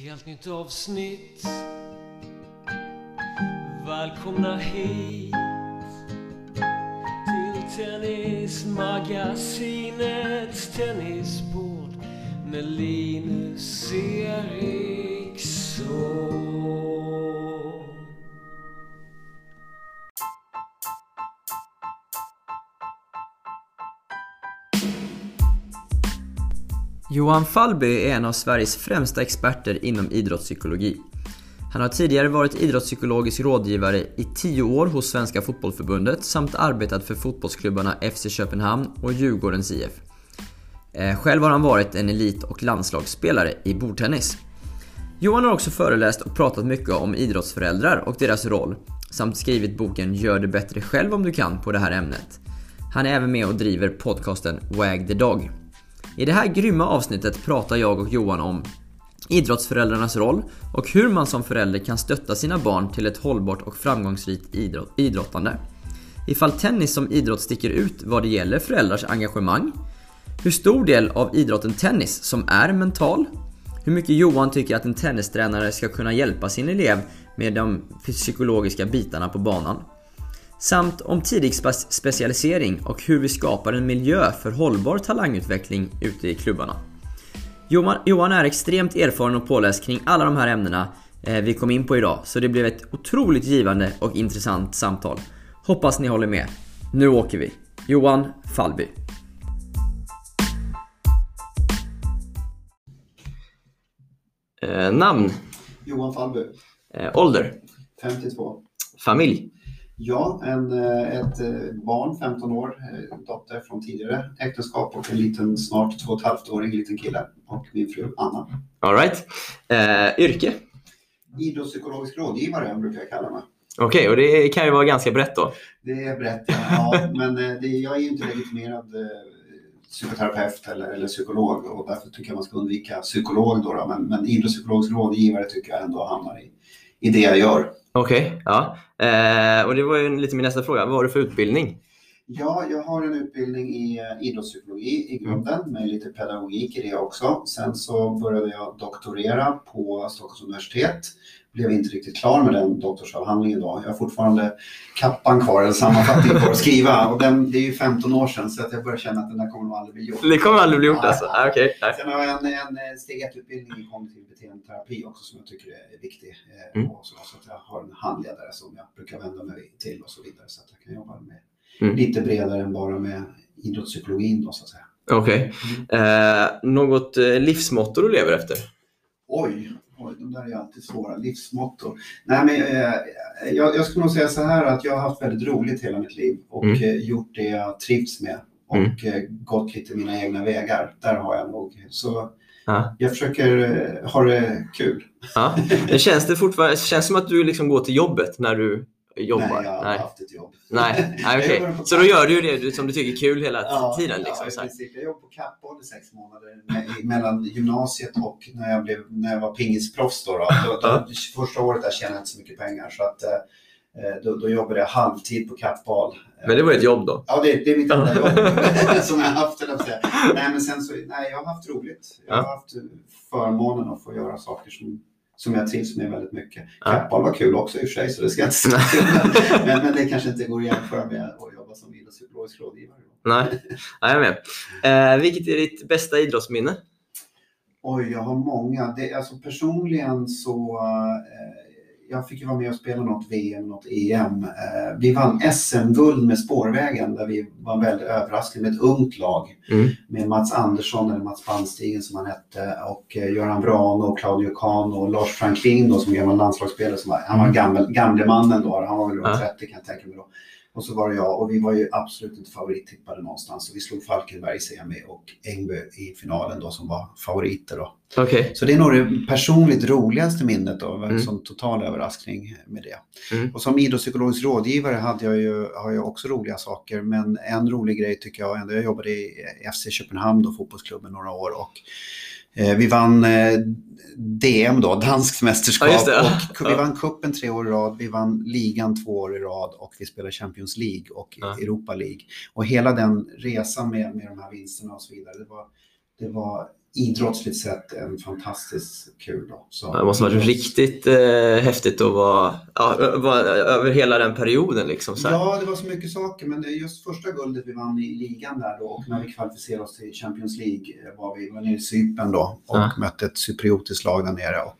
helt nytt avsnitt. Välkomna hit till Tennismagasinets tennisbord med Linus Eriksson. Johan Falby är en av Sveriges främsta experter inom idrottspsykologi. Han har tidigare varit idrottspsykologisk rådgivare i 10 år hos Svenska fotbollförbundet samt arbetat för fotbollsklubbarna FC Köpenhamn och Djurgårdens IF. Själv har han varit en elit- och landslagsspelare i bordtennis. Johan har också föreläst och pratat mycket om idrottsföräldrar och deras roll samt skrivit boken Gör det bättre själv om du kan på det här ämnet. Han är även med och driver podcasten Wag the Dog. I det här grymma avsnittet pratar jag och Johan om idrottsföräldrarnas roll och hur man som förälder kan stötta sina barn till ett hållbart och framgångsrikt idrottande. Ifall tennis som idrott sticker ut vad det gäller föräldrars engagemang. Hur stor del av idrotten tennis som är mental. Hur mycket Johan tycker att en tennistränare ska kunna hjälpa sin elev med de psykologiska bitarna på banan. Samt om tidig specialisering och hur vi skapar en miljö för hållbar talangutveckling ute i klubbarna. Johan är extremt erfaren och påläst kring alla de här ämnena vi kom in på idag, så det blev ett otroligt givande och intressant samtal. Hoppas ni håller med. Nu åker vi. Johan Falby. Namn? Johan Falby. Ålder? 52. Familj? Ja, ett barn, 15 år, dotter från tidigare äktenskap och en liten, snart 2,5-årig liten kille och min fru Anna. All right. Yrke? Idrottspsykologisk rådgivare brukar jag kalla mig. Okej, och det kan ju vara ganska brett då. Det är brett, ja. Men jag är ju inte legitimerad psykoterapeut eller psykolog och därför tycker jag man ska undvika psykolog då. Men idrottspsykologisk rådgivare tycker jag ändå hamnar i det jag gör. Okej, ja. Och det var ju lite min nästa fråga. Vad har du för utbildning? Ja, jag har en utbildning i idrottspsykologi i grunden med lite pedagogik i det också. Sen så började jag doktorera på Stockholms universitet. Blev inte riktigt klar med den doktorsavhandlingen då. Jag har fortfarande kappan kvar, eller sammanfattning kvar att skriva. Och det är ju 15 år sedan så att jag börjar känna att den där kommer nog aldrig bli gjort. Det kommer aldrig bli gjort alltså? Okay. Sen har jag en steg 1-utbildning i kognitiv beteendeterapi också som jag tycker är viktig. Och så att jag har en handledare som jag brukar vända mig till och så vidare. Så att jag kan jobba med lite bredare än bara med idrottspsykologin då så att säga. Okej. Något livsmotto du lever efter? Oj, de där är alltid svåra. Livsmotto. Nej, men jag skulle nog säga så här att jag har haft väldigt roligt hela mitt liv och gjort det jag trivs med och gått lite mina egna vägar. Där har jag nog. Så jag försöker ha det kul. Ja. Känns det fortfarande känns som att du liksom går till jobbet när du jobbar? Nej, jag har haft ett jobb. Nej, okej. Så då gör du det som du tycker är kul hela tiden? Liksom, ja, precis. Jag jobbade på Kappboll i 6 månader mellan gymnasiet och när jag var pingisproffs då. Första året där tjänade jag inte så mycket pengar så att då jobbade jag halvtid på Kappboll. Men det var ett jobb då? Ja, det är mitt enda jobb som jag har haft. Nej, men sen så, jag har haft roligt. Jag har haft förmånen att få göra saker som jag trivs med väldigt mycket. Kappboll var kul också i och för sig, så det ska jag inte säga. men det kanske inte går att jämföra med att jobba som idrottspsykologisk rådgivare. Nej, jag är med. Vilket är ditt bästa idrottsminne? Oj, jag har många. Alltså personligen så... jag fick ju vara med och spela något VM, något EM. Vi vann SM-guld med spårvägen där vi var väldigt överraskade med ett ungt lag. Med Mats Andersson eller Mats Bandstigen som han hette och Göran Brano och Claudio Kahn och Lars Franklin då som gammal landslagsspelare. Han var gamle mannen då, han var väl runt 30 kan jag tänka mig då. Och så var det jag och vi var ju absolut inte favorittippade någonstans. Så vi slog Falkenberg i semi och Ängby i finalen då som var favoriter då. Okay. Så det är nog det personligt roligaste minnet då. En sån total överraskning med det. Och som idrottspsykologisk rådgivare har jag också roliga saker. Men en rolig grej tycker jag ändå. Jag jobbade i FC Köpenhamn då, fotbollsklubben några år och vi vann DM då, danskt mästerskap och vi vann kuppen 3 år i rad, vi vann ligan 2 år i rad och vi spelade Champions League och Europa League. Och hela den resan med de här vinsterna och så vidare, det var idrottsligt sett en fantastiskt kul då. Så det måste varit riktigt häftigt att vara över hela den perioden liksom. Så här. Ja, det var så mycket saker, men det är just första guldet vi vann i ligan där då, och när vi kvalificerade oss till Champions League var vi nere i Cypern då och mötte ett cypriotiskt lag där nere och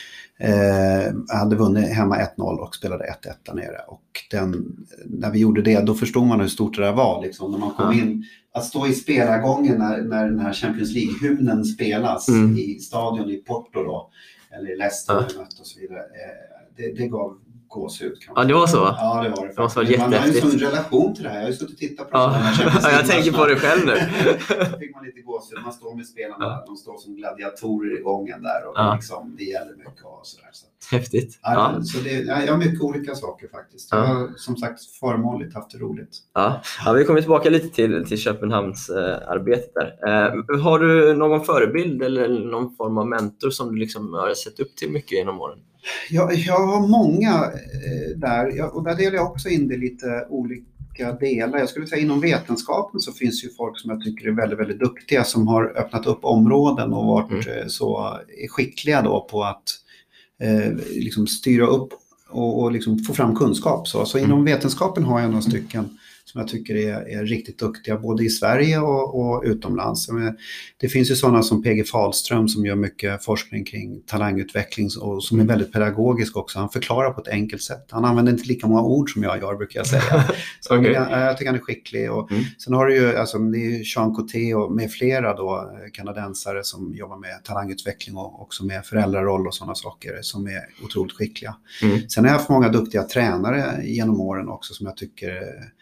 hade vunnit hemma 1-0 och spelade 1-1 där nere. Och när vi gjorde det, då förstod man hur stort det där var liksom, när man kom in. Att stå i spelargången när den här Champions League-hymnen spelas i stadion i Porto då, eller i Leicester och så vidare. Det gav gåshud. Ja, det var så? Ja, det var det. Det måste vara man har ju jättehäftigt. En relation till det här. Jag har ju suttit och tittat på det här. Ja, jag tänker på det själv nu. Då fick man lite gåshud. Man står med spelarna, de står som gladiatorer i gången där och liksom, det gäller mycket och sådär. Så. Häftigt. Så jag har mycket olika saker faktiskt. Jag har som sagt förmånligt haft det roligt. Ja, vi kommer tillbaka lite till Köpenhamns arbetet där. Har du någon förebild eller någon form av mentor som du liksom har sett upp till mycket genom åren? Jag har många där, och där delar jag också in det lite olika delar. Jag skulle säga inom vetenskapen så finns ju folk som jag tycker är väldigt, väldigt duktiga som har öppnat upp områden och varit så skickliga då på att liksom styra upp och liksom få fram kunskap. Så inom vetenskapen har jag några stycken som jag tycker är riktigt duktiga både i Sverige och utomlands. Det finns ju sådana som PG Fahlström som gör mycket forskning kring talangutveckling och som är väldigt pedagogisk också. Han förklarar på ett enkelt sätt. Han använder inte lika många ord som jag gör, brukar jag säga. Så jag tycker han är skicklig. Och sen har du ju, alltså, det är Jean Coté och med flera då, kanadensare som jobbar med talangutveckling och också med föräldraroll och sådana saker som är otroligt skickliga. Sen har jag haft många duktiga tränare genom åren också som jag tycker...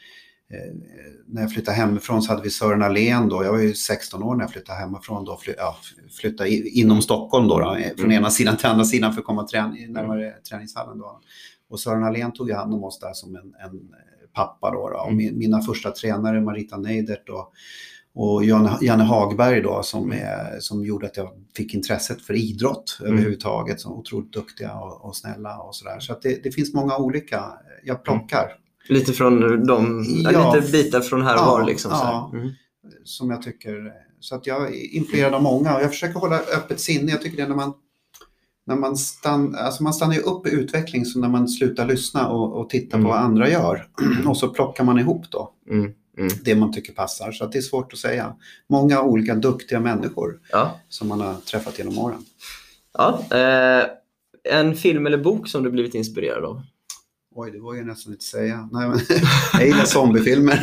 När jag flyttade hemifrån så hade vi Sören Alén då. Jag var ju 16 år när jag flyttade hemifrån då. Flyttade inom Stockholm då, från ena sidan till andra sidan för att komma närmare träningshallen då. Och Sören Alén tog hand om oss där som en pappa då. Och mina första tränare Marita Neidert och Janne Hagberg då som gjorde att jag fick intresset för idrott överhuvudtaget, som otroligt duktiga och snälla och sådär. Så att det finns många olika, jag plockar. Lite från dem, lite bitar från här och var liksom. Som jag tycker, så att jag är influerad av många och jag försöker hålla öppet sinne. Jag tycker det när man stannar ju upp i utveckling, så när man slutar lyssna och titta på vad andra gör och så plockar man ihop då det man tycker passar. Så att det är svårt att säga. Många olika duktiga människor som man har träffat genom åren. Ja, en film eller bok som du blivit inspirerad av? Oj, det var ju nästan inte säga. Nej, men jag gillar zombiefilmer.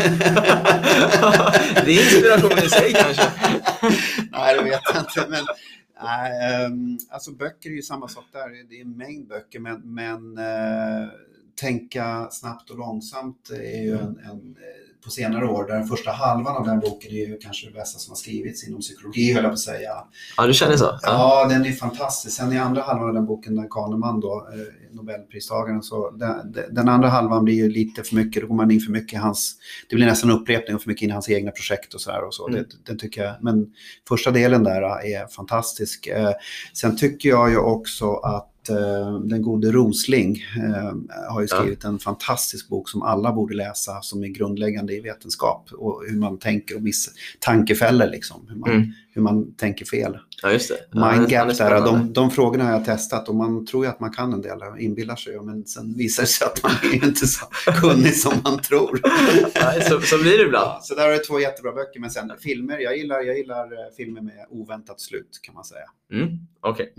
Det är inspiration i sig kanske. Nej, det vet jag inte. Men, alltså böcker är ju samma sak där. Det är en mängd böcker. Men tänka snabbt och långsamt är ju en på senare år. Där den första halvan av den boken är ju kanske det bästa som har skrivits inom psykologi, höll jag på att säga. Ja, du känner så? Ja, den är fantastisk. Sen i andra halvan av den boken, där Kahneman då, Nobelpristagaren, så den andra halvan blir ju lite för mycket, då går man in för mycket i hans, det blir nästan en upprepning och för mycket in i hans egna projekt och sådär och så. Det tycker jag, men första delen där är fantastisk. Sen tycker jag ju också att den gode Rosling har ju skrivit en fantastisk bok som alla borde läsa, som är grundläggande i vetenskap och hur man tänker och tankefällor liksom, hur man tänker fel. Ja, just det. Mindgap där, de frågorna har jag testat och man tror ju att man kan en del, inbillar sig, men sen visar det sig att man är inte så kunnig som man tror. Nej, så blir det ibland. Ja, så där är det 2 jättebra böcker, men sen filmer, jag gillar filmer med oväntat slut, kan man säga. Okej.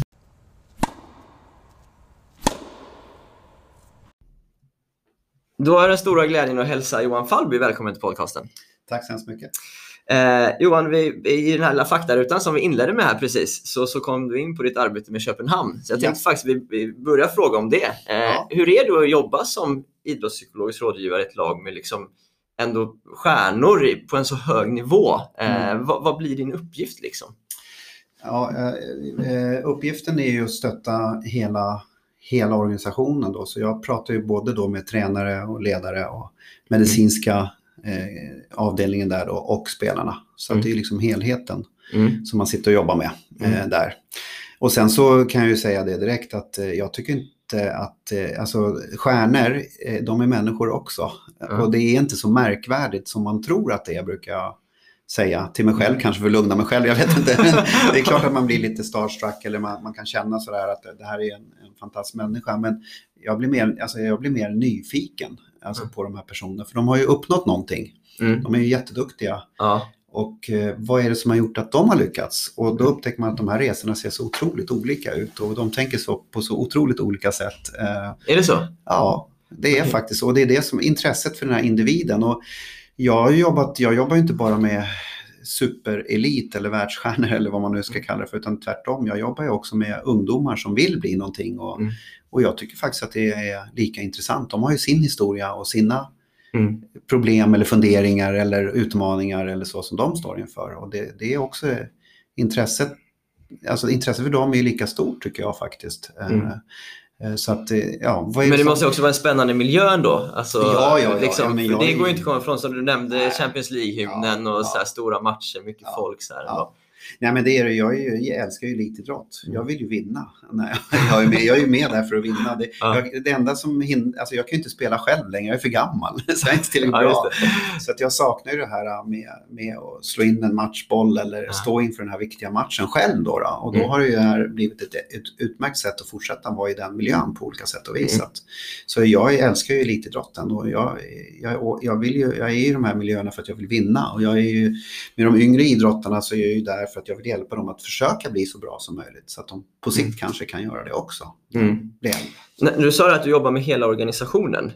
Då är den stora glädjen att hälsa Johan Falby välkommen till podcasten. Tack så hemskt mycket. Johan, i den här lilla faktarutan som vi inledde med här precis, så kom du in på ditt arbete med Köpenhamn. Så jag tänkte faktiskt vi börjar fråga om det. Hur är det att jobba som idrottspsykologisk rådgivare i ett lag med liksom ändå stjärnor på en så hög nivå? Vad blir din uppgift liksom? Ja, uppgiften är ju att stötta hela organisationen då. Så jag pratar ju både då med tränare och ledare och medicinska avdelningen där då, och spelarna. Så att det är liksom helheten som man sitter och jobbar med där. Och sen så kan jag ju säga det direkt att jag tycker inte att alltså stjärnor, de är människor också. Och det är inte så märkvärdigt som man tror att det är, brukar jag säga till mig själv, kanske för att lugna mig själv, jag vet inte. Men det är klart att man blir lite starstruck eller man kan känna sådär att det här är en fantastisk människa. Men jag blir mer nyfiken på de här personerna, för de har ju uppnått någonting. De är ju jätteduktiga. Ja. Och vad är det som har gjort att de har lyckats? Och då upptäcker man att de här resorna ser så otroligt olika ut. Och de tänker på så otroligt olika sätt. Är det så? Ja, det är faktiskt så. Och det är det som är intresset för den här individen. Och jag jobbar ju inte bara med superelit eller världsstjärnor eller vad man nu ska kalla det för. Utan tvärtom, jag jobbar ju också med ungdomar som vill bli någonting. Och jag tycker faktiskt att det är lika intressant. De har ju sin historia och sina problem eller funderingar eller utmaningar eller så som de står inför. Och det är också intresset för dem är lika stort, tycker jag faktiskt. Så att, men det måste också vara en spännande miljö ändå. Det går ju inte att komma ifrån, som du nämnde, Champions League-hymnen och så här stora matcher, mycket folk så här. Ja. Nej, men det är det. Jag älskar ju elitidrott. Jag vill ju vinna. Nej, jag är ju med där för att vinna. Det enda som jag kan ju inte spela själv längre. Jag är för gammal. Så jag är inte tillräckligt bra. Så att jag saknar ju det här med att slå in en matchboll eller stå inför den här viktiga matchen själv då. Och då har det ju här blivit ett utmärkt sätt att fortsätta vara i den miljön på olika sätt och vis. Så jag älskar ju elitidrotten och jag är i de här miljöerna för att jag vill vinna. Och jag är ju, med de yngre idrottarna så är jag ju där för att jag vill hjälpa dem att försöka bli så bra som möjligt, så att de på sikt kanske kan göra det också. Du sa att du jobbar med hela organisationen.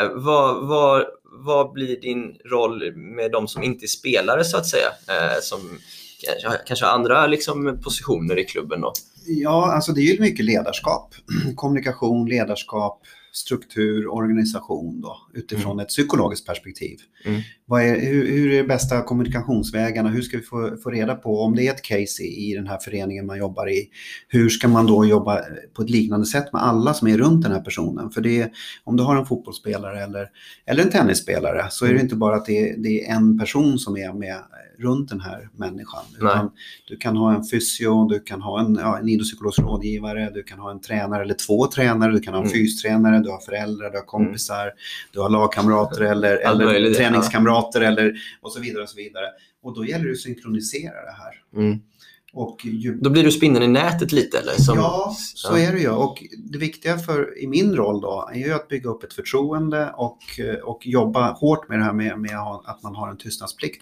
Vad blir din roll med de som inte är spelare, så att säga, som kanske har andra liksom positioner i klubben då? Ja, alltså det är ju mycket ledarskap, kommunikation, ledarskap, struktur, organisation då, utifrån ett psykologiskt perspektiv. Hur är det bästa kommunikationsvägarna? Hur ska vi få reda på om det är ett case i den här föreningen man jobbar i? Hur ska man då jobba på ett liknande sätt med alla som är runt den här personen? För om du har en fotbollsspelare eller en tennisspelare, så är det inte bara att det är en person som är med runt den här människan. Utan du kan ha en fysio, du kan ha en idrottspsykologisk rådgivare, du kan ha en tränare eller 2 tränare, du kan ha en fystränare, du har föräldrar, du har kompisar, du har lagkamrater eller träningskamrater eller och så vidare och så vidare. Och då gäller det att synkronisera det här. Och då blir du spinnen i nätet lite, eller? Så är det ju. Och det viktiga i min roll då är ju att bygga upp ett förtroende och jobba hårt med det här med att man har en tystnadsplikt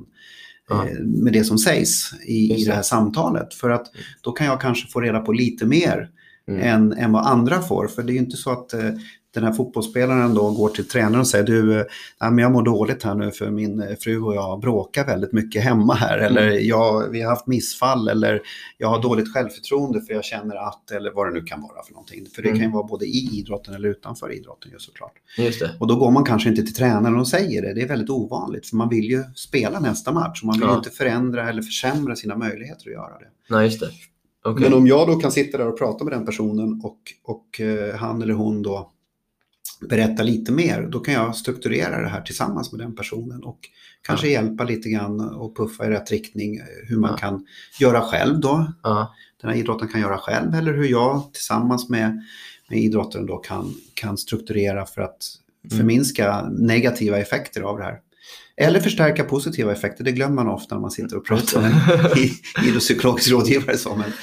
med det som sägs i det här samtalet. För att då kan jag kanske få reda på lite mer än vad andra får. För det är ju inte så att den här fotbollsspelaren då går till tränaren och säger men jag mår dåligt här nu för min fru och jag bråkar väldigt mycket hemma här. Eller vi har haft missfall, eller jag har dåligt självförtroende för jag känner att, eller vad det nu kan vara för någonting. För det kan ju vara både i idrotten eller utanför idrotten ju, såklart. Just det. Och då går man kanske inte till tränaren och säger det. Det är väldigt ovanligt, för man vill ju spela nästa match och man vill inte förändra eller försämra sina möjligheter att göra det. Nej, just det. Okay. Men om jag då kan sitta där och prata med den personen och han eller hon då berätta lite mer, då kan jag strukturera det här tillsammans med den personen och kanske hjälpa lite grann och puffa i rätt riktning, hur man kan göra själv då. Den här idrotten kan göra själv, eller hur jag tillsammans med idrotten då kan strukturera för att förminska negativa effekter av det här. Eller förstärka positiva effekter. Det glömmer man ofta när man sitter och pratar med idrottspsykologisk rådgivare.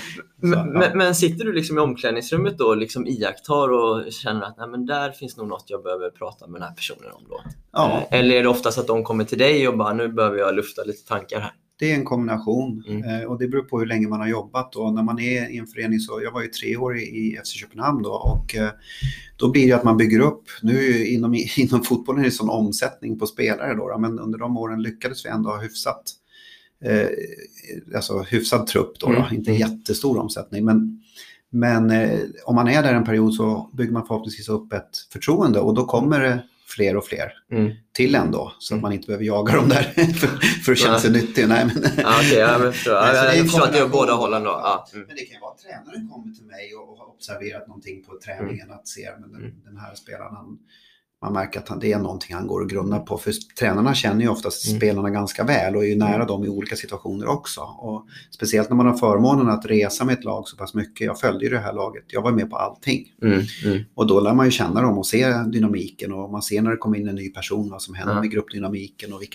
Men sitter du liksom i omklädningsrummet då, liksom iakttar och känner att men där finns nog något jag behöver prata med den här personen om då? Ja. Eller är det oftast att de kommer till dig och bara, nu behöver jag lufta lite tankar här? Det är en kombination och det beror på hur länge man har jobbat. Och när man är i en förening, så jag var ju 3 år i FC Köpenhamn då, och då blir det att man bygger upp. Nu inom fotbollen är det sån omsättning på spelare då, men under de åren lyckades vi ändå ha hyfsad trupp då, inte jättestor omsättning, men om man är där en period så bygger man förhoppningsvis upp ett förtroende, och då kommer det fler och fler till ändå, så att man inte behöver jaga dem där för att känna sig nyttig. Nej, men jag förstår att det är båda hållen då. Men det kan ju vara att tränaren kommer till mig och har observerat någonting på träningen, att se den här spelaren, man märker att det är någonting han går och grunnar på. För tränarna känner ju oftast spelarna ganska väl och är ju nära dem i olika situationer också. Och speciellt när man har förmånen att resa med ett lag så pass mycket. Jag följde ju det här laget. Jag var med på allting. Och då lär man ju känna dem och se dynamiken. Och man ser när det kommer in en ny person vad som händer med gruppdynamiken och vilka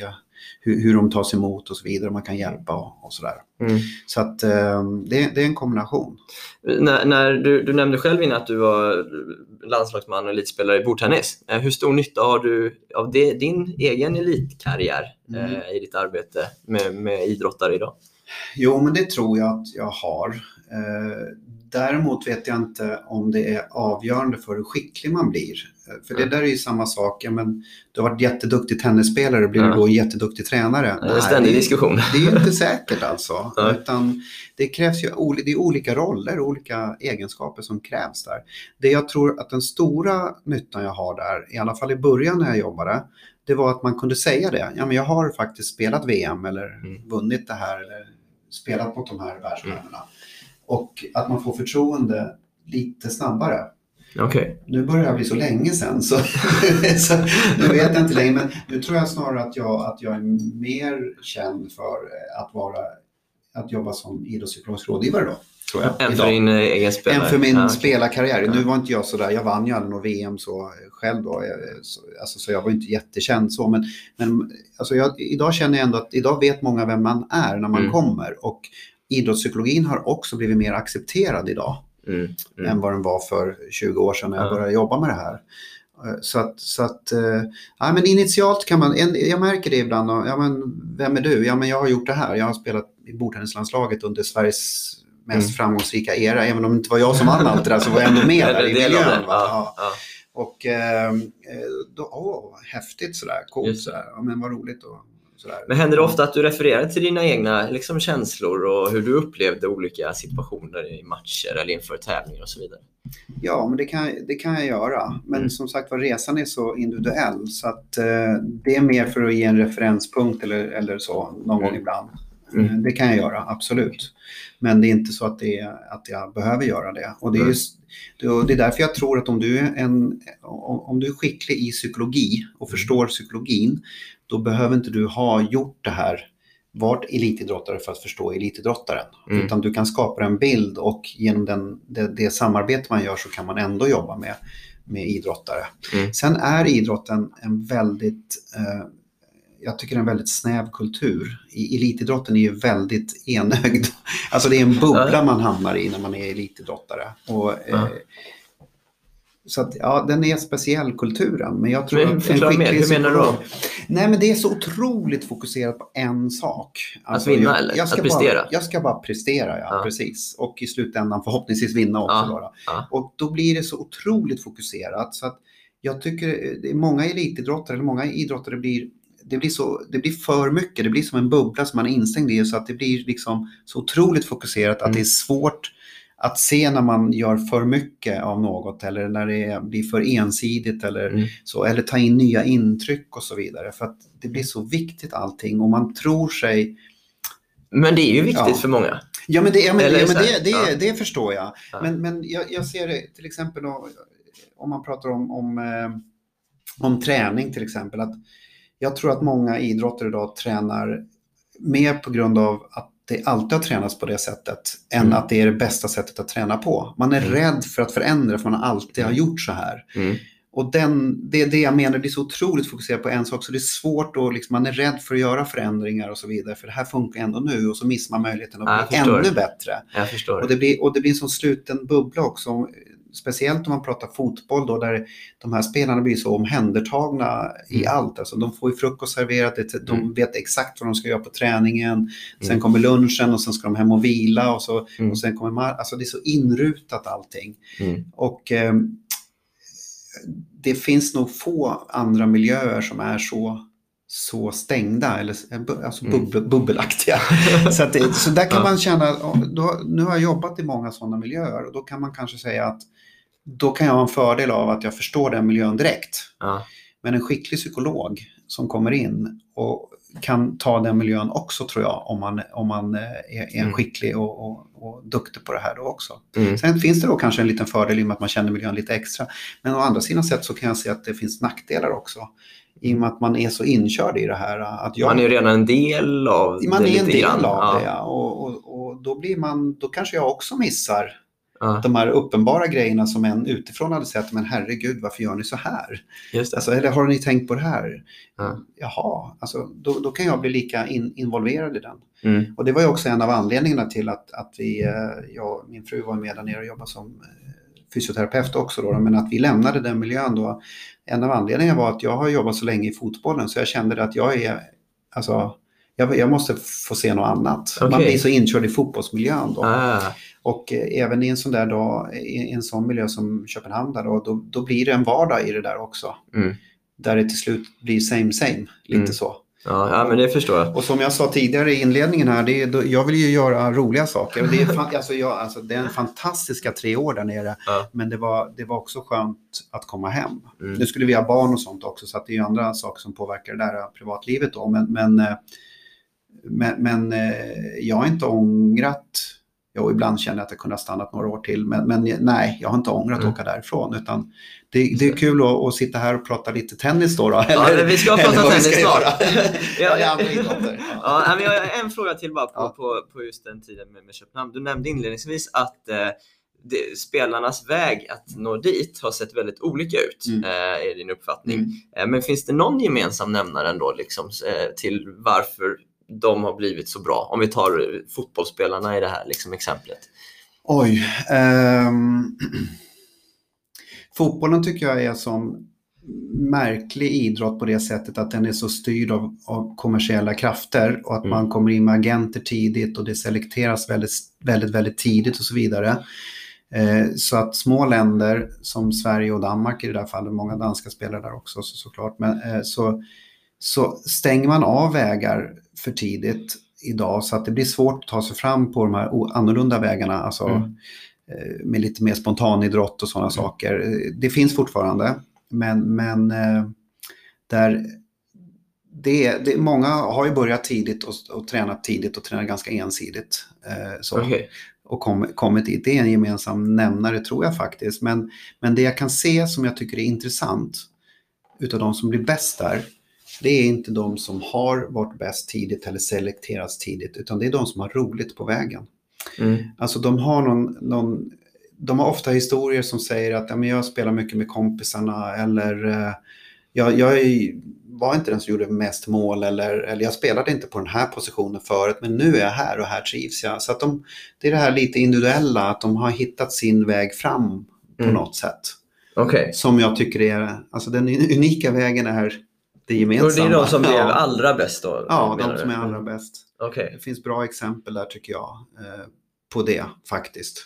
hur de tas emot och så vidare. Man kan hjälpa och sådär. Så att det är en kombination. När du nämnde själv innan att du var landslagsman och elitspelare i bordtennis. Hur stor nytta har du av din egen elitkarriär i ditt arbete med idrottare idag? Jo, men det tror jag att jag har. Däremot vet jag inte om det är avgörande för hur skicklig man blir. För det där är ju samma sak. Men du har varit jätteduktig tennisspelare och blir du då jätteduktig tränare. Det är en ständig diskussion. Det är ju inte säkert alltså. Utan det krävs ju det är olika roller, olika egenskaper som krävs där. Det jag tror att den stora nyttan jag har där, i alla fall i början när jag jobbade, det var att man kunde säga det. Ja, men jag har faktiskt spelat VM eller vunnit det här eller spelat mot de här världsstjärnorna. Och att man får förtroende lite snabbare. Okay. Nu börjar jag bli så länge sedan så nu vet jag inte längre, men nu tror jag snarare att jag är mer känd för att jobba som idrottspsykologisk rådgivare då, tror jag. Än för din egen spelare? Än för min spelarkarriär. Nu var inte jag sådär, jag vann ju aldrig någon VM så själv då, så jag var inte jättekänd så, men alltså idag känner jag ändå att idag vet många vem man är när man kommer, och idrottspsykologin har också blivit mer accepterad idag än vad den var för 20 år sedan när jag började jobba med det här. Men initialt kan man, jag märker det ibland, men vem är du? Ja, men jag har gjort det här. Jag har spelat i bordtennislandslaget under Sveriges mest framgångsrika era, även om det inte var jag som vann allt det där, så var jag ändå med där i miljön. Och häftigt sådär, coolt sådär. Ja, men vad roligt och sådär. Men händer det ofta att du refererar till dina egna liksom, känslor och hur du upplevde olika situationer i matcher eller inför tävlingar och så vidare? Ja, men det kan jag göra. Men som sagt var, resan är så individuell så att det är mer för att ge en referenspunkt eller så någon gång ibland. Det kan jag göra, absolut. Men det är inte så att jag behöver göra det. Och det är därför jag tror att om du är skicklig i psykologi och förstår psykologin, då behöver inte du ha gjort det här, varit elitidrottare för att förstå elitidrottaren. Utan du kan skapa en bild, och genom det samarbete man gör så kan man ändå jobba med idrottare. Sen är idrotten en väldigt... jag tycker det är en väldigt snäv kultur. Elitidrotten är ju väldigt enögd. Alltså det är en bubbla man hamnar i när man är elitidrottare. Och, så att, ja, den är speciell, kulturen. Men jag tror att hur menar du då? Nej, men det är så otroligt fokuserat på en sak. Alltså, att vinna eller? Att prestera? Jag ska bara prestera, precis. Och i slutändan förhoppningsvis vinna också. Och då blir det så otroligt fokuserat. Så att jag tycker det är många elitidrottare, eller många idrottare det blir för mycket. Det blir som en bubbla som man är instängd i, så att det blir liksom så otroligt fokuserat att det är svårt att se när man gör för mycket av något, eller när det blir för ensidigt eller så, eller ta in nya intryck och så vidare, för att det blir så viktigt allting, och man tror sig. Men det är ju viktigt för många. Ja, men det förstår jag. Men jag ser det till exempel då, om man pratar om träning till exempel, att jag tror att många idrottare idag tränar mer på grund av att det alltid har tränats på det sättet än att det är det bästa sättet att träna på. Man är rädd för att förändra, för man alltid har gjort så här. Och det är det jag menar, det blir så otroligt fokuserat på en sak, så det är svårt att liksom, man är rädd för att göra förändringar och så vidare, för det här funkar ändå nu, och så missar man möjligheten att bli ännu bättre. Jag förstår. Och det blir en sån sluten bubbla också. Speciellt om man pratar fotboll då, där de här spelarna blir så omhändertagna i allt. Alltså, de får ju frukost serverat, de vet exakt vad de ska göra på träningen. Sen kommer lunchen och sen ska de hem och vila. Och sen kommer alltså det är så inrutat allting. Och det finns nog få andra miljöer som är så stängda eller alltså bubbelaktiga. så där kan man känna, nu har jag jobbat i många sådana miljöer, och då kan man kanske säga att då kan jag ha en fördel av att jag förstår den miljön direkt. Men en skicklig psykolog som kommer in och kan ta den miljön också, tror jag, om man är skicklig och duktig på det här då också. Sen finns det då kanske en liten fördel i och med att man känner miljön lite extra. Men å andra sidan sätt så kan jag se att det finns nackdelar också. I och med att man är så inkörd i det här. Att man är redan en del av det. Man är en del av det, ja. Och då kanske jag också missar De här uppenbara grejerna som en utifrån hade sett, men herregud, varför gör ni så här? Just det. Alltså, eller har ni tänkt på det här? Jaha, alltså, då kan jag bli lika involverad i den. Och det var ju också en av anledningarna till att min fru var med där nere och jobbade som fysioterapeut också då, men att vi lämnade den miljön då. En av anledningarna var att jag har jobbat så länge i fotbollen, så jag kände att jag måste få se något annat. Man blir så inkörd i fotbollsmiljön då. Och även i en sån där dag, i en sån miljö som Köpenhamn där då blir det en vardag i det där också. Där det till slut blir same, lite så. Ja, men det förstår jag. Och som jag sa tidigare i inledningen här, jag vill ju göra roliga saker. Det är, det är en fantastiska 3 år där nere. Men det var också skönt att komma hem. Nu skulle vi ha barn och sånt också, så att det är ju andra saker som påverkar det där privatlivet då. Men jag har inte ångrat. Jo, ibland känner jag att jag kunde ha stannat några år till. Men nej, jag har inte ångrat att åka därifrån. Utan det är kul att sitta här och prata lite tennis då. Eller, vi ska prata tennis snart. Jag har en fråga till bara på just den tiden med Köpenhamn. Du nämnde inledningsvis att spelarnas väg att nå dit har sett väldigt olika ut i din uppfattning. Men finns det någon gemensam nämnare ändå liksom, till varför de har blivit så bra? Om vi tar fotbollsspelarna i det här liksom, exemplet. Fotbollen tycker jag är som märklig idrott på det sättet att den är så styrd av kommersiella krafter och att man kommer in med agenter tidigt och det selekteras väldigt, väldigt, väldigt tidigt och så vidare. Så att små länder som Sverige och Danmark i det där fallet, många danska spelare där också såklart, men så stänger man av vägar för tidigt idag så att det blir svårt att ta sig fram på de här annorlunda vägarna, alltså med lite mer spontanidrott och sådana saker. Det finns fortfarande, men där många har ju börjat tidigt och tränat tidigt och tränat ganska ensidigt och kommit dit. Det är en gemensam nämnare, tror jag faktiskt. Men det jag kan se som jag tycker är intressant utav de som blir bäst där, det är inte de som har varit bäst tidigt eller selekterats tidigt, utan det är de som har roligt på vägen. Alltså de har ofta historier som säger att jag spelar mycket med kompisarna, eller jag var inte den som gjorde mest mål, eller jag spelade inte på den här positionen förut, men nu är jag här och här trivs jag. Så att det är det här lite individuella, att de har hittat sin väg fram på något sätt. Som jag tycker är, alltså den unika vägen är det gemensamma. Och det är de som blev allra bäst då? Ja, de som är allra bäst. Det finns bra exempel där tycker jag på det faktiskt.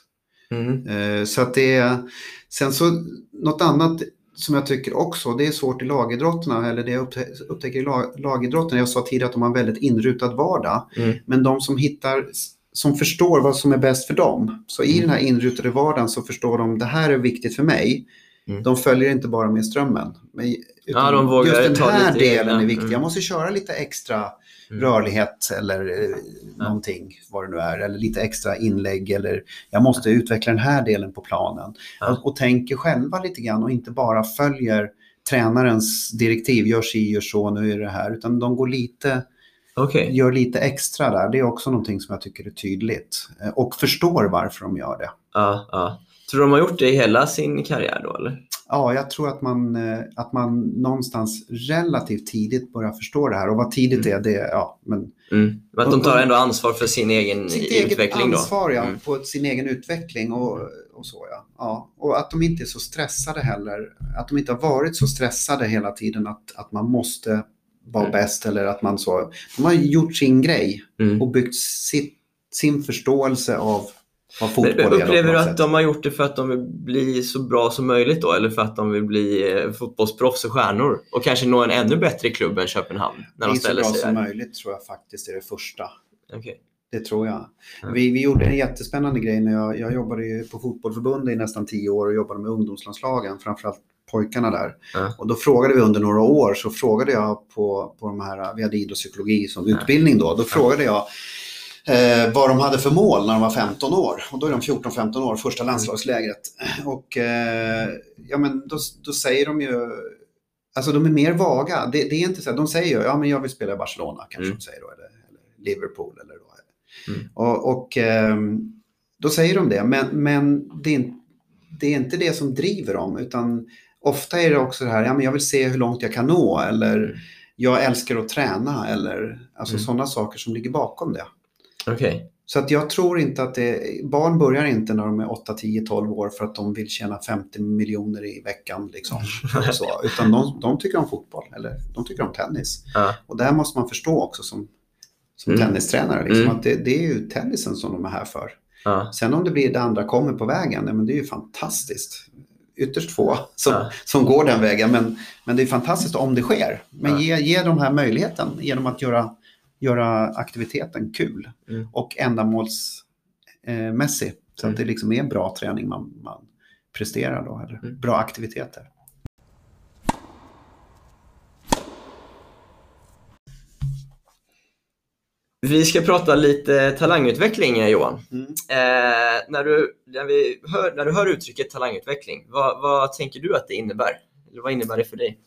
Så att det är, sen så något annat som jag tycker också, det är svårt i lagidrotterna, eller det jag upptäcker i lagidrotten. Jag sa tidigare att de har en väldigt inrutad vardag, men de som förstår vad som är bäst för dem, så i den här inrutade vardagen så förstår de, det här är viktigt för mig. De följer inte bara med strömmen, utan de vågar just den här delen är viktig. Mm. Jag måste köra lite extra rörlighet eller någonting, vad det nu är, eller lite extra inlägg, eller jag måste utveckla den här delen på planen. Och tänker själva lite grann och inte bara följer tränarens direktiv, gör si, gör så, nu är det här, utan de går lite, gör lite extra där. Det är också någonting som jag tycker är tydligt och förstår varför de gör det. Tror du de har gjort det i hela sin karriär då, eller? Ja, jag tror att man någonstans relativt tidigt börjar förstå det här. Och vad tidigt är det, men att de tar ändå ansvar för sin egen utveckling då. Ansvar, på sin egen utveckling och så, ja. Och att de inte är så stressade heller. Att de inte har varit så stressade hela tiden att man måste vara bäst, eller att man så. De har gjort sin grej och byggt sin förståelse av upplever du att de har gjort det för att de vill bli så bra som möjligt då, eller för att de vill bli fotbollsproffs och stjärnor och kanske nå en ännu bättre klubb än Köpenhamn när de ställer sig där? Så bra som möjligt tror jag faktiskt är det första. Okay. Det tror jag. Vi gjorde en jättespännande grej när jag jobbade ju på fotbollförbundet i nästan 10 år och jobbade med ungdomslandslagen, framförallt pojkarna där. Och då frågade vi under några år, så frågade jag på de här, vi hade idrottspsykologi som utbildning då frågade jag vad de hade för mål när de var 15 år. Och då är de 14-15 år, första landslagslägret. Och men då säger de ju, alltså de är mer vaga. Det är inte så här, de säger ju, men jag vill spela i Barcelona kanske de säger då, eller Liverpool eller då. Då säger de det, men det är inte det som driver dem, utan ofta är det också det här, ja, men jag vill se hur långt jag kan nå, eller jag älskar att träna, eller alltså sådana saker som ligger bakom det. Okej. Så att jag tror inte att barn börjar inte när de är 8, 10, 12 år för att de vill tjäna 50 miljoner i veckan liksom, så, utan de tycker om fotboll, eller de tycker om tennis. Och där måste man förstå också som tennistränare liksom, att det är ju tennisen som de är här för. Sen om det blir det andra kommer på vägen, men det är ju fantastiskt. Ytterst få som går den vägen, men det är fantastiskt om det sker. Men ge de här möjligheten genom att göra aktiviteten kul och ändamålsmässig, så att det liksom är en bra träning man presterar då, eller bra aktiviteter. Vi ska prata lite talangutveckling, Johan. När du hör uttrycket talangutveckling, vad tänker du att det innebär? Eller vad innebär det för dig?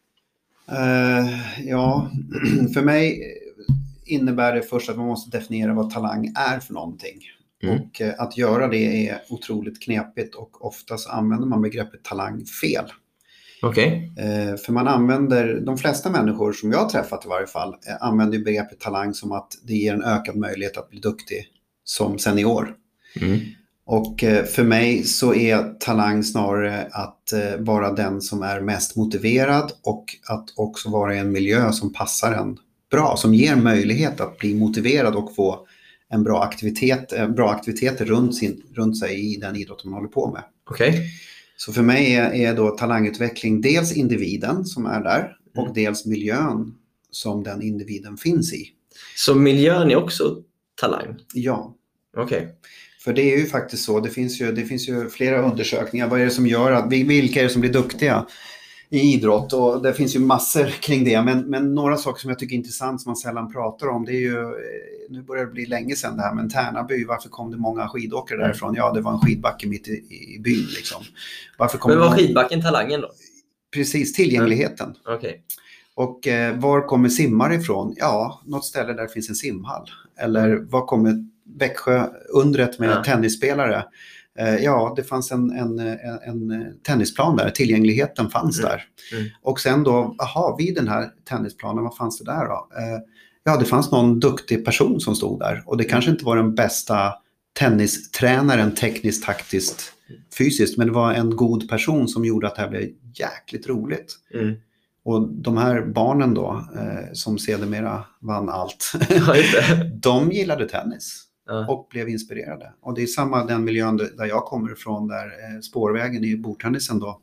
Ja, för mig innebär det först att man måste definiera vad talang är för någonting. Och att göra det är otroligt knepigt, och oftast använder man begreppet talang fel. Okej. För man använder, de flesta människor som jag har träffat i varje fall, använder begreppet talang som att det ger en ökad möjlighet att bli duktig som senior. Och för mig så är talang snarare att vara den som är mest motiverad, och att också vara i en miljö som passar en bra, som ger möjlighet att bli motiverad och få en bra aktiviteter runt sig i den idrott man håller på med. Okej. Så för mig är då talangutveckling dels individen som är där, och dels miljön som den individen finns i. Så miljön är också talang? Ja. Okej. För det är ju faktiskt så, det finns ju flera undersökningar. Vad är det som gör att, vilka är det som blir duktiga i idrott? Och det finns ju massor kring det. Men några saker som jag tycker är intressant som man sällan pratar om, det är ju, nu börjar det bli länge sedan det här, men Tärnaby, varför kom det många skidåkare därifrån? Ja, det var en skidbacke mitt i byn liksom. Men var skidbacken talangen då? Precis, tillgängligheten. Okej. Och var kommer simmare ifrån? Ja, något ställe där det finns en simhall. Eller var kommer Växjö undret med tennisspelare? Ja, det fanns en tennisplan där. Tillgängligheten fanns där. Och sen då, vid den här tennisplanen, vad fanns det där då? Ja, det fanns någon duktig person som stod där. Och det kanske inte var den bästa tennistränaren tekniskt, taktiskt, fysiskt. Men det var en god person som gjorde att det här blev jäkligt roligt. Och de här barnen då, som sedermera vann allt, de gillade tennis. Och blev inspirerade. Och det är samma den miljön där jag kommer ifrån, där spårvägen i bordtennisen då.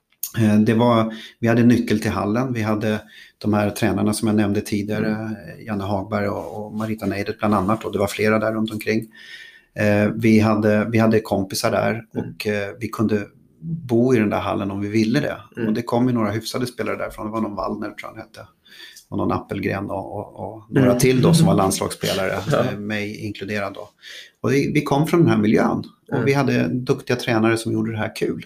Vi hade nyckel till hallen. Vi hade de här tränarna som jag nämnde tidigare, Janne Hagberg och Marita Neidert bland annat. Och det var flera där runt omkring. Vi hade kompisar där, och vi kunde bo i den där hallen om vi ville det. Och det kom ju några hyfsade spelare därifrån. Det var någon Wallner, tror jag han hette. Och någon Appelgren och några till då som var landslagsspelare, mig inkluderad då. Och vi kom från den här miljön, och vi hade duktiga tränare som gjorde det här kul.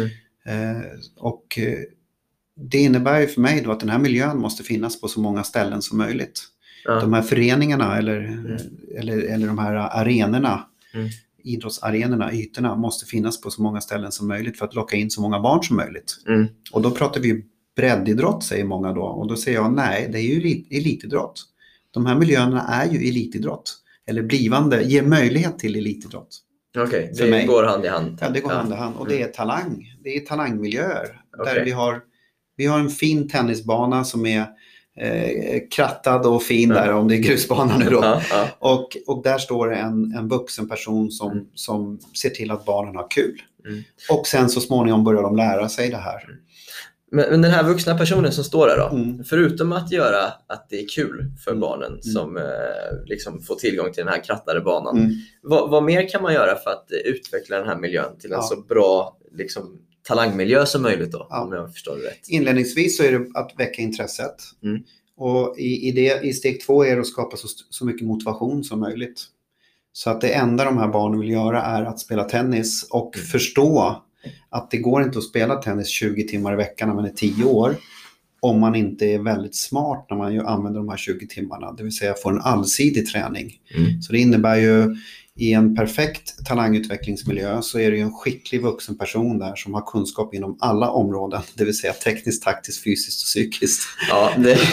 Och det innebär ju för mig då att den här miljön måste finnas på så många ställen som möjligt. De här föreningarna eller de här arenorna, idrottsarenorna, ytorna måste finnas på så många ställen som möjligt för att locka in så många barn som möjligt. Och då pratar vi ju breddidrott, säger många då. Och då säger jag, nej, det är ju elitidrott. De här miljöerna är ju elitidrott. Eller ger möjlighet till elitidrott. Okej, det går hand i hand. Ja, det går hand i hand. Och det är talang. Det är talangmiljöer. Där vi har en fin tennisbana som är krattad och fin där, om det är grusbanan nu då. Och där står det en vuxen person som ser till att barnen har kul. Och sen så småningom börjar de lära sig det här. Men den här vuxna personen som står där då, förutom att göra att det är kul för barnen som liksom får tillgång till den här krattade banan, vad mer kan man göra för att utveckla den här miljön till en så bra liksom, talangmiljö som möjligt då, om jag förstår det rätt? Inledningsvis så är det att väcka intresset. Och i steg 2 är det att skapa så mycket motivation som möjligt. Så att det enda de här barnen vill göra är att spela tennis och förstå att det går inte att spela tennis 20 timmar i veckan när man är 10 år om man inte är väldigt smart när man använder de här 20 timmarna. Det vill säga får en allsidig träning. Så det innebär ju i en perfekt talangutvecklingsmiljö så är det ju en skicklig vuxen person där som har kunskap inom alla områden, det vill säga tekniskt, taktiskt, fysiskt och psykiskt. Ja,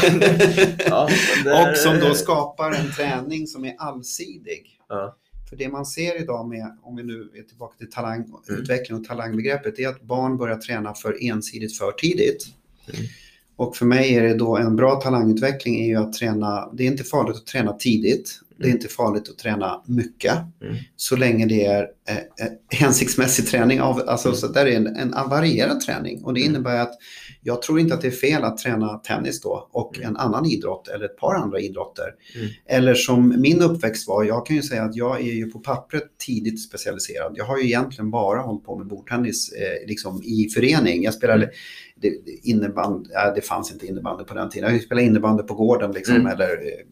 och som då skapar en träning som är allsidig. Ja. För det man ser idag med, om vi nu är tillbaka till talangutveckling och talangbegreppet, är att barn börjar träna för ensidigt för tidigt. Och för mig är det då en bra talangutveckling är ju att träna, det är inte farligt att träna tidigt, det är inte farligt att träna mycket, så länge det är hänsiktsmässig träning så där är en varierad träning. Och det innebär att jag tror inte att det är fel att träna tennis då och en annan idrott eller ett par andra idrotter. Eller som min uppväxt var, jag kan ju säga att jag är ju på pappret tidigt specialiserad. Jag har ju egentligen bara hållit på med bordtennis liksom i förening. Jag spelade innebandy, det fanns inte innebandy på den tiden. Jag spelade innebandy på gården liksom, eller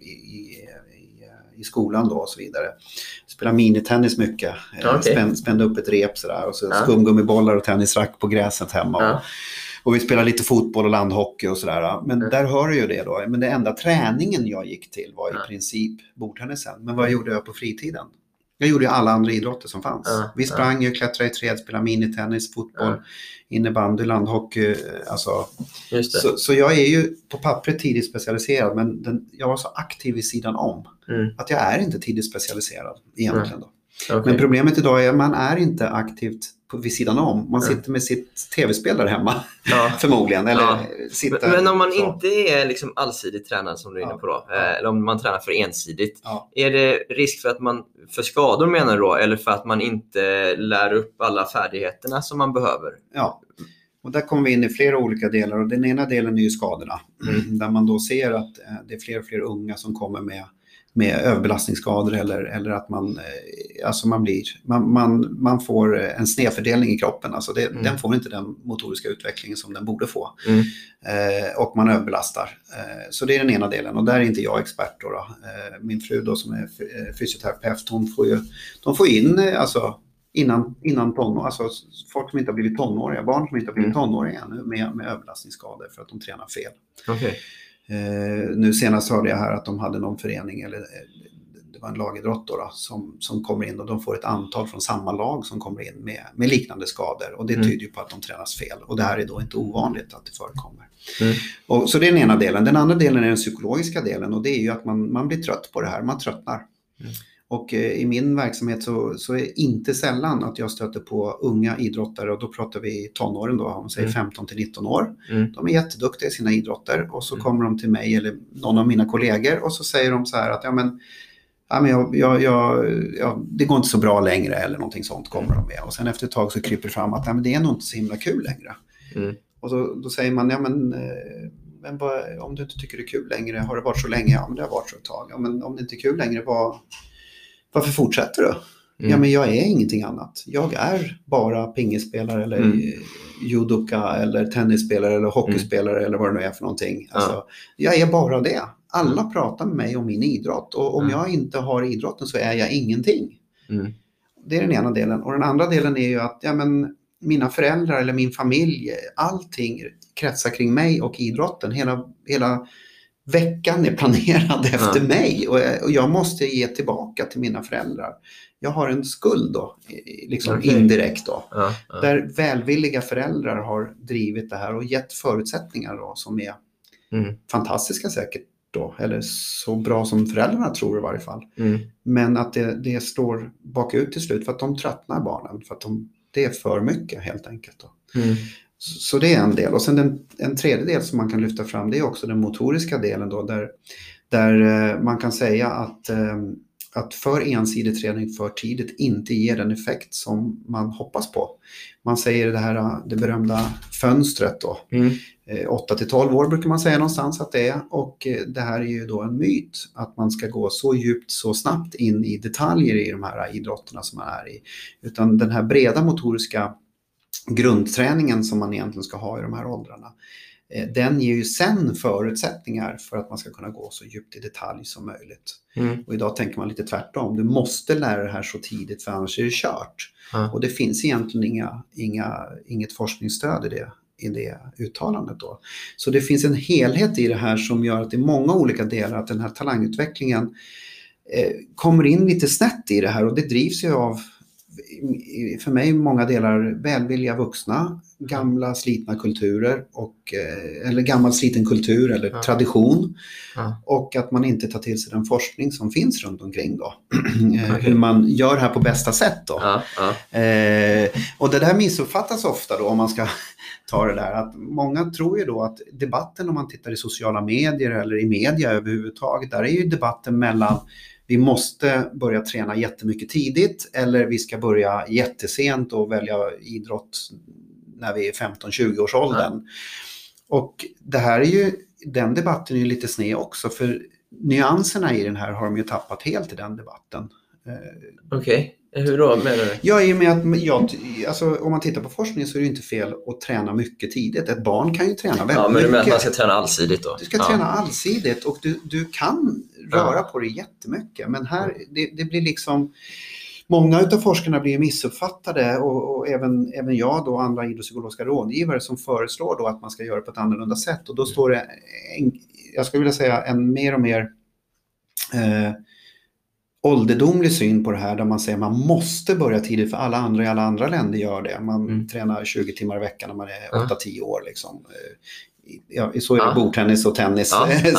i skolan då och så vidare. Spelade minitennis mycket. Spände upp ett rep sådär och så skumgummibollar och tennisrack på gräset hemma. Och vi spelade lite fotboll och landhockey och sådär. Men där hör du ju det då. Men det enda träningen jag gick till var i princip bordtennisen. Men vad gjorde jag på fritiden? Jag gjorde ju alla andra idrotter som fanns. Vi sprang ju, klättrade i träd, spelade minitennis, fotboll, innebandy, landhockey. Alltså. Just det. Så jag är ju på pappret tidigt specialiserad, men jag var så aktiv i sidan om. Att jag är inte tidigt specialiserad egentligen då. Men problemet idag är att man är inte aktivt vid sidan om. Man sitter med sitt tv-spel där hemma förmodligen. Eller sitter, men om man inte är liksom allsidigt tränad som du är inne på då, eller om man tränar för ensidigt, är det risk för att man för skador menar du då, eller för att man inte lär upp alla färdigheterna som man behöver? Ja, och där kommer vi in i flera olika delar, och den ena delen är ju skadorna. Där man då ser att det är fler och fler unga som kommer med överbelastningsskador eller att man får en snedfördelning i kroppen. Alltså den får inte den motoriska utvecklingen som den borde få. Och man överbelastar. Så det är den ena delen, och där är inte jag expert då. Min fru då som är fysioterapeut, de får in alltså innan tonår, alltså folk som inte har blivit tonåriga, barn som inte har blivit tonåriga ännu med överbelastningsskador för att de tränar fel. Okay. Nu senast hörde jag här att de hade någon förening, eller det var en lagidrott då, som kommer in, och de får ett antal från samma lag som kommer in med liknande skador, och det tyder ju på att de tränas fel, och det här är då inte ovanligt att det förekommer. Och så det är den ena delen. Den andra delen är den psykologiska delen, och det är ju att man blir trött på det här, man tröttnar. Och i min verksamhet så är inte sällan att jag stöter på unga idrottare, och då pratar vi tonåren då, om man säger 15 till 19 år. De är jätteduktiga i sina idrotter, och så kommer de till mig eller någon av mina kollegor, och så säger de så här att det går inte så bra längre, eller någonting sånt kommer de med. Och sen efter ett tag så kryper det fram att men det är nog inte så himla kul längre. Och då säger man, men om du inte tycker det är kul längre, har det varit så länge? Ja, men det har varit så ett tag. Ja, men om det inte är kul längre, varför fortsätter du? Ja, men jag är ingenting annat. Jag är bara pingisspelare eller judoka eller tennisspelare eller hockeyspelare eller vad det nu är för någonting. Alltså, jag är bara det. Alla pratar med mig om min idrott, och om jag inte har idrotten så är jag ingenting. Det är den ena delen. Och den andra delen är ju att mina föräldrar eller min familj, allting kretsar kring mig och idrotten. Hela veckan är planerad efter mig, och jag måste ge tillbaka till mina föräldrar. Jag har en skuld då, liksom indirekt då. Där välvilliga föräldrar har drivit det här och gett förutsättningar då, som är fantastiska säkert då, eller så bra som föräldrarna tror i varje fall. Men att det slår bakut till slut för att de tröttnar, barnen, för att det är för mycket helt enkelt då. Så det är en del. Och sen en tredje del som man kan lyfta fram, det är också den motoriska delen då, där man kan säga att för ensidig träning för tidigt inte ger den effekt som man hoppas på. Man säger det berömda fönstret då. 8-12 år brukar man säga någonstans att det är. Och det här är ju då en myt, att man ska gå så djupt, så snabbt in i detaljer i de här idrotterna som man är i. Utan den här breda motoriska grundträningen som man egentligen ska ha i de här åldrarna, den ger ju sen förutsättningar för att man ska kunna gå så djupt i detalj som möjligt. Och idag tänker man lite tvärtom. Du måste lära det här så tidigt, för annars är det kört. Och det finns egentligen inget forskningsstöd i det uttalandet då. Så det finns en helhet i det här som gör att det är många olika delar, att den här talangutvecklingen kommer in lite snett i det här, och det drivs ju av, för mig, många delar välvilliga vuxna, gamla slitna kulturer eller gammal sliten kultur eller tradition, och att man inte tar till sig den forskning som finns runt omkring då. Hur man gör det här på bästa sätt då. Och det där missuppfattas ofta då, om man ska ta det där, att många tror ju då att debatten, om man tittar i sociala medier eller i media överhuvudtaget, där är ju debatten mellan vi måste börja träna jättemycket tidigt, eller vi ska börja jättesent och välja idrott när vi är 15-20 års åldern. Och det här är ju, den debatten är ju lite sned också, för nyanserna i den här har de ju tappat helt i den debatten. Okej. Hur då menar du? Ja, i och med att alltså, om man tittar på forskning så är det inte fel att träna mycket tidigt. Ett barn kan ju träna väldigt mycket. Ja, men du menar att man ska träna allsidigt då? Du ska träna allsidigt, och du kan röra på dig jättemycket. Men här, det blir liksom... Många av forskarna blir missuppfattade, och även jag då, andra idrottspsykologiska rådgivare, som föreslår då att man ska göra det på ett annorlunda sätt. Och då står det, jag skulle vilja säga, en mer och mer ålderdomlig syn på det här, där man säger att man måste börja tidigt, för alla andra i alla andra länder gör det. Man tränar 20 timmar i veckan när man är 8-10 år liksom. Ja, så är det bordtennis och tennis.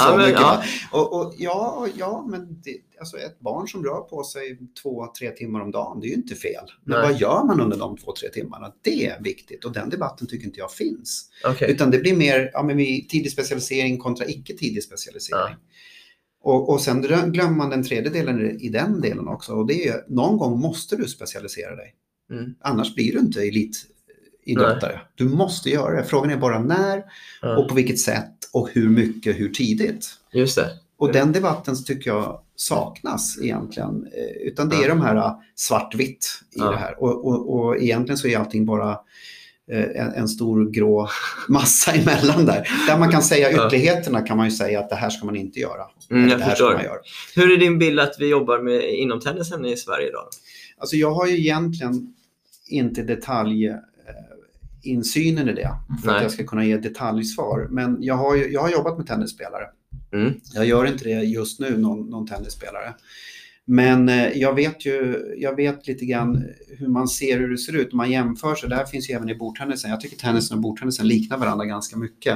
Men det, alltså ett barn som rör på sig 2-3 timmar om dagen, det är ju inte fel. Men vad gör man under de 2-3 timmarna? Det är viktigt, och den debatten tycker inte jag finns. Utan det blir mer tidig specialisering kontra icke tidig specialisering. Och sen glömmer man den tredje delen i den delen också, och det är, någon gång måste du specialisera dig. Annars blir du inte elitidrottare. Du måste göra det. Frågan är bara när och på vilket sätt och hur mycket, hur tidigt. Just det. Och den debatten tycker jag saknas egentligen. Utan det är de här svartvitt i det här. Och egentligen så är allting bara en stor grå massa emellan där man kan säga ytterligheterna, kan man ju säga att det här ska man inte göra. Jag förstår. Hur är din bild att vi jobbar med inom tennisen i Sverige idag? Alltså jag har ju egentligen inte insynen i det för att jag ska kunna ge detaljsvar, men jag har jobbat med tennisspelare. Jag gör inte det just nu, någon tennisspelare. Men jag vet lite grann hur det ser ut. Om man jämför, så det här finns ju även i bordtennisen. Jag tycker tennisen och bordtennisen liknar varandra ganska mycket.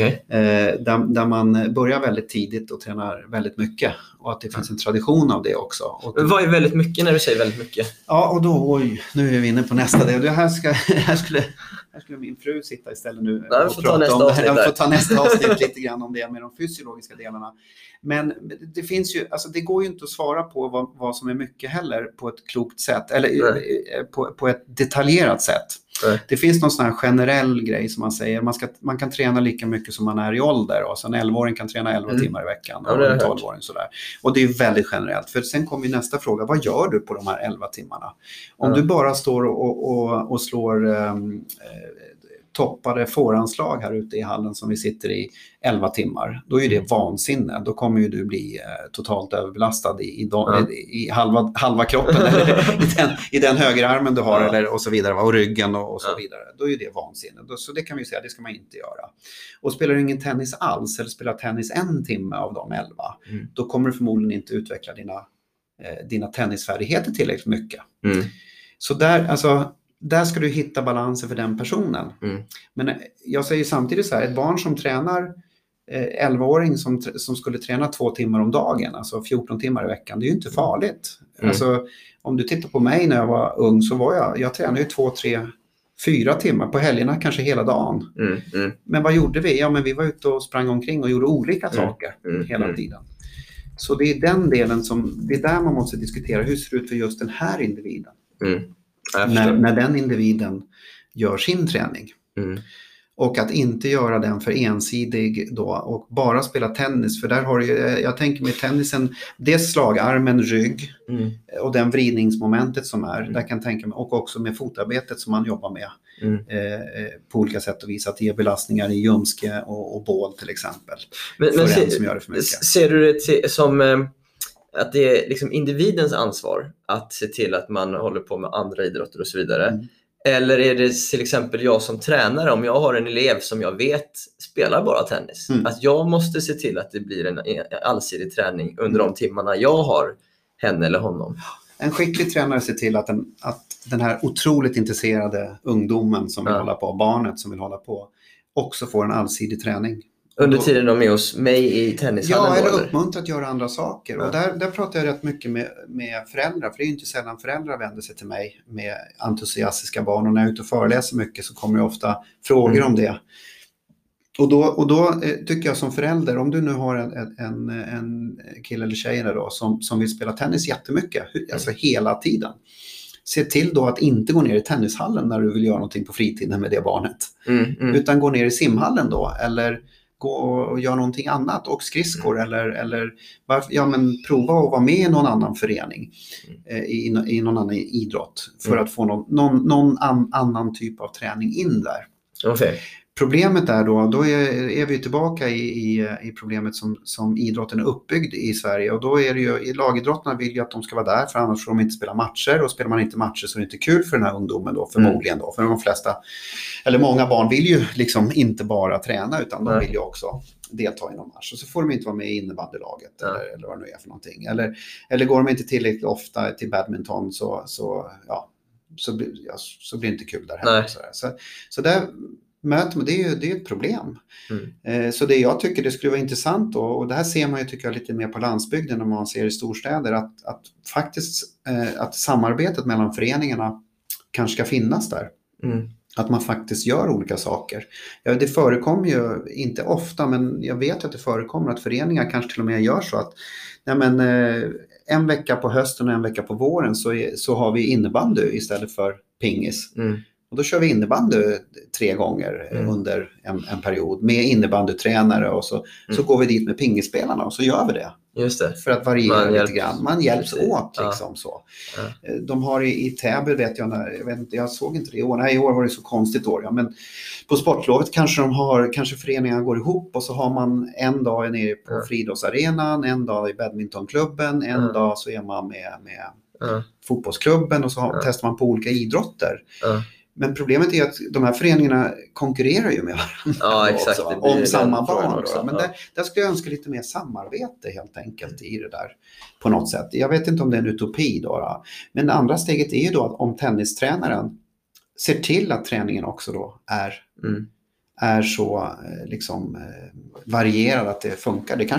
Där man börjar väldigt tidigt och tränar väldigt mycket. Och att det finns en tradition av det också. Men vad är väldigt mycket när du säger väldigt mycket? Ja, och då, nu är vi inne på nästa del. Här skulle min fru sitta istället nu och prata om det här. Jag får ta nästa avsnitt lite grann om det med de fysiologiska delarna. Men det finns ju, alltså det går ju inte att svara på vad som är mycket heller på ett klokt sätt, eller på ett detaljerat sätt. Det finns någon sån här generell grej som man säger, man kan träna lika mycket som man är i ålder, och så en 11-åring kan träna 11 timmar i veckan och en 12-åring sådär. Och det är väldigt generellt, för sen kommer ju nästa fråga, vad gör du på de här 11 timmarna? Om du bara står och slår toppade fåranslag här ute i hallen som vi sitter i 11 timmar, då är det vansinne. Då kommer ju du bli totalt överbelastad i halva kroppen eller i den högerarmen du har eller och så vidare, och ryggen och så vidare. Då är det vansinne. Så det kan vi säga, det ska man inte göra. Och spelar du ingen tennis alls, eller spelar tennis 1 timme av de 11, då kommer du förmodligen inte utveckla dina tennisfärdigheter tillräckligt mycket. Så där ska du hitta balansen för den personen. Men jag säger samtidigt så här, ett barn som tränar 11-åring som skulle träna 2 timmar om dagen, alltså 14 timmar i veckan, det är ju inte farligt. Alltså, om du tittar på mig när jag var ung, så var jag tränade ju 2, 3, 4 timmar på helgerna, kanske hela dagen. Men vad gjorde vi? Ja, men vi var ute och sprang omkring och gjorde olika saker hela tiden. Så det är den delen det är där man måste diskutera, hur ser det ut för just den här individen? När den individen gör sin träning. Och att inte göra den för ensidig då och bara spela tennis, för där har du, jag tänker med tennisen, det slagarmen, rygg och den vridningsmomentet som är, där kan jag tänka mig, och också med fotarbetet som man jobbar med på olika sätt och vis, att ge belastningar i ljumske och bål till exempel. Men som gör det för mycket. Ser du det som att det är liksom individens ansvar att se till att man håller på med andra idrotter och så vidare? Eller är det till exempel jag som tränare, om jag har en elev som jag vet spelar bara tennis, att jag måste se till att det blir en allsidig träning under de timmarna jag har henne eller honom. En skicklig tränare ser till att den här otroligt intresserade ungdomen som vill hålla på, barnet som vill hålla på, också får en allsidig träning. Under tiden de är hos mig i tennishallen? Ja, eller uppmuntrat att göra andra saker. Och där pratar jag rätt mycket med föräldrar. För det är ju inte sällan föräldrar vänder sig till mig med entusiastiska barn. Och när jag är ute och föreläser mycket så kommer det ofta frågor om det. Och då tycker jag som förälder, om du nu har en kille eller tjej då, som vill spela tennis jättemycket, alltså hela tiden. Se till då att inte gå ner i tennishallen när du vill göra någonting på fritiden med det barnet. Utan gå ner i simhallen då, eller gå och göra någonting annat, och skridskor eller prova att vara med i någon annan förening i någon annan idrott för att få någon annan typ av träning in där. Okay. Problemet är då är vi tillbaka i problemet som idrotten är uppbyggd i Sverige, och då är det ju, lagidrotterna vill ju att de ska vara där, för annars får de inte spela matcher, och spelar man inte matcher så är det inte kul för den här ungdomen då, förmodligen då, för de flesta, eller många barn vill ju liksom inte bara träna, utan de vill ju också delta i någon match, och så får de inte vara med i innebandylaget eller vad det nu är för någonting, eller går de inte tillräckligt ofta till badminton så blir det inte kul där heller. Så där möter man, det är ett problem. Så det jag tycker det skulle vara intressant då, och det här ser man ju tycker jag lite mer på landsbygden än man ser i storstäder, att faktiskt att samarbetet mellan föreningarna kanske ska finnas där. Att man faktiskt gör olika saker. Ja, det förekommer ju inte ofta, men jag vet att det förekommer att föreningar kanske till och med gör så att en vecka på hösten och en vecka på våren så har vi innebandy istället för pingis. Och då kör vi innebandy 3 gånger under en period med innebandytränare, och så går vi dit med pingispelarna och så gör vi det. Just det. För att variera lite grann. Man hjälps åt liksom så. De har i Täby vet jag såg inte det i år. Nej, i år var det så konstigt år. Ja. Men på sportlovet kanske föreningarna går ihop, och så har man en dag nere på friidrottsarenan, en dag i badmintonklubben, en dag så är man med fotbollsklubben, och så testar man på olika idrotter. Men problemet är att de här föreningarna konkurrerar ju med varandra exakt, om samma barn. Också. Men där skulle jag önska lite mer samarbete helt enkelt i det där på något sätt. Jag vet inte om det är en utopi då. Men det andra steget är ju då att om tennistränaren ser till att träningen också då är så liksom varierad att det funkar. Det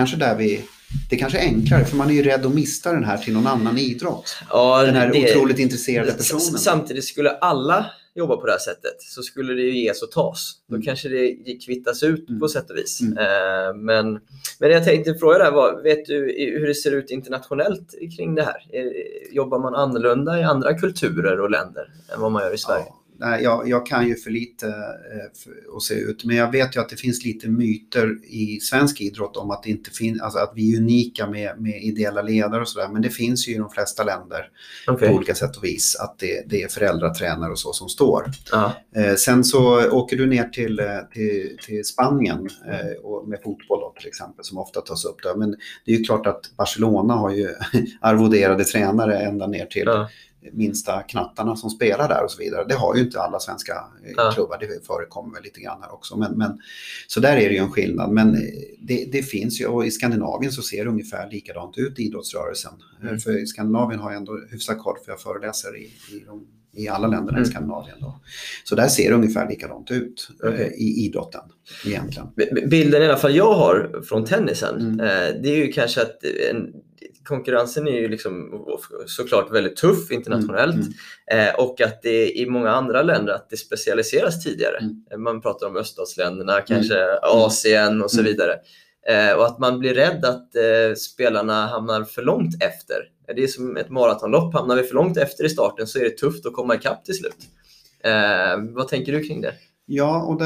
kanske är enklare, för man är ju rädd att mista den här till någon annan idrott. Ja, den här otroligt intresserade personen. Samtidigt skulle alla jobba på det här sättet, så skulle det ju ges och tas. Då kanske det kvittas ut på sätt och vis. Men jag tänkte fråga där, vet du hur det ser ut internationellt kring det här? Jobbar man annorlunda i andra kulturer och länder än vad man gör i Sverige? Nej, jag kan ju för lite att se ut, men jag vet ju att det finns lite myter i svensk idrott om att det inte finns, alltså att vi är unika med ideella ledare och sådär, men det finns ju i de flesta länder på olika sätt och vis att det är föräldratränare och så som står. Sen så åker du ner till Spanien och med fotboll då, till exempel, som ofta tas upp där, men det är ju klart att Barcelona har ju arvoderade tränare ända ner till minsta knattarna som spelar där och så vidare. Det har ju inte alla svenska klubbar, det förekommer väl lite grann här också. Men, så där är det ju en skillnad. Men det finns ju, och i Skandinavien så ser det ungefär likadant ut i idrottsrörelsen. För i Skandinavien har jag ändå hyfsat koll, för jag föreläser i alla länderna i Skandinavien då. Så där ser det ungefär likadant ut i idrotten egentligen. Bilden i alla fall jag har från tennisen, det är ju kanske att konkurrensen är ju liksom såklart väldigt tuff internationellt, och att det i många andra länder att det specialiseras tidigare. Man pratar om öststatsländerna, kanske Asien och så vidare. Och att man blir rädd att spelarna hamnar för långt efter. Det är som ett maratonlopp, hamnar vi för långt efter i starten så är det tufft att komma ikapp till slut. Vad tänker du kring det? Ja, och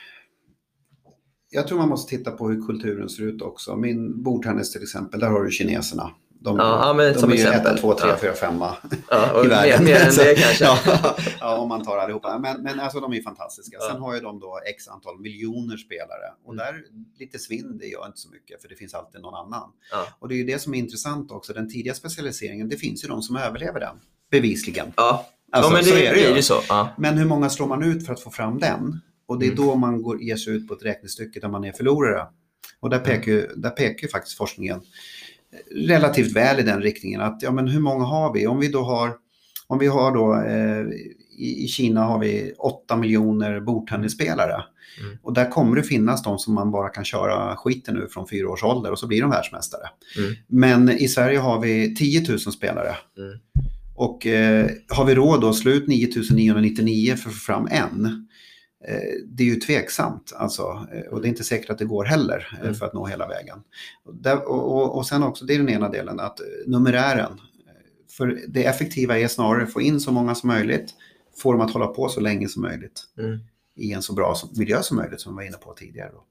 jag tror man måste titta på hur kulturen ser ut också. Min bordtennis till exempel, där har du kineserna. De är ju 1, 2, 3, 4, 5 i världen. Mer än det kanske. Om man tar allihopa. Men alltså de är fantastiska. Sen har ju de då x antal miljoner spelare. Och där lite svinn, det gör inte så mycket. För det finns alltid någon annan. Och det är ju det som är intressant också. Den tidiga specialiseringen, det finns ju de som överlever den. Bevisligen. Alltså, men det är ju så. Men hur många slår man ut för att få fram den? Och det är då man ger sig ut på ett räknestycke där man är förlorare. Och där pekar ju faktiskt forskningen relativt väl i den riktningen att ja, men hur många har vi? Om vi har då i Kina har vi 8 miljoner bordtennisspelare. Och där kommer det finnas de som man bara kan köra skiten nu från 4 års ålder och så blir de världsmästare. Men i Sverige har vi 10 000 spelare. Och har vi råd att slå ut 9.999 för att få fram en? Det är ju tveksamt alltså, och det är inte säkert att det går heller för att nå hela vägen. Och sen också, det är den ena delen, att numerären. För det effektiva är snarare att få in så många som möjligt, få dem att hålla på så länge som möjligt i en så bra miljö som möjligt, som vi var inne på tidigare då.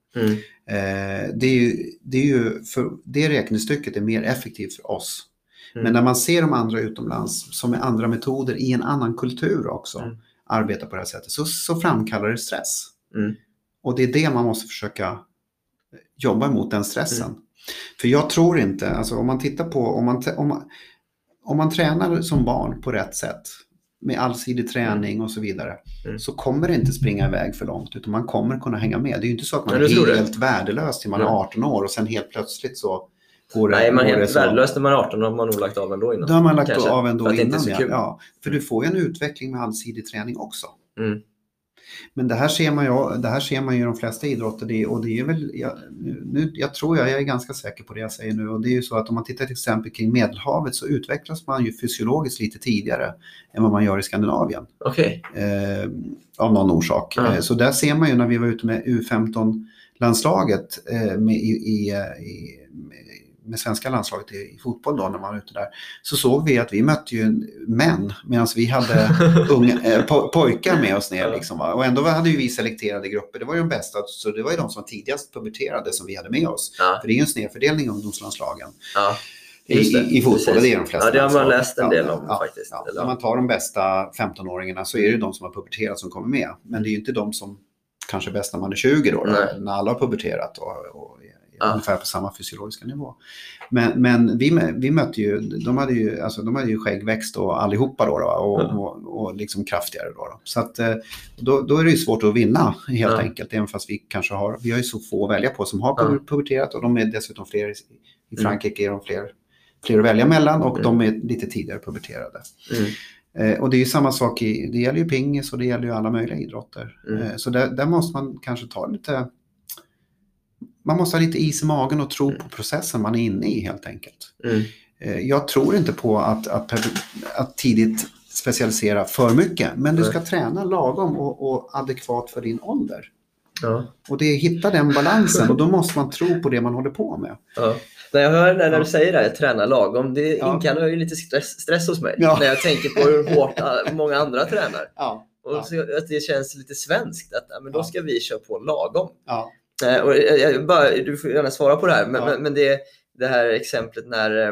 Det är ju för det räknestycket är mer effektivt för oss. Men när man ser de andra utomlands som med andra metoder i en annan kultur också arbetar på det här sättet, så framkallar det stress. Och det är det man måste försöka jobba emot, den stressen. För jag tror inte, alltså om man tittar på, om man tränar som barn på rätt sätt med allsidig träning och så vidare, så kommer det inte springa iväg för långt, utan man kommer kunna hänga med. Det är ju inte så att man är helt värdelös till man är 18 år och sen helt plötsligt så går det. Nej, man är helt värdelös när man är 18 och man har nog lagt av ändå innan. Då har man lagt av ändå innan, ja. För du får ju en utveckling med allsidig träning också. Men det här ser man ju i de flesta idrotter, och det är väl, jag tror jag är ganska säker på det jag säger nu, och det är ju så att om man tittar till exempel kring Medelhavet, så utvecklas man ju fysiologiskt lite tidigare än vad man gör i Skandinavien. Av någon orsak. Så där ser man ju, när vi var ute med U15-landslaget med svenska landslaget i fotboll då, när man var ute där, så såg vi att vi mötte ju män medan vi hade pojkar med oss ner liksom, va? Och ändå hade ju vi selekterade grupper, det var ju de bästa, så det var ju de som tidigast puberterade som vi hade med oss, för det är ju en snedfördelning av ungdomslandslagen i fotboll, det är de flesta. Ja, det har man läst en del om faktiskt. När man tar de bästa 15-åringarna så är det ju de som har puberterat som kommer med, men det är ju inte de som kanske är bäst när man är 20 då, när alla har puberterat och ungefär på samma fysiologiska nivå. Men vi mötte ju, de hade ju skäggväxt och allihopa då, och liksom kraftigare då. Så att då är det ju svårt att vinna helt enkelt, även fast vi har ju så få att välja på som har puberterat, och de är dessutom fler i Frankrike, är de fler att välja mellan, och de är lite tidigare puberterade. Och det är ju samma sak det gäller ju pingis och det gäller ju alla möjliga idrotter. Så där måste man kanske ta lite. Man måste ha lite is i magen och tro på processen man är inne i helt enkelt. Jag tror inte på att tidigt specialisera för mycket. Men du ska träna lagom och adekvat för din ålder. Och det är hitta den balansen, och då måste man tro på det man håller på med. När jag hör när du säger det, träna lagom, det inkallar ju lite stress hos mig. När jag tänker på hur hårt många andra tränar. Och så att det känns lite svenskt att men då ska vi köra på lagom. Och du får gärna svara på det här, men det här exemplet när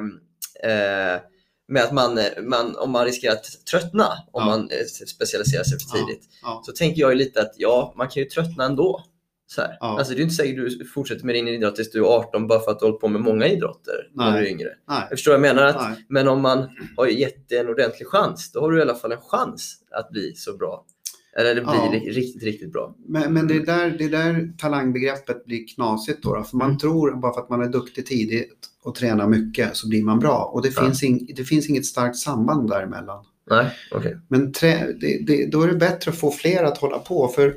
med att man om man riskerar att tröttna om man specialiserar sig för tidigt, så tänker jag ju lite att man kan ju tröttna ändå. Så här. Alltså det är ju inte säkert att du fortsätter med din idrott tills du är 18 bara för att du håller på med många idrotter när du är yngre. Jag förstår vad jag menar, men om man har gett dig en ordentlig chans, då har du i alla fall en chans att bli så bra. Eller det blir riktigt, riktigt bra. Men det är där talangbegreppet blir knasigt då. För man tror bara för att man är duktig tidigt och tränar mycket så blir man bra. Och det finns inget starkt samband däremellan. Nej, okej. Men då är det bättre att få fler att hålla på. För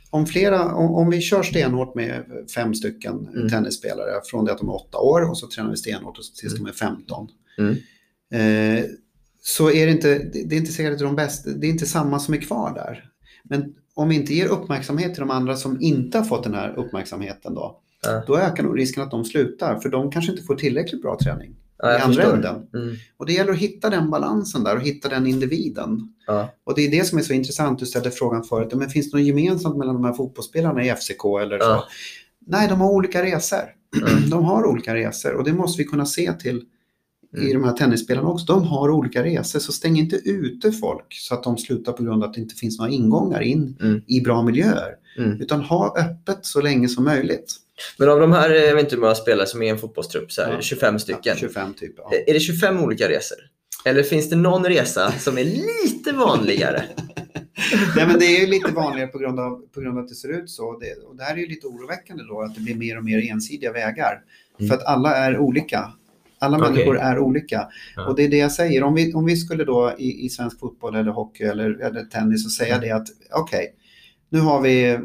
om vi kör stenhårt med 5 stycken tennisspelare från det att de är 8 år, och så tränar vi stenhårt och tills de är 15. Så är det är inte säkert att de bästa, det är inte samma som är kvar där. Men om vi inte ger uppmärksamhet till de andra som inte har fått den här uppmärksamheten då ökar nog risken att de slutar, för de kanske inte får tillräckligt bra träning i andra änden. Och det gäller att hitta den balansen där och hitta den individen. Och det är det som är så intressant. Du ställde frågan förut, men finns det något gemensamt mellan de här fotbollsspelarna i FCK eller så? Nej, de har olika resor. De har olika resor, och det måste vi kunna se till i de här tennisspelarna också. De har olika resor, så stäng inte ute folk så att de slutar på grund av att det inte finns några ingångar in i bra miljöer. Utan ha öppet så länge som möjligt. Men av de här, jag vet inte hur många spelare som är en fotbollstrupp, så här, 25 stycken. 25 typ, Är det 25 olika resor? Eller finns det någon resa som är lite vanligare? Nej, men det är ju lite vanligare på grund av att det ser ut så. Och det här är ju lite oroväckande då, att det blir mer och mer ensidiga vägar. För att alla är olika. Alla människor är olika. Ja. Och det är det jag säger. Om vi skulle då i svensk fotboll eller hockey eller tennis och säga det att okej, nu har vi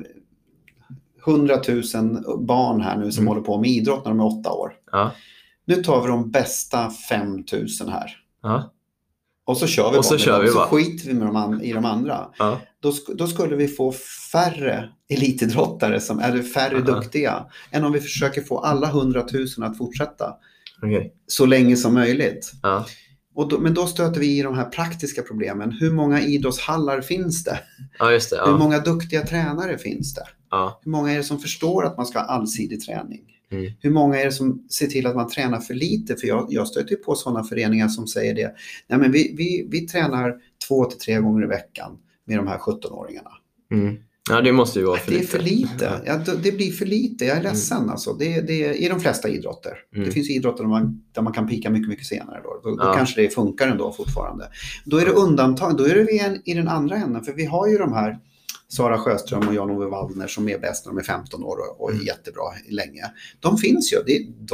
100 000 barn här nu som håller på med idrott när de är 8 år. Ja. Nu tar vi de bästa 5 000 här. Ja. Och så kör vi Och så bara kör med vi dem, så bara. skiter vi med i de andra. Ja. Då skulle vi få färre elitidrottare som är färre duktiga än om vi försöker få alla 100 000 att fortsätta så länge som möjligt. Ja. Men då stöter vi i de här praktiska problemen. Hur många idrottshallar finns det? Ja, just det. Ja. Hur många duktiga tränare finns det? Ja. Hur många är det som förstår att man ska ha allsidig träning? Mm. Hur många är det som ser till att man tränar för lite? För jag stöter på sådana föreningar som säger det. Nej, men vi tränar 2 till 3 gånger i veckan med de här 17-åringarna. Mm. Ja, det måste ju vara för det lite. Det är för lite. Ja, det blir för lite. Jag är ledsen alltså. Det är i de flesta idrotter. Det finns idrotter där man kan pika mycket, mycket senare. Då kanske det funkar ändå fortfarande. Då är det undantag. Då är det i den andra änden. För vi har ju de här Sara Sjöström och Jan-Ove Waldner som är bäst när de är 15 år och är jättebra länge. De finns ju. Det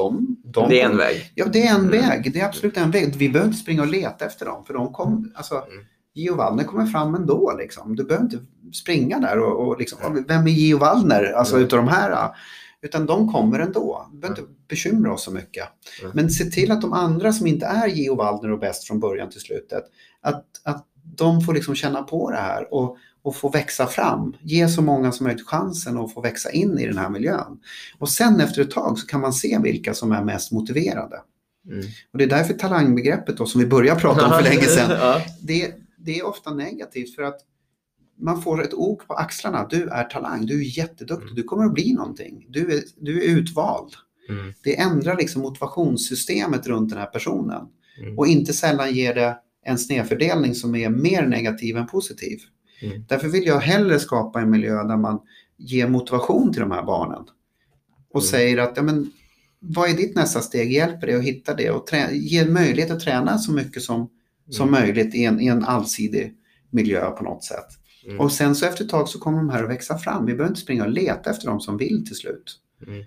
är en väg. Ja, det är en väg. Det är absolut en väg. Vi behöver inte springa och leta efter dem. För de kom, Gio Waldner kommer fram ändå. Liksom. Du behöver inte springa där och liksom, vem är Gio Waldner? Alltså utav de här. Utan de kommer ändå. Vi behöver inte bekymra oss så mycket. Men se till att de andra som inte är Gio Waldner och bäst från början till slutet. Att de får liksom känna på det här och få växa fram. Ge så många som möjligt chansen att få växa in i den här miljön. Och sen efter ett tag så kan man se vilka som är mest motiverade. Och det är därför talangbegreppet då, som vi började prata om för länge sedan. Det är ofta negativt för att man får ett ok på axlarna. Du är talang, du är jätteduktig, du kommer att bli någonting. Du är utvald. Det ändrar liksom motivationssystemet runt den här personen. Och inte sällan ger det en snedfördelning som är mer negativ än positiv. Därför vill jag hellre skapa en miljö där man ger motivation till de här barnen. Och säger att, ja, men, vad är ditt nästa steg? Hjälper det att hitta det? Och ge möjlighet att träna så mycket som möjligt i en allsidig miljö på något sätt. Och sen så efter ett tag så kommer de här att växa fram. Vi behöver inte springa och leta efter dem som vill till slut.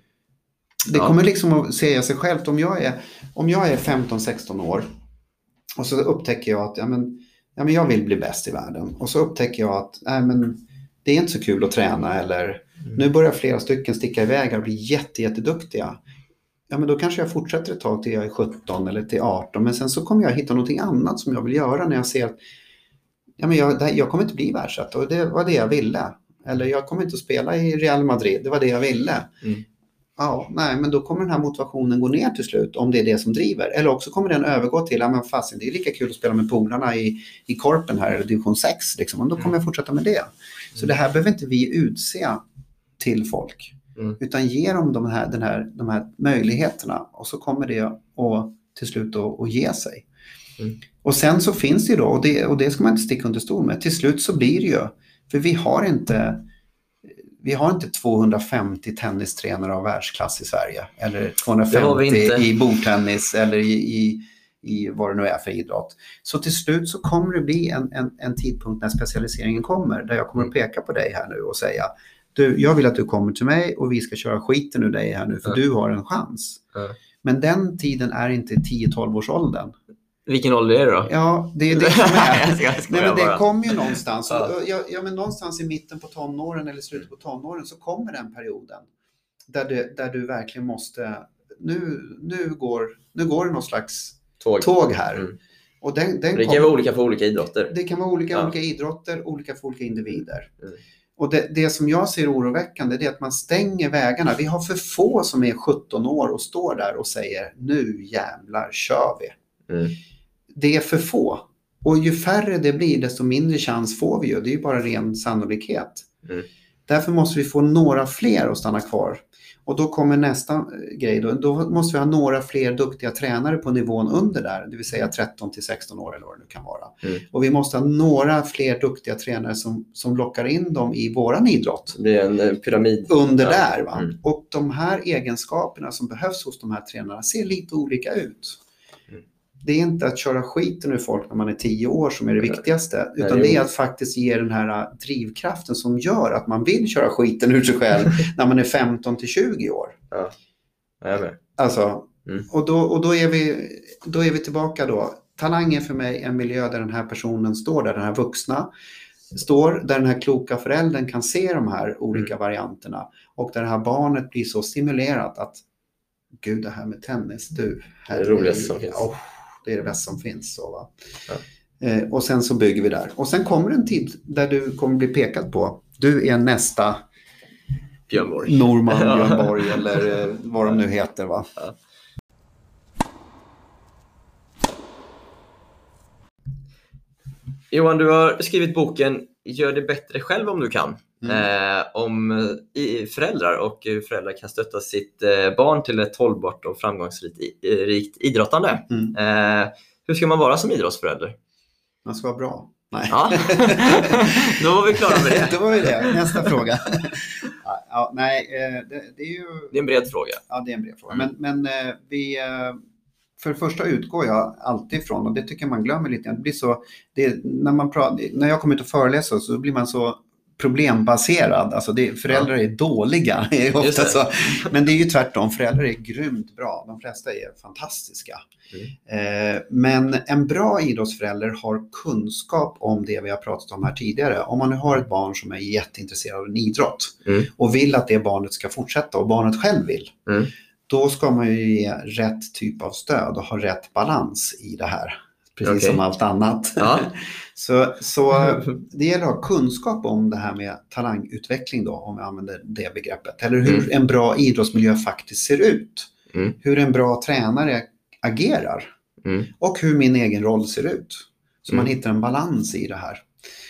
Det kommer liksom att säga sig självt. Om jag är 15-16 år och så upptäcker jag att jag vill bli bäst i världen. Och så upptäcker jag att det är inte så kul att träna. Eller nu börjar flera stycken sticka iväg och bli jätteduktiga. Ja, men då kanske jag fortsätter ett tag till jag är 17 eller till 18. Men sen så kommer jag hitta någonting annat som jag vill göra när jag ser att jag kommer inte bli världsett. Och det var det jag ville. Eller jag kommer inte att spela i Real Madrid. Det var det jag ville. Ja, nej, men då kommer den här motivationen gå ner till slut om det är det som driver. Eller också kommer den övergå till, det är lika kul att spela med polarna i korpen här, eller division 6 liksom. Och då kommer jag fortsätta med det. Så det här behöver inte vi utse till folk. Utan ge dem de här möjligheterna. Och så kommer det att till slut att ge sig. Och sen så finns det ju då, och det ska man inte sticka under stol med. Till slut så blir det ju, för vi har inte 250 tennistränare av världsklass i Sverige. Eller 250 i bordtennis eller i vad det nu är för idrott. Så till slut så kommer det bli en tidpunkt när specialiseringen kommer. Där jag kommer att peka på dig här nu och säga, jag vill att du kommer till mig och vi ska köra skiten ur dig här nu. För du har en chans. Men den tiden är inte 10-12 års åldern. Vilken ålder är det då? Ja, det är det som är. Nej, men det kommer ju någonstans. Men någonstans i mitten på tonåren eller slutet på tonåren så kommer den perioden. Där du verkligen måste... Nu går det någon slags tåg här. Och det kan vara olika för olika idrotter. Det kan vara olika idrotter, olika för olika individer. Och det som jag ser oroväckande, det är att man stänger vägarna. Vi har för få som är 17 år och står där och säger, nu jävlar kör vi. Det är för få. Och ju färre det blir, desto mindre chans får vi ju. Det är ju bara ren sannolikhet. Därför måste vi få några fler att stanna kvar. Och då kommer nästa grej. Då måste vi ha några fler duktiga tränare på nivån under där. Det vill säga 13-16 år eller vad det nu kan vara. Och vi måste ha några fler duktiga tränare som lockar in dem i våran idrott. Det är en pyramid. Under där va. Och de här egenskaperna som behövs hos de här tränarna ser lite olika ut. Det är inte att köra skiten ur folk när man är 10 år som är det viktigaste. Utan det är att faktiskt ge den här drivkraften som gör att man vill köra skiten ur sig själv när man är 15-20 år. Ja, jag med. Alltså, Och då är vi tillbaka då. Talang är för mig en miljö där den här personen står, där den här vuxna står, där den här kloka föräldern kan se de här olika varianterna och där det här barnet blir så stimulerat att gud, det här med tennis, du, här det är roligast som finns. Det är det bästa som finns. Så, va? Och sen så bygger vi där. Och sen kommer en tid där du kommer bli pekad på, du är nästa Björn Borg. Norman Björn Borg eller vad de nu heter, va? Ja. Johan, du har skrivit boken Gör det bättre själv om du kan. Om föräldrar och hur föräldrar kan stötta sitt barn till ett hållbart och framgångsrikt idrottande. Hur ska man vara som idrottsförälder? Man ska vara bra. Nej. Ja. Då var vi klara med det. Då var vi det. Nästa fråga. Det är ju... Det är en bred fråga. Ja, det är en bred fråga. Men vi... För det första utgår jag alltid ifrån, och det tycker jag man glömmer lite. Det blir så, när jag kommer ut och föreläser så blir man så problembaserad. Alltså föräldrar är dåliga. Är ofta så. Men det är ju tvärtom. Föräldrar är grymt bra. De flesta är fantastiska. Men en bra idrottsförälder har kunskap om det vi har pratat om här tidigare. Om man nu har ett barn som är jätteintresserad av en idrott och vill att det barnet ska fortsätta och barnet själv vill. Då ska man ju ge rätt typ av stöd och ha rätt balans i det här. Precis som allt annat. Ja. så det gäller att ha kunskap om det här med talangutveckling då, om vi använder det begreppet. Eller hur en bra idrottsmiljö faktiskt ser ut. Hur en bra tränare agerar. Och hur min egen roll ser ut. Så man hittar en balans i det här.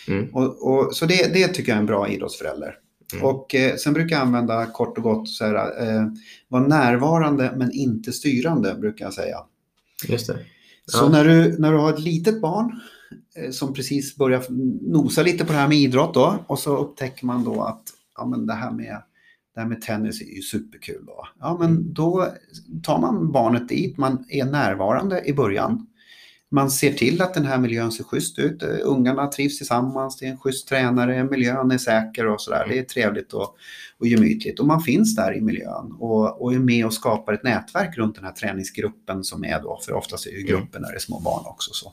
Så det tycker jag är en bra idrottsförälder. Och sen brukar jag använda kort och gott så här, vara närvarande men inte styrande, brukar jag säga. Just det. Ja. Så när du har ett litet barn som precis börjar nosa lite på det här med idrott då, och så upptäcker man då att det här med tennis är ju superkul då. Ja, men då tar man barnet dit, man är närvarande i början. Man ser till att den här miljön ser schysst ut. Ungarna trivs tillsammans. Det är en schysst tränare. Miljön är säker och sådär. Det är trevligt och gemytligt. Och man finns där i miljön. Och är med och skapar ett nätverk runt den här träningsgruppen som är då. För oftast är ju gruppen när det är små barn också. Så.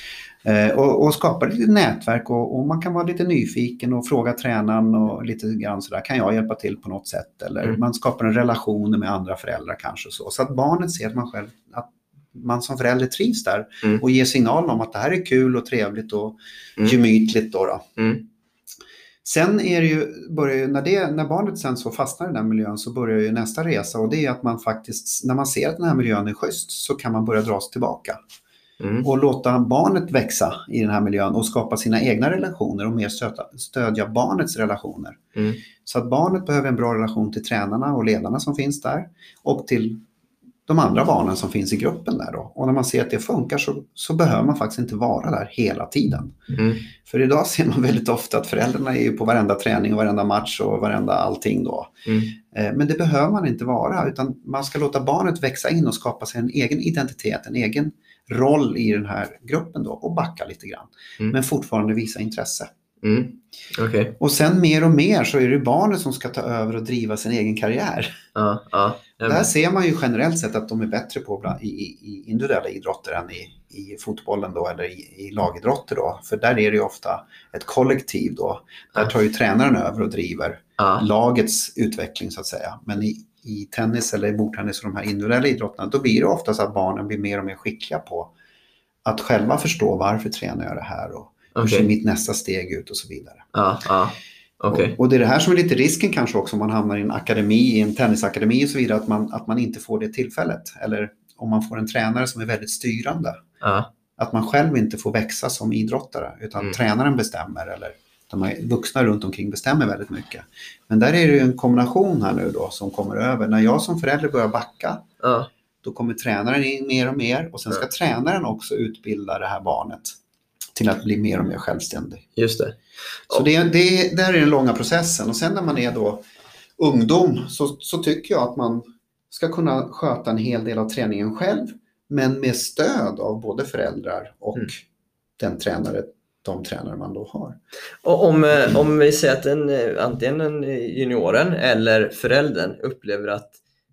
Och skapar lite nätverk. Och man kan vara lite nyfiken och fråga tränaren och lite grann sådär. Kan jag hjälpa till på något sätt? Eller man skapar en relation med andra föräldrar kanske. Så att barnet ser att man som förälder trivs där och ger signal om att det här är kul och trevligt och gemytligt då. Sen är det ju, när barnet sen så fastnar i den här miljön så börjar ju nästa resa, och det är att man faktiskt, när man ser att den här miljön är schysst, så kan man börja dra sig tillbaka och låta barnet växa i den här miljön och skapa sina egna relationer och mer stödja barnets relationer. Så att barnet behöver en bra relation till tränarna och ledarna som finns där och till de andra barnen som finns i gruppen där då. Och när man ser att det funkar så behöver man faktiskt inte vara där hela tiden. För idag ser man väldigt ofta att föräldrarna är ju på varenda träning och varenda match och varenda allting då. Men det behöver man inte vara, utan man ska låta barnet växa in och skapa sig en egen identitet, en egen roll i den här gruppen då, och backa lite grann. Men fortfarande visa intresse. Okay. Och sen mer och mer så är det barnet som ska ta över och driva sin egen karriär. Där ser man ju generellt sett att de är bättre på i individuella idrotter än i fotbollen då, eller i lagidrotter då. För där är det ju ofta ett kollektiv då. Där tar ju tränaren över och driver lagets utveckling så att säga. Men i tennis eller i bordtennis och de här individuella idrotterna, då blir det ofta så att barnen blir mer och mer skickliga på att själva förstå varför tränar jag det här och hur ser mitt nästa steg ut och så vidare. Okay. Och det är det här som är lite risken kanske också om man hamnar i en akademi, i en tennisakademi och så vidare, att man inte får det tillfället. Eller om man får en tränare som är väldigt styrande. Att man själv inte får växa som idrottare, utan tränaren bestämmer, eller de här vuxna runt omkring bestämmer väldigt mycket. Men där är det ju en kombination här nu då som kommer över. När jag som förälder börjar backa, då kommer tränaren in mer och mer, och sen ska tränaren också utbilda det här barnet till att bli mer och mer självständig. Just det. Så det där är den långa processen. Och sen när man är då ungdom så tycker jag att man ska kunna sköta en hel del av träningen själv, men med stöd av både föräldrar och de tränare man då har. Och om vi säger att antingen junioren eller föräldern upplever att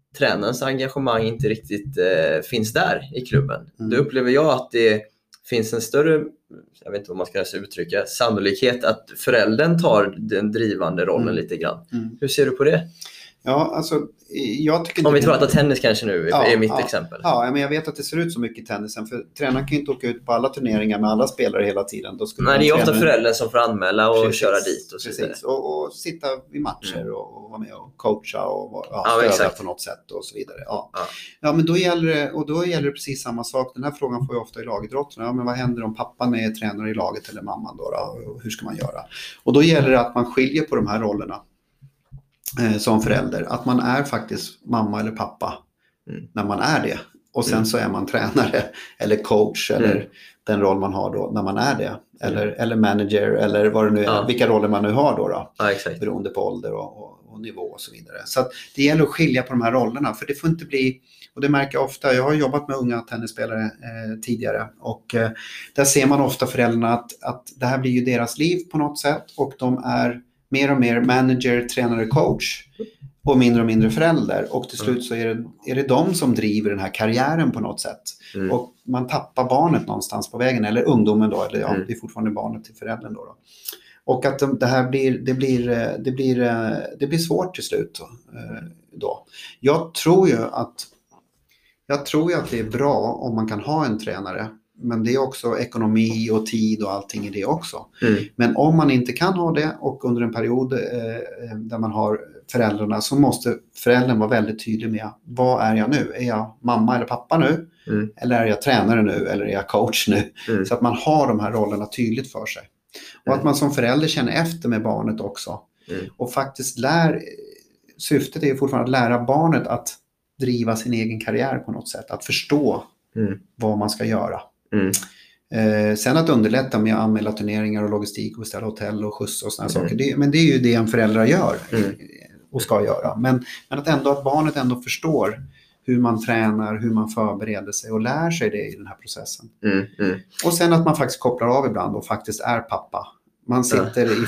tränarens engagemang inte riktigt finns där i klubben. Mm. Då upplever jag att det finns en större, jag vet inte vad man ska uttrycka, sannolikhet att föräldern tar den drivande rollen lite grann. Hur ser du på det? Ja, alltså jag tycker om vi pratar tennis kanske nu är mitt exempel. Ja, men jag vet att det ser ut så mycket i tennisen, för tränaren kan ju inte åka ut på alla turneringar med alla spelare hela tiden. Då skulle det är ofta föräldern som får anmäla och köra dit och så vidare. Och sitta vid matcher och vara med och coacha och stödja på något sätt och så vidare. Ja, men då gäller det precis samma sak. Den här frågan får jag ofta i lagidrotten. Ja, men vad händer om pappan är tränare i laget eller mamman då? Hur ska man göra? Och då gäller det att man skiljer på de här rollerna som förälder. Att man är faktiskt mamma eller pappa när man är det. Och sen så är man tränare eller coach eller den roll man har då när man är det. Eller manager eller vad det nu är. Vilka roller man nu har då. Ja, exakt. Beroende på ålder och nivå och så vidare. Så att det gäller att skilja på de här rollerna. För det får inte bli, och det märker jag ofta, jag har jobbat med unga tennisspelare tidigare. Och där ser man ofta föräldrarna att det här blir ju deras liv på något sätt. Och de är mer och mer manager, tränare, coach och mindre förälder. Och till slut så är det de som driver den här karriären på något sätt. Och man tappar barnet någonstans på vägen, eller ungdomen då, eller det är fortfarande barnet till föräldern då. Och att det här blir svårt till slut då. Jag tror ju att det är bra om man kan ha en tränare. Men det är också ekonomi och tid och allting i det också. Men om man inte kan ha det och under en period där man har föräldrarna, så måste föräldern vara väldigt tydlig med: vad är jag nu? Är jag mamma eller pappa nu? Eller är jag tränare nu? Eller är jag coach nu? Så att man har de här rollerna tydligt för sig. Och att man som förälder känner efter med barnet också. Och faktiskt syftet är fortfarande att lära barnet att driva sin egen karriär på något sätt. Att förstå vad man ska göra. Sen att underlätta med att anmäla turneringar och logistik och beställa hotell och skjuts och såna saker. Men det är ju det en förälder gör och ska göra. Men att barnet ändå förstår hur man tränar, hur man förbereder sig och lär sig det i den här processen. Och sen att man faktiskt kopplar av ibland och faktiskt är pappa. Man sitter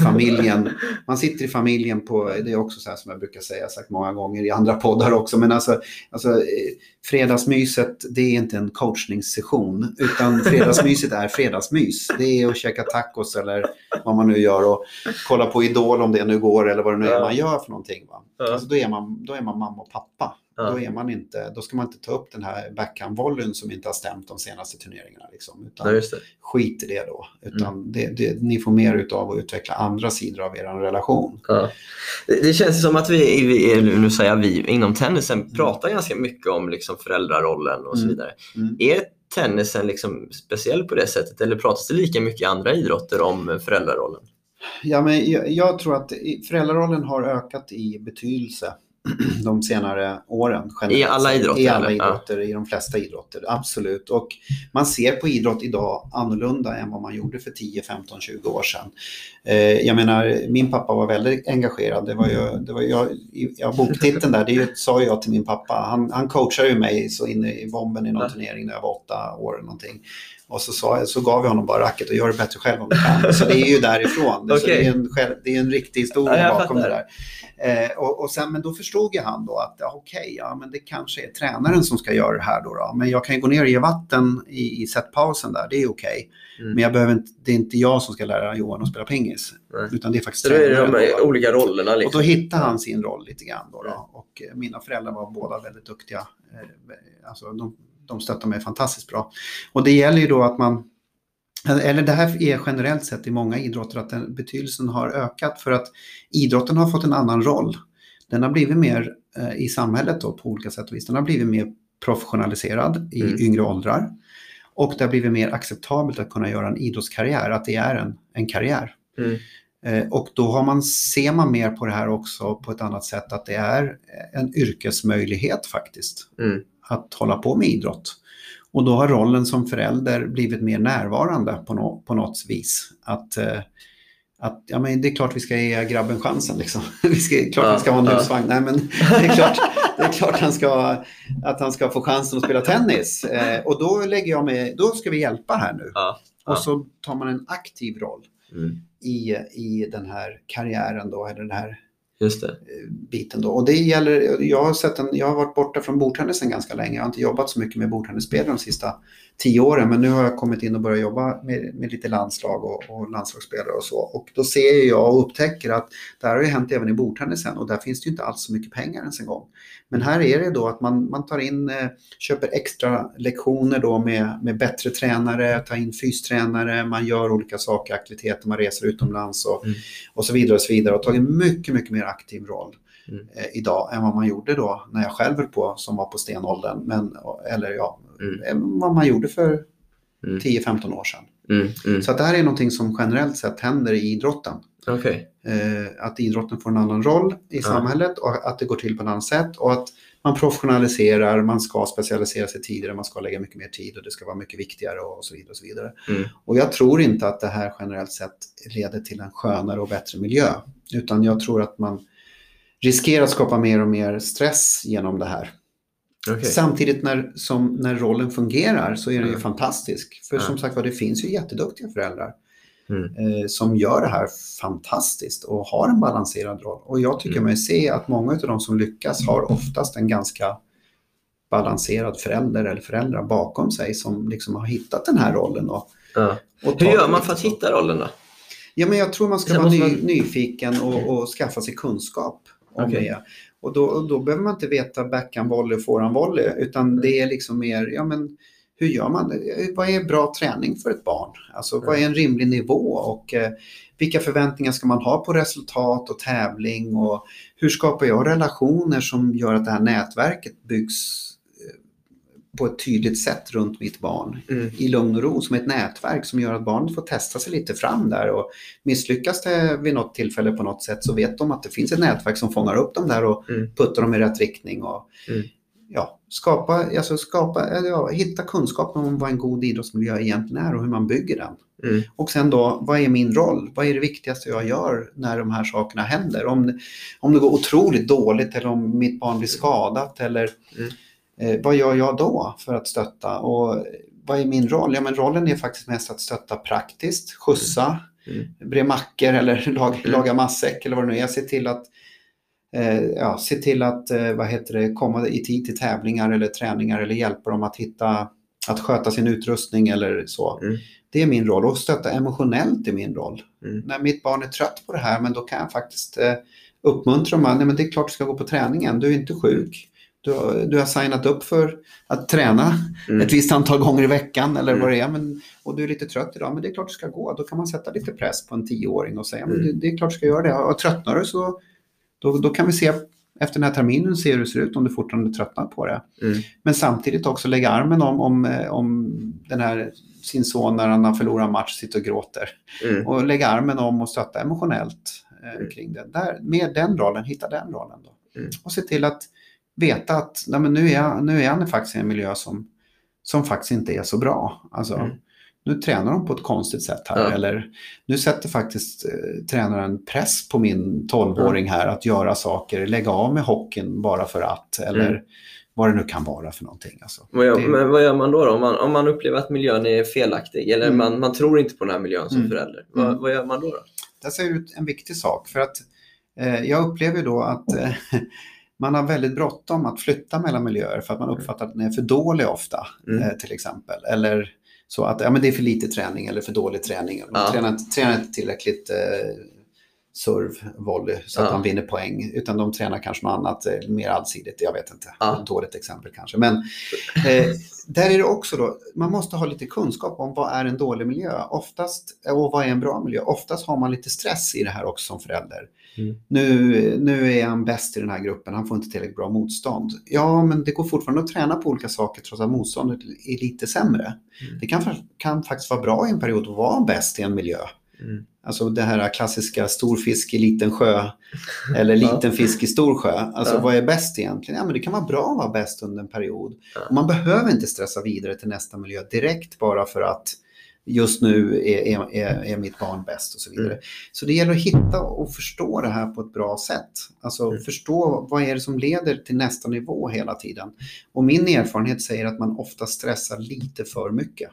i familjen på, det är också så här som jag brukar säga, sagt många gånger i andra poddar också, men alltså fredagsmyset, det är inte en coachningssession, utan fredagsmyset är fredagsmys. Det är att käka tacos eller vad man nu gör och kolla på Idol om det nu går eller vad det nu är man gör för någonting. Va? Alltså då är man mamma och pappa. Då ska man inte ta upp den här backhandvollen som inte har stämt de senaste turneringarna liksom, utan skit i det då, utan ni får mer utav att utveckla andra sidor av er relation. Det känns som att vi inom tennisen pratar ganska mycket om liksom föräldrarollen och så vidare. Är tennisen liksom speciell på det sättet, eller pratas det lika mycket i andra idrotter om föräldrarollen? Ja, men jag tror att föräldrarollen har ökat i betydelse de senare åren. I alla idrotter? I alla idrotter, i de flesta idrotter, absolut. Och man ser på idrott idag annorlunda än vad man gjorde för 10, 15, 20 år sedan. Jag menar, min pappa var väldigt engagerad. Det var jag boktiteln där, det sa jag till min pappa. Han coachade ju mig så inne i bomben i någon turnering när jag var 8 år eller någonting. Och så gav vi honom bara racket och gör det bättre själv om du kan. Så det är ju därifrån. Så det är en riktig historia bakom det där. Och sen, men då förstod jag han då att men det kanske är tränaren som ska göra det här då. Men jag kan ju gå ner och ge vatten i setpausen där, det är okej. Men det är inte jag som ska lära Johan att spela pingis. Utan det är faktiskt tränaren. Så det är de olika rollerna liksom. Och då hittar han sin roll lite grann då. Och mina föräldrar var båda väldigt duktiga. Alltså de stöttar mig fantastiskt bra. Och det gäller ju då att det här är generellt sett i många idrotter att den betydelsen har ökat för att idrotten har fått en annan roll. Den har blivit mer i samhället då på olika sätt och vis. Den har blivit mer professionaliserad i yngre åldrar. Och det har blivit mer acceptabelt att kunna göra en idrottskarriär, att det är en karriär. Och då ser man mer på det här också på ett annat sätt, att det är en yrkesmöjlighet faktiskt. Att hålla på med idrott. Och då har rollen som förälder blivit mer närvarande på något vis. Att men det är klart vi ska ge grabben chansen liksom. Vi ska ha en husvagn. Nej, men det är klart han ska få chansen att spela tennis. Och då då ska vi hjälpa här nu. Och så tar man en aktiv roll i den här karriären då, eller den här Just det. Biten då. Och det gäller, jag har varit borta från bordtennisen ganska länge. Jag har inte jobbat så mycket med bordtennisspelare de sista 10 åren, men nu har jag kommit in och börjat jobba med lite landslag och landslagsspelare och så. Och då ser jag och upptäcker att det här har ju hänt även i bordtennisen, och där finns det ju inte alls så mycket pengar ens en gång. Men här är det då att man tar in, köper extra lektioner då med bättre tränare, tar in fystränare, man gör olika saker, aktiviteter, man reser utomlands och så vidare och så vidare, och tagit mycket, mycket mer aktiv roll idag än vad man gjorde då när jag själv höll på, som var på stenåldern, vad man gjorde för 10-15 år sedan. Så att det här är någonting som generellt sett händer i idrotten. Okay. Att idrotten får en annan roll i samhället, och att det går till på ett annat sätt, och att man professionaliserar, man ska specialisera sig tidigare, man ska lägga mycket mer tid och det ska vara mycket viktigare och så vidare och så vidare. Och jag tror inte att det här generellt sett leder till en skönare och bättre miljö, utan jag tror att man riskerar att skapa mer och mer stress genom det här. Okay. Samtidigt när rollen fungerar så är den ju fantastisk. För som sagt, det finns ju jätteduktiga föräldrar som gör det här fantastiskt och har en balanserad roll. Och jag tycker mig se att många av de som lyckas har oftast en ganska balanserad förälder eller föräldrar bakom sig som liksom har hittat den här rollen. Och hur gör man för att hitta rollen då? Ja, men jag tror man ska vara nyfiken och skaffa sig kunskap om det. Och då behöver man inte veta backhand-volley och forehand-volley, utan det är liksom mer, hur gör man? Vad är bra träning för ett barn? Alltså vad är en rimlig nivå, och vilka förväntningar ska man ha på resultat och tävling, och hur skapar jag relationer som gör att det här nätverket byggs på ett tydligt sätt runt mitt barn i lugn och ro, som ett nätverk som gör att barnet får testa sig lite fram där, och misslyckas det vid något tillfälle på något sätt så vet de att det finns ett nätverk som fångar upp dem där och puttar dem i rätt riktning, och hitta kunskap om vad en god idrottsmiljö egentligen är och hur man bygger den. Och sen då, vad är min roll? Vad är det viktigaste jag gör när de här sakerna händer? Om det går otroligt dåligt, eller om mitt barn blir skadat, eller vad gör jag då för att stötta? Och vad är min roll? Ja, men rollen är faktiskt mest att stötta praktiskt, skjutsa, bre mackor eller laga matsäck eller vad det nu är. Se till att komma i tid till tävlingar eller träningar, eller hjälpa dem att sköta sin utrustning eller så. Det är min roll, och stötta emotionellt är min roll. När mitt barn är trött på det här, men då kan jag faktiskt uppmuntra dem. Nej, men det är klart du ska gå på träningen, du är inte sjuk. Du har signat upp för att träna ett visst antal gånger i veckan eller vad det är, och du är lite trött idag, men det är klart du ska gå. Då kan man sätta lite press på en 10-åring och säga men det är klart du ska göra det. Och tröttnar du så då kan vi se efter den här terminen hur det ser ut om du fortfarande tröttnar på det. Men samtidigt också lägga armen om den här sin son när han har förlorat match, sitter och gråter. Och lägga armen om och stötta emotionellt kring det. Där, med den rollen, hitta den rollen då. Och se till att veta att nu är han faktiskt i en miljö som faktiskt inte är så bra. Alltså, nu tränar de på ett konstigt sätt här. Eller nu sätter faktiskt tränaren press på min 12-åring här att göra saker. Lägga av med hockeyn bara för att. Eller vad det nu kan vara för någonting. Alltså, men vad gör man då? Om man upplever att miljön är felaktig. Eller man tror inte på den här miljön som förälder. Vad gör man då? Det ser ut en viktig sak. För att jag upplever då att man har väldigt bråttom att flytta mellan miljöer för att man uppfattar att den är för dålig ofta, till exempel. Eller så att men det är för lite träning eller för dålig träning. Man tränar inte tillräckligt serve, volley så att man vinner poäng. Utan de tränar kanske något annat, mer allsidigt, jag vet inte. Ett dåligt exempel kanske. Men där är det också då, man måste ha lite kunskap om vad är en dålig miljö oftast, och vad är en bra miljö. Oftast har man lite stress i det här också som förälder. Nu är han bäst i den här gruppen, han får inte tillräckligt bra motstånd. Ja, men det går fortfarande att träna på olika saker trots att motståndet är lite sämre. Det kan faktiskt vara bra i en period att vara bäst i en miljö. Alltså det här klassiska stor fisk i liten sjö eller liten fisk i stor sjö. Alltså vad är bäst egentligen? Ja, men det kan vara bra att vara bäst under en period. Och man behöver inte stressa vidare till nästa miljö direkt bara för att just nu är mitt barn bäst och så vidare. Så det gäller att hitta och förstå det här på ett bra sätt. Alltså förstå vad är det som leder till nästa nivå hela tiden. Och min erfarenhet säger att man ofta stressar lite för mycket.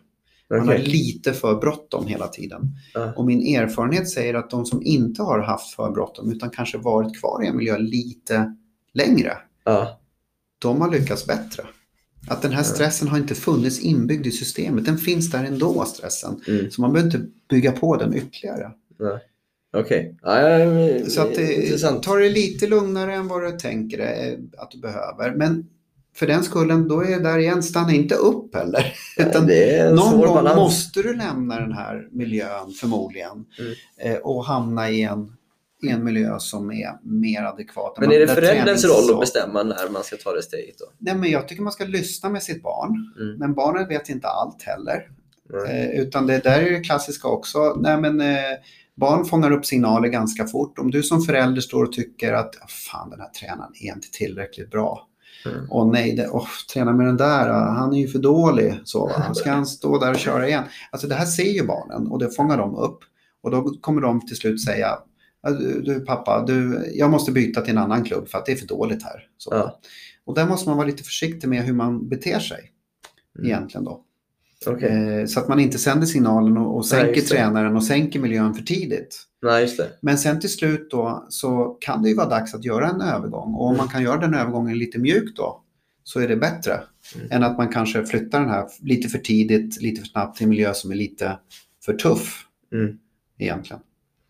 Man har lite för bråttom hela tiden. Och min erfarenhet säger att de som inte har haft för bråttom utan kanske varit kvar i en miljö lite längre, de har lyckats bättre. Att den här stressen har inte funnits inbyggd i systemet. Den finns där ändå, stressen. Så man behöver inte bygga på den ytterligare. Okej. Så att ta det lite lugnare än vad du tänker att du behöver. Men för den skullen, då är det där igen, stanna inte upp heller. Utan någon gång balans. Måste du lämna den här miljön förmodligen. Och hamna i en miljö som är mer adekvat. Men är det förälderns roll att bestämma när man ska ta det steget då? Nej, men jag tycker man ska lyssna med sitt barn. Men barnen vet inte allt heller. Utan det där är det klassiska också. Nej, men barn fångar upp signaler ganska fort. Om du som förälder står och tycker att fan, den här tränaren är inte tillräckligt bra. Och nej, träna med den där, han är ju för dålig. Så ska han stå där och köra igen? Alltså det här ser ju barnen och det fångar de upp. Och då kommer de till slut säga, du pappa, jag måste byta till en annan klubb för att det är för dåligt här. Så. Och där måste man vara lite försiktig med hur man beter sig egentligen då. Så att man inte sänder signalen och sänker tränaren och sänker miljön för tidigt. Nej, just det. Men sen till slut då så kan det ju vara dags att göra en övergång. Och om man kan göra den övergången lite mjukt då, så är det bättre än att man kanske flyttar den här lite för tidigt, lite för snabbt till en miljö som är lite för tuff egentligen.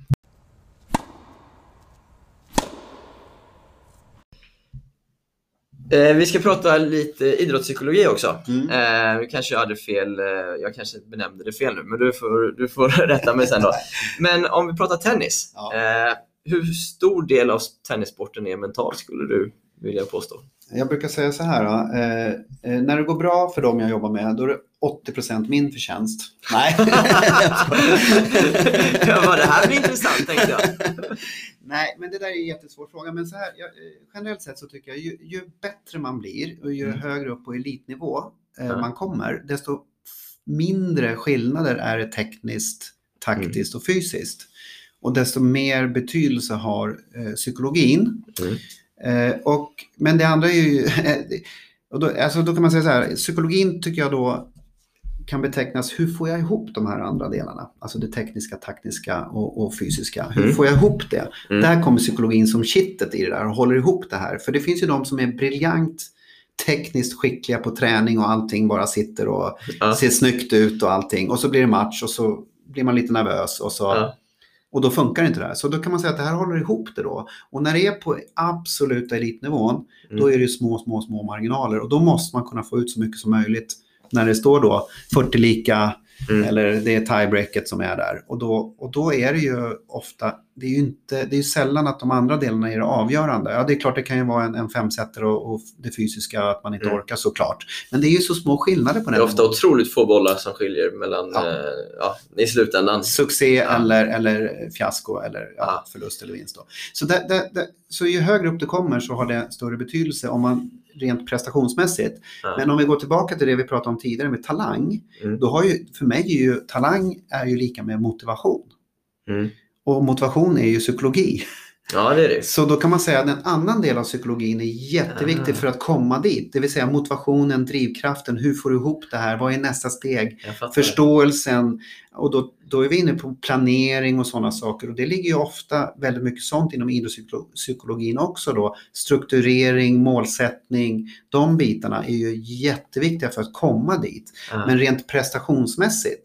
Vi ska prata lite idrottspsykologi också. Kanske jag hade fel, jag kanske benämnde det fel nu, men du får rätta mig sen då. Men om vi pratar tennis, hur stor del av tennissporten är mental, skulle du vilja påstå? Jag brukar säga så här, när det går bra för dem jag jobbar med, då är det 80% min förtjänst. Nej. Ja, det här blir intressant, tänkte jag. Nej, men det där är en jättesvår fråga. Men så här, generellt sett så tycker jag ju bättre man blir och ju högre upp på elitnivå man kommer, desto mindre skillnader är det tekniskt, taktiskt och fysiskt. Och desto mer betydelse har psykologin. Men det andra är ju då kan man säga så här, psykologin tycker jag då kan betecknas, hur får jag ihop de här andra delarna? Alltså det tekniska, taktiska och fysiska. Hur får jag ihop det? Där kommer psykologin som kittet i det där och håller ihop det här. För det finns ju de som är briljant tekniskt skickliga på träning och allting bara sitter och ser snyggt ut och allting. Och så blir det match och så blir man lite nervös och så... Och då funkar inte det här. Så då kan man säga att det här håller ihop det då. Och när det är på absoluta elitnivån, då är det små marginaler. Och då måste man kunna få ut så mycket som möjligt när det står då 40 lika eller det är tiebreaket som är där. Och då är det ju ofta, det är ju sällan att de andra delarna är det avgörande. Ja, det är klart det kan ju vara en femsättare och det fysiska att man inte orkar såklart. Men det är ju så små skillnader på den. Det är ofta otroligt få bollar som skiljer mellan i slutändan. Succé eller fiasko eller förlust eller vinst då. Så ju högre upp det kommer så har det större betydelse om man rent prestationsmässigt. Men om vi går tillbaka till det vi pratade om tidigare med talang, då har ju, för mig är ju talang är ju lika med motivation. Och motivation är ju psykologi. Ja, det är det. Så då kan man säga att en annan del av psykologin är jätteviktig för att komma dit. Det vill säga motivationen, drivkraften, hur får du ihop det här? Vad är nästa steg? Förståelsen. Och då är vi inne på planering och sådana saker. Och det ligger ju ofta väldigt mycket sånt inom idrottspsykologin också då. Strukturering, målsättning. De bitarna är ju jätteviktiga för att komma dit. Men rent prestationsmässigt,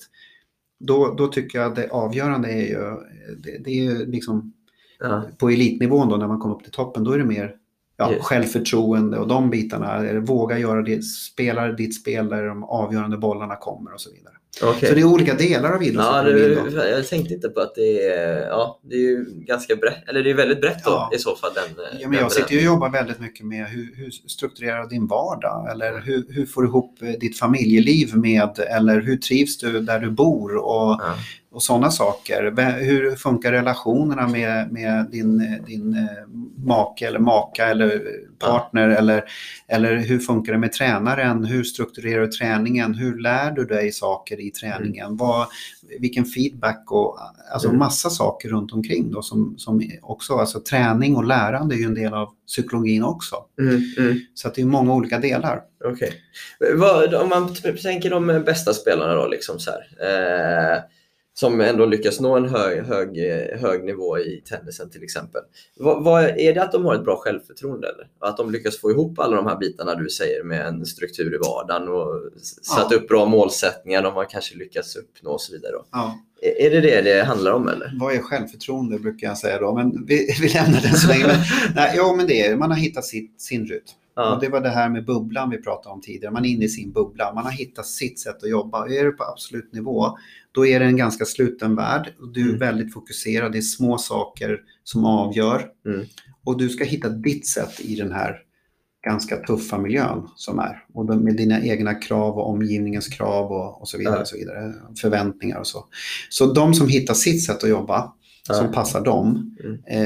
då tycker jag att det avgörande är ju, det är ju liksom... På elitnivån då, när man kommer upp till toppen, då är det mer självförtroende och de bitarna, våga göra det, spelar ditt spel där de avgörande bollarna kommer och så vidare. Så det är olika delar av idrottspsykologin. Jag tänkte inte på att det är ju ganska brett, eller det är väldigt brett då, i så fall. Men jag sitter ju och jobbar väldigt mycket med hur strukturerar din vardag, eller hur får du ihop ditt familjeliv med, eller hur trivs du där du bor och sådana saker. Hur funkar relationerna med din make eller maka eller partner eller hur funkar det med tränaren? Hur strukturerar du träningen? Hur lär du dig saker i träningen? Vilken feedback och alltså massa saker runt omkring då som också, alltså träning och lärande är ju en del av psykologin också. Så att det är många olika delar. Okej. Om man tänker de bästa spelarna då liksom så här, som ändå lyckas nå en hög nivå i tennisen till exempel. Vad är det att de har ett bra självförtroende eller? Att de lyckas få ihop alla de här bitarna du säger med en struktur i vardagen och satt upp bra målsättningar de har kanske lyckats uppnå och så vidare då. Ja. Är det handlar om eller? Vad är självförtroende brukar jag säga då, men vi lämnar den så länge. Men det är, man har hittat sin rytm. Och det var det här med bubblan vi pratade om tidigare. Man är inne i sin bubbla. Man har hittat sitt sätt att jobba. Är du på absolut nivå, då är det en ganska sluten värld. Och du är väldigt fokuserad. Det är små saker som avgör. Och du ska hitta ditt sätt i den här ganska tuffa miljön som är. Och med dina egna krav och omgivningens krav och så vidare. Och så vidare. Förväntningar och så. Så de som hittar sitt sätt att jobba, som passar dem,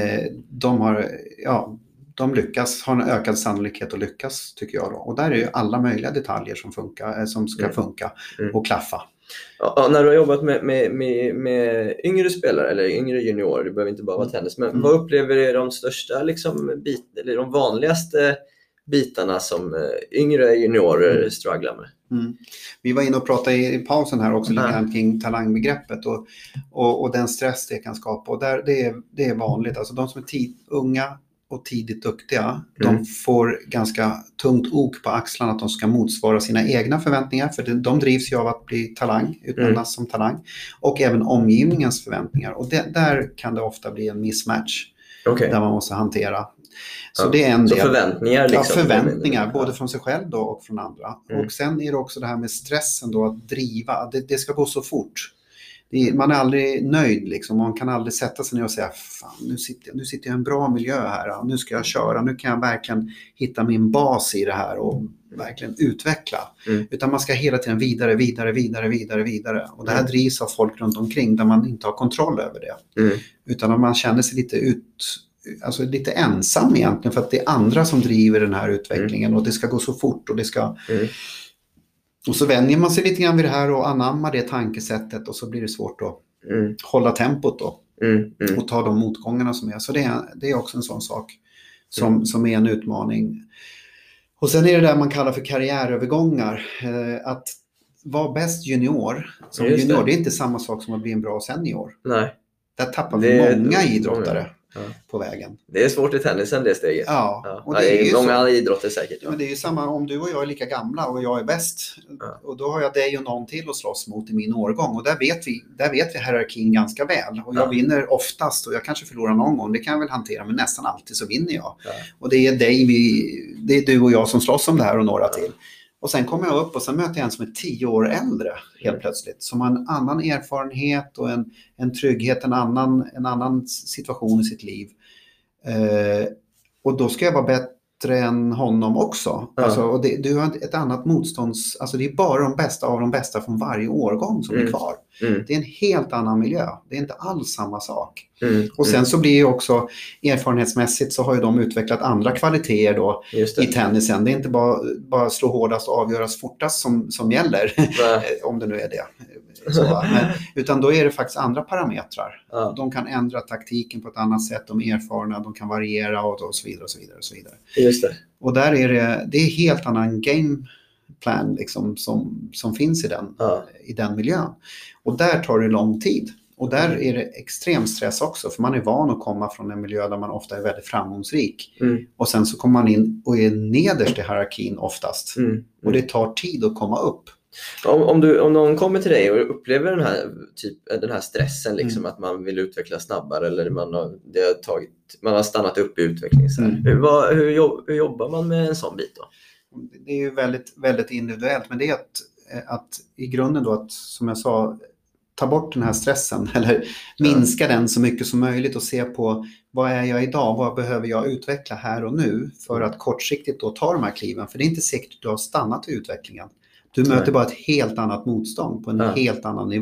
de lyckas, har en ökad sannolikhet att lyckas tycker jag då. Och där är ju alla möjliga detaljer som ska funka och klaffa. Ja, när du har jobbat med yngre spelare eller yngre juniorer, det behöver inte bara vara tennis, men vad upplever du är de största liksom, eller de vanligaste bitarna som yngre juniorer strugglar med? Vi var inne och pratade i pausen här också lite kring talangbegreppet och den stress det kan skapa. Och där, det är vanligt. Alltså de som är unga och tidigt duktiga, de får ganska tungt ok på axlarna att de ska motsvara sina egna förväntningar, för de drivs ju av att bli talang, utnämnas som talang, och även omgivningens förväntningar. Och där kan det ofta bli en mismatch där man måste hantera. Så det är en del. Så förväntningar liksom. Ja, förväntningar, både från sig själv då och från andra. Och sen är det också det här med stressen då, att driva, det ska gå så fort. Man är aldrig nöjd liksom. Man kan aldrig sätta sig ner och säga fan, nu sitter jag i en bra miljö här. Nu ska jag köra. Nu kan jag verkligen hitta min bas i det här och verkligen utveckla. Utan man ska hela tiden vidare. Och det här drivs av folk runt omkring där man inte har kontroll över det. Utan att man känner sig lite ensam egentligen, för att det är andra som driver den här utvecklingen och det ska gå så fort och det ska... Och så vänjer man sig lite grann vid det här och anammar det tankesättet, och så blir det svårt att hålla tempot då. Och ta de motgångarna som är. Så det är också en sån sak som är en utmaning. Och sen är det där man kallar för karriärövergångar. Att vara bäst junior som junior, det är inte samma sak som att bli en bra senior. Nej. Där tappar vi många idrottare på vägen. Det är svårt i tennisen det steget. Ja. Och det är många idrotter säkert. Ja. Men det är ju samma om du och jag är lika gamla och jag är bäst. Och då har jag dig och någon till att slåss mot i min årgång. Och där vet vi hierarkin ganska väl. Och jag vinner oftast, och jag kanske förlorar någon gång. Det kan jag väl hantera, men nästan alltid så vinner jag. Och det är du och jag som slåss om det här och några till. Och sen kommer jag upp och sen möter jag en som är 10 år äldre helt plötsligt. Som har en annan erfarenhet och en trygghet, en annan situation i sitt liv. Och då ska jag vara bättre än honom också. Alltså, och du har ett annat motstånds... Alltså det är bara de bästa av de bästa från varje årgång som är kvar. Det är en helt annan miljö. Det är inte alls samma sak. Och sen så blir ju också erfarenhetsmässigt så har ju de utvecklat andra kvaliteter då i tennisen. Det är inte bara slå hårdast och avgöras fortast som gäller. Om det nu är det. Utan då är det faktiskt andra parametrar. De kan ändra taktiken på ett annat sätt. De är erfarna, de kan variera och så vidare och så vidare och så vidare. Just det. Och där är det är helt annan gameplan liksom, som finns i den miljön. Och där tar det lång tid. Och där är det extrem stress också, för man är van att komma från en miljö där man ofta är väldigt framgångsrik. Och sen så kommer man in och är nederst i hierarkin oftast. Och det tar tid att komma upp. Om någon kommer till dig och upplever den här stressen liksom, att man vill utveckla snabbare eller man har stannat upp i utvecklingen så här. Hur jobbar man med en sån bit då? Det är ju väldigt, väldigt individuellt, men det är att i grunden då att, som jag sa, ta bort den här stressen eller minska den så mycket som möjligt och se på vad är jag idag, vad behöver jag utveckla här och nu för att kortsiktigt då ta de här kliven, för det är inte säkert att du har stannat i utvecklingen. Du möter bara ett helt annat motstånd på en helt annan nivå.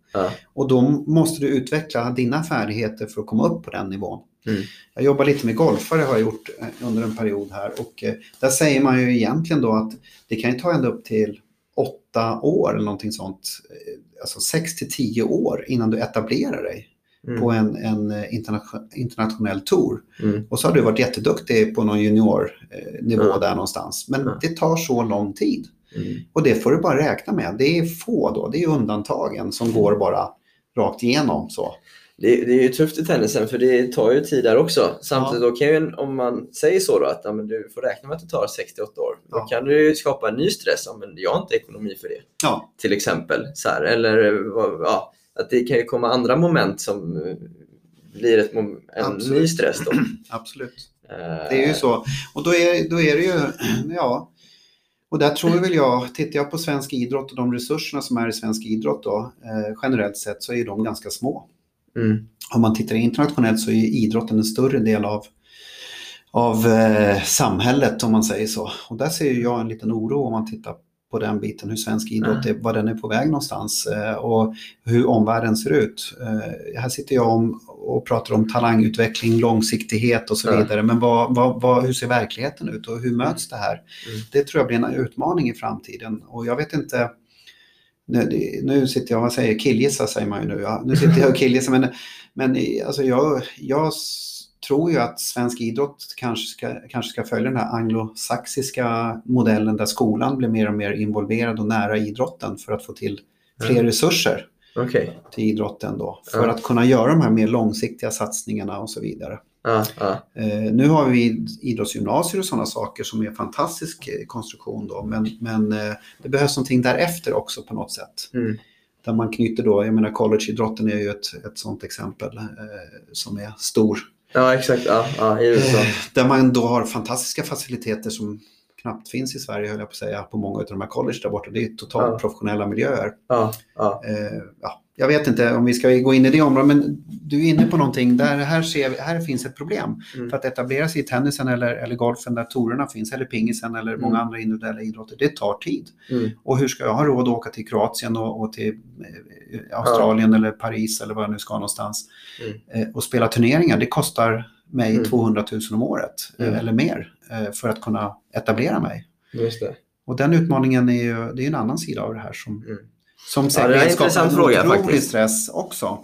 Ja. Och då måste du utveckla dina färdigheter för att komma upp på den nivån. Mm. Jag jobbar lite med golfare, har jag gjort under en period här. Och där säger man ju egentligen då att det kan ju ta ända upp till 8 år eller någonting sånt. Alltså 6-10 år innan du etablerar dig på en internationell tour. Och så har du varit jätteduktig på någon juniornivå där någonstans. Men det tar så lång tid. Och det får du bara räkna med. Det är få då, det är undantagen som går bara rakt igenom så. Det är ju tufft i tennisen för det tar ju tid där också. Samtidigt då kan ju, om man säger så då att ja, men du får räkna med att det tar 68 år. Då kan du ju skapa en ny stress. Men jag har inte ekonomi för det. Ja. Till exempel. Så här, eller att det kan ju komma andra moment som blir en ny stress då. Absolut. Det är ju så. Och då är det ju, och där tror väl jag, tittar jag på svensk idrott och de resurserna som är i svensk idrott då, generellt sett så är de ganska små. Om man tittar internationellt så är idrotten en större del av samhället om man säger så. Och där ser jag en liten oro om man tittar på den biten, hur svensk idrott är, vad den är på väg någonstans och hur omvärlden ser ut. Här sitter jag och pratar om talangutveckling, långsiktighet och så vidare. Men hur ser verkligheten ut och hur möts det här? Det tror jag blir en utmaning i framtiden. Och jag vet inte, nu sitter jag, vad säger killgissa säger man ju nu. Ja, nu sitter jag och killgissar, men alltså jag tror ju att svensk idrott kanske ska följa den här anglosaxiska modellen där skolan blir mer och mer involverad och nära idrotten för att få till fler resurser till idrotten då. För att kunna göra de här mer långsiktiga satsningarna och så vidare. Nu har vi idrottsgymnasier och sådana saker som är en fantastisk konstruktion då. Men det behövs någonting därefter också på något sätt. Där man knyter då, jag menar collegeidrotten är ju ett sådant exempel som är stor. Ja, exakt. Där man då har fantastiska faciliteter som knappt finns i Sverige, höll jag på att säga, på många av de här college där borta. Det är totalt professionella miljöer. Jag vet inte om vi ska gå in i det området, men du är inne på någonting där här finns ett problem. För att etablera sig i tennisen eller golfen där torerna finns, eller pingisen eller många andra individuella idrotter, det tar tid. Och hur ska jag ha råd att åka till Kroatien och till Australien eller Paris eller var jag nu ska någonstans och spela turneringar? Det kostar mig 200 000 om året eller mer för att kunna etablera mig. Just det. Och den utmaningen är ju en annan sida av det här som säkert skapar en otrolig stress också.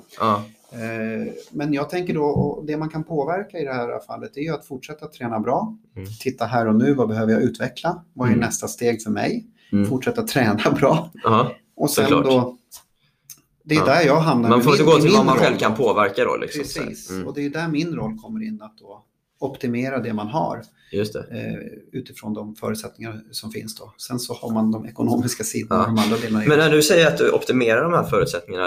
Men jag tänker då, det man kan påverka i det här fallet är ju att fortsätta träna bra. Titta här och nu, vad behöver jag utveckla? Vad är nästa steg för mig? Fortsätta träna bra. Och sen då, det är där jag hamnar. Man får inte gå till vad man själv kan påverka då. Liksom. Precis, och det är där min roll kommer in, att då optimera det man har. Just det. Utifrån de förutsättningar som finns då. Sen så har man de ekonomiska sidorna och de andra delarna. Men när du säger att du optimerar de här förutsättningarna,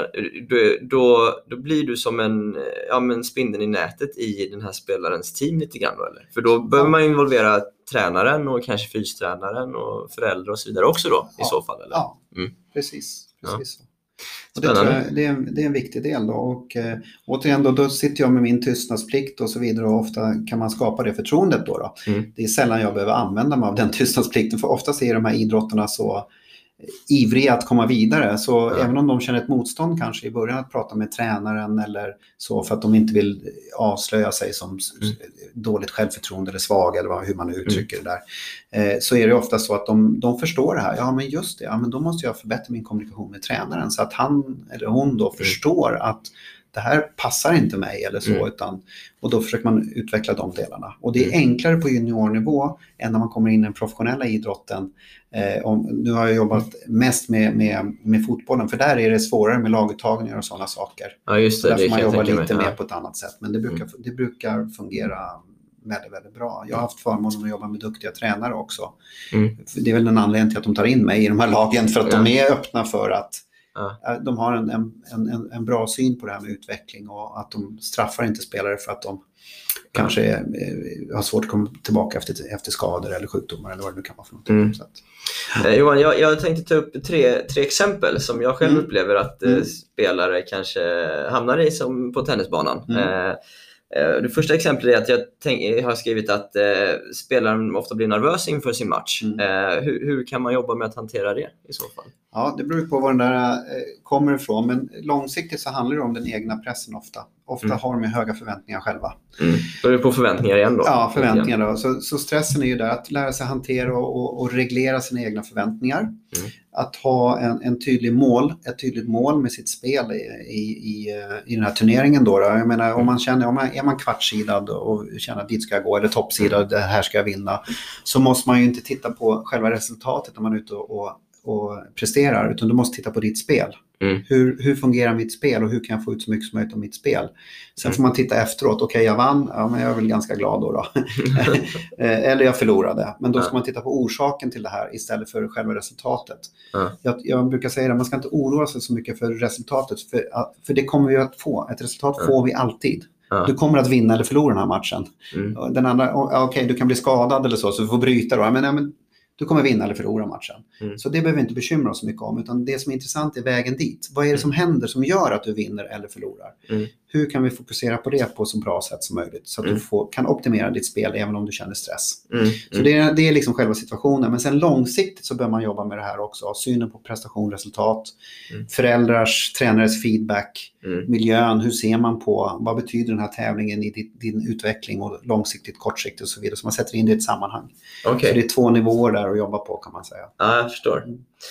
då blir du som en spindeln i nätet i den här spelarens team lite grann då, eller? För då behöver man involvera tränaren och kanske fystränaren och föräldrar och så vidare också då i så fall, eller? Ja, precis så. Och det, tror jag, det är en viktig del då. Och återigen då sitter jag med min tystnadsplikt och så vidare, och ofta kan man skapa det förtroendet då. Det är sällan jag behöver använda mig av den tystnadsplikten, för oftast är de här idrotterna så ivriga att komma vidare, så även om de känner ett motstånd kanske i början att prata med tränaren eller så, för att de inte vill avslöja sig som dåligt självförtroende eller svag eller hur man uttrycker det där, så är det ofta så att de förstår det här. Ja, men just det, men då måste jag förbättra min kommunikation med tränaren så att han eller hon då förstår att det här passar inte mig eller så, och då försöker man utveckla de delarna. Och det är enklare på juniornivå än när man kommer in i den professionella idrotten. Nu har jag jobbat mest med fotbollen, för där är det svårare med laguttagningar och sådana saker. Ja, just det. Därför man jobbar lite mer på ett annat sätt. Men det brukar fungera väldigt, väldigt bra. Jag har haft förmånen att jobba med duktiga tränare också. Det är väl en anledning till att de tar in mig i de här lagen, för att de är öppna för att de har en bra syn på det här med utveckling, och att de straffar inte spelare för att de kanske har svårt att komma tillbaka efter skador eller sjukdomar eller vad det nu kan vara för någonting. Så att, Johan, jag tänkte ta upp tre exempel som jag själv upplever att spelare kanske hamnar i som på tennisbanan. Det första exemplet är att jag har skrivit att spelaren ofta blir nervös inför sin match. Hur kan man jobba med att hantera det i så fall? Ja, det beror på var den där kommer ifrån. Men långsiktigt så handlar det om den egna pressen ofta. Ofta har de höga förväntningar själva. Då är det på förväntningar igen då? Ja, förväntningar då. Så stressen är ju där att lära sig hantera och reglera sina egna förväntningar. Att ha ett tydligt mål med sitt spel i den här turneringen då. Jag menar, om man är man kvartssidad och känner att dit ska jag gå, eller toppsidad, det här ska jag vinna, så måste man ju inte titta på själva resultatet när man är ute och presterar, utan du måste titta på ditt spel. Hur fungerar mitt spel och hur kan jag få ut så mycket som möjligt av mitt spel? Sen får man titta efteråt. Okej, jag vann, ja, men jag är väl ganska glad då. Eller jag förlorade. Men då ska man titta på orsaken till det här istället för själva resultatet. Jag brukar säga att man ska inte oroa sig så mycket för resultatet, för det kommer vi att få. Ett resultat får vi alltid. Du kommer att vinna eller förlora den här matchen. Den andra, okej, du kan bli skadad eller så du får bryta då. Men du kommer vinna eller förlora matchen. Så det behöver vi inte bekymra oss så mycket om. Utan det som är intressant är vägen dit. Vad är det som händer som gör att du vinner eller förlorar? Hur kan vi fokusera på det på så bra sätt som möjligt? Så att du kan optimera ditt spel även om du känner stress. Så det är liksom själva situationen. Men sen långsiktigt så bör man jobba med det här också. Synen på prestation, resultat. Föräldrars, tränares feedback. Miljön, hur ser man på? Vad betyder den här tävlingen i din utveckling? Och långsiktigt, kortsiktigt och så vidare. Så man sätter in det i ett sammanhang. Okay. Så det är 2 nivåer där att jobba på, kan man säga. Ja, jag förstår.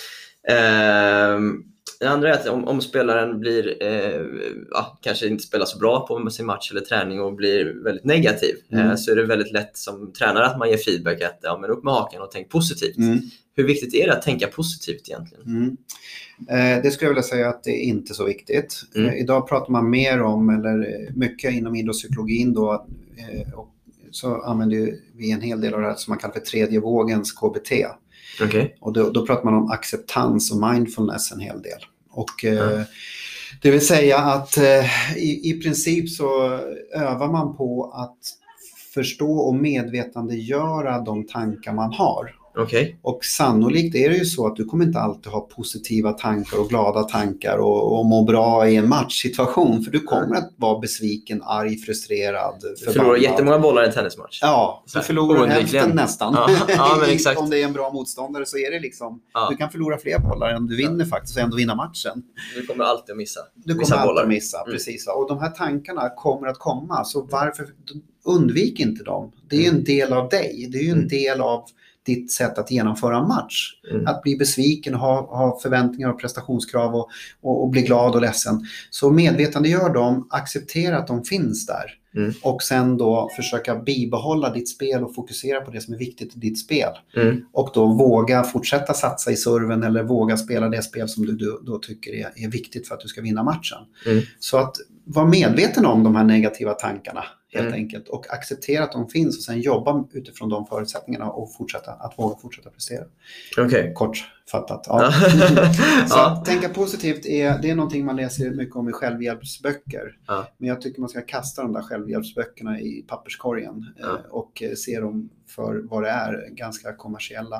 Det andra är att om spelaren blir kanske inte spelar så bra på sin match eller träning och blir väldigt negativ, så är det väldigt lätt som tränare att man ger feedback att men upp med hakan och tänk positivt. Hur viktigt är det att tänka positivt egentligen? Det skulle jag vilja säga att det är inte så viktigt. Idag pratar man mer om, eller mycket inom idrottspsykologin då, och så använder vi en hel del av det här som man kallar för tredje vågens KBT. Okay. Och då pratar man om acceptans och mindfulness en hel del. Och det vill säga att i princip så övar man på att förstå och medvetandegöra de tankar man har. Okay. Och sannolikt är det ju så att du kommer inte alltid ha positiva tankar och glada tankar och må bra i en matchsituation. För du kommer att vara besviken, arg, frustrerad, förbannad. Förlorar jättemånga bollar i en tennismatch. Ja, du förlorar hälften nästan. Ja, men exakt. Om det är en bra motståndare så är det liksom, du kan förlora fler bollar än du vinner faktiskt och ändå vinna matchen. Du kommer alltid att missa. Du kommer alltid att missa, precis. Och de här tankarna kommer att komma, så varför undvik inte dem? Det är ju en del av dig, det är ju en del av ditt sätt att genomföra en match. Att bli besviken, ha förväntningar och prestationskrav och bli glad och ledsen. Så medvetandegör dem, acceptera att de finns där. Och sen då försöka bibehålla ditt spel och fokusera på det som är viktigt i ditt spel. Och då våga fortsätta satsa i serven eller våga spela det spel som du då tycker är viktigt för att du ska vinna matchen. Så att vara medveten om de här negativa tankarna helt enkelt, och acceptera att de finns och sen jobba utifrån de förutsättningarna och våga fortsätta prestera. Okay. Kortfattat. Ja. Så att tänka positivt det är någonting man läser mycket om i självhjälpsböcker. Men jag tycker man ska kasta de där självhjälpsböckerna i papperskorgen och se dem för vad det är, ganska kommersiella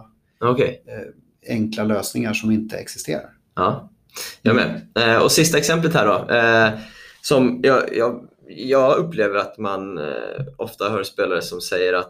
enkla lösningar som inte existerar. Ja, jag med. Och sista exemplet här då, som jag upplever att man ofta hör spelare som säger att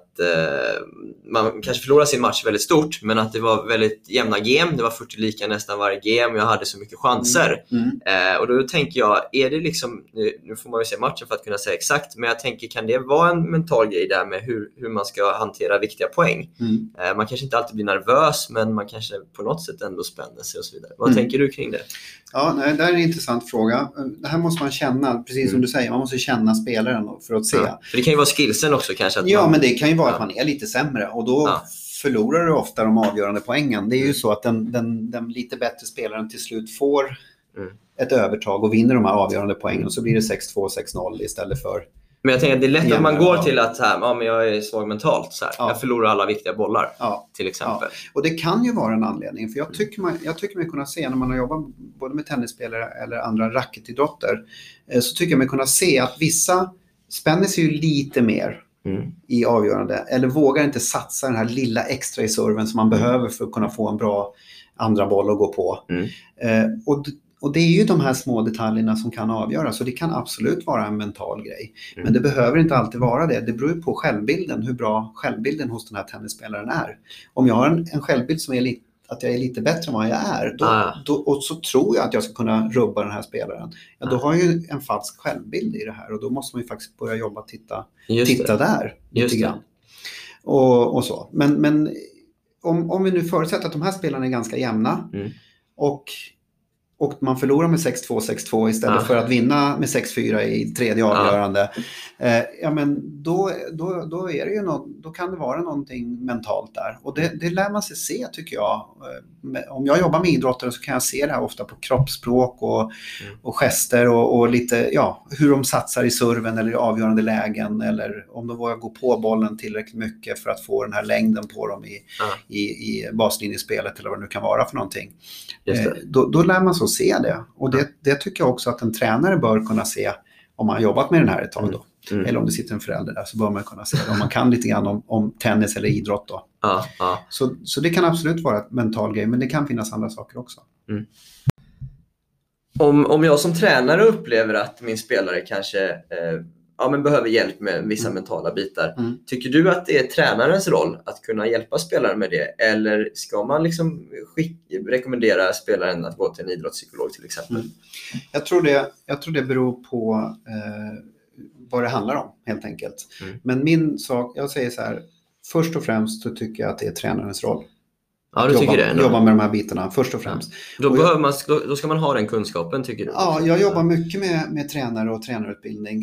man kanske förlorar sin match väldigt stort, men att det var väldigt jämna game, det var 40 lika nästan varje game, jag hade så mycket chanser. Och då tänker jag, är det liksom, nu får man ju se matchen för att kunna säga exakt, men jag tänker, kan det vara en mental grej där med hur man ska hantera viktiga poäng? Man kanske inte alltid blir nervös, men man kanske på något sätt ändå spänner sig och så vidare. Vad tänker du kring det? Ja, det är en intressant fråga. Det här måste man känna, precis som du säger, man måste känna spelaren för att se. För det kan ju vara skillsen också kanske. Att men det kan ju vara att man är lite sämre och då förlorar du ofta de avgörande poängen. Det är ju så att den lite bättre spelaren till slut får ett övertag och vinner de här avgörande poängen, och så blir det 6-2, 6-0 istället för... Men jag tänker att det är lätt att man går till att men jag är svag mentalt. Jag förlorar alla viktiga bollar till exempel. Och det kan ju vara en anledning. För jag tycker mig kunna se när man har jobbat både med tennisspelare eller andra racketidrotter, så tycker jag mig kunna se att vissa spänner sig ju lite mer i avgörande. Eller vågar inte satsa den här lilla extra i serven som man behöver för att kunna få en bra andra boll att gå på. Och det är ju de här små detaljerna som kan avgöra, så det kan absolut vara en mental grej. Men det behöver inte alltid vara det. Det beror ju på självbilden, hur bra självbilden hos den här tennisspelaren är. Om jag har en självbild som är att jag är lite bättre än vad jag är, och så tror jag att jag ska kunna rubba den här spelaren. Ja, då har jag ju en falsk självbild i det här, och då måste man ju faktiskt börja jobba och titta där lite grann. Och så. Men om vi nu förutsätter att de här spelarna är ganska jämna och man förlorar med 6-2, 6-2 istället för att vinna med 6-4 i tredje avgörande. Ja, men då är det ju då kan det vara någonting mentalt där. Och det lär man sig se, tycker jag. Om jag jobbar med idrottare så kan jag se det här ofta på kroppsspråk och gester och lite, hur de satsar i serven eller i avgörande lägen, eller om de vågar gå på bollen tillräckligt mycket för att få den här längden på dem i baslinjespelet eller vad det nu kan vara för någonting. Då lär man sig se det. Och det tycker jag också att en tränare bör kunna se om man har jobbat med den här ett tag då. Eller om det sitter en förälder där, så bör man kunna se det. Om man kan lite grann om tennis eller idrott då. Så det kan absolut vara ett mental grej, men det kan finnas andra saker också. Om jag som tränare upplever att min spelare kanske men behöver hjälp med vissa mentala bitar. Tycker du att det är tränarens roll att kunna hjälpa spelaren med det? Eller ska man liksom rekommendera spelaren att gå till en idrottspsykolog till exempel? Jag tror det beror på vad det handlar om, helt enkelt. Men min sak, jag säger så här, först och främst så tycker jag att det är tränarens roll. Ja, du tycker det? Jobba med de här bitarna först och främst. Då ska man ha den kunskapen, tycker du? Ja, jag jobbar mycket med tränare och tränarutbildning.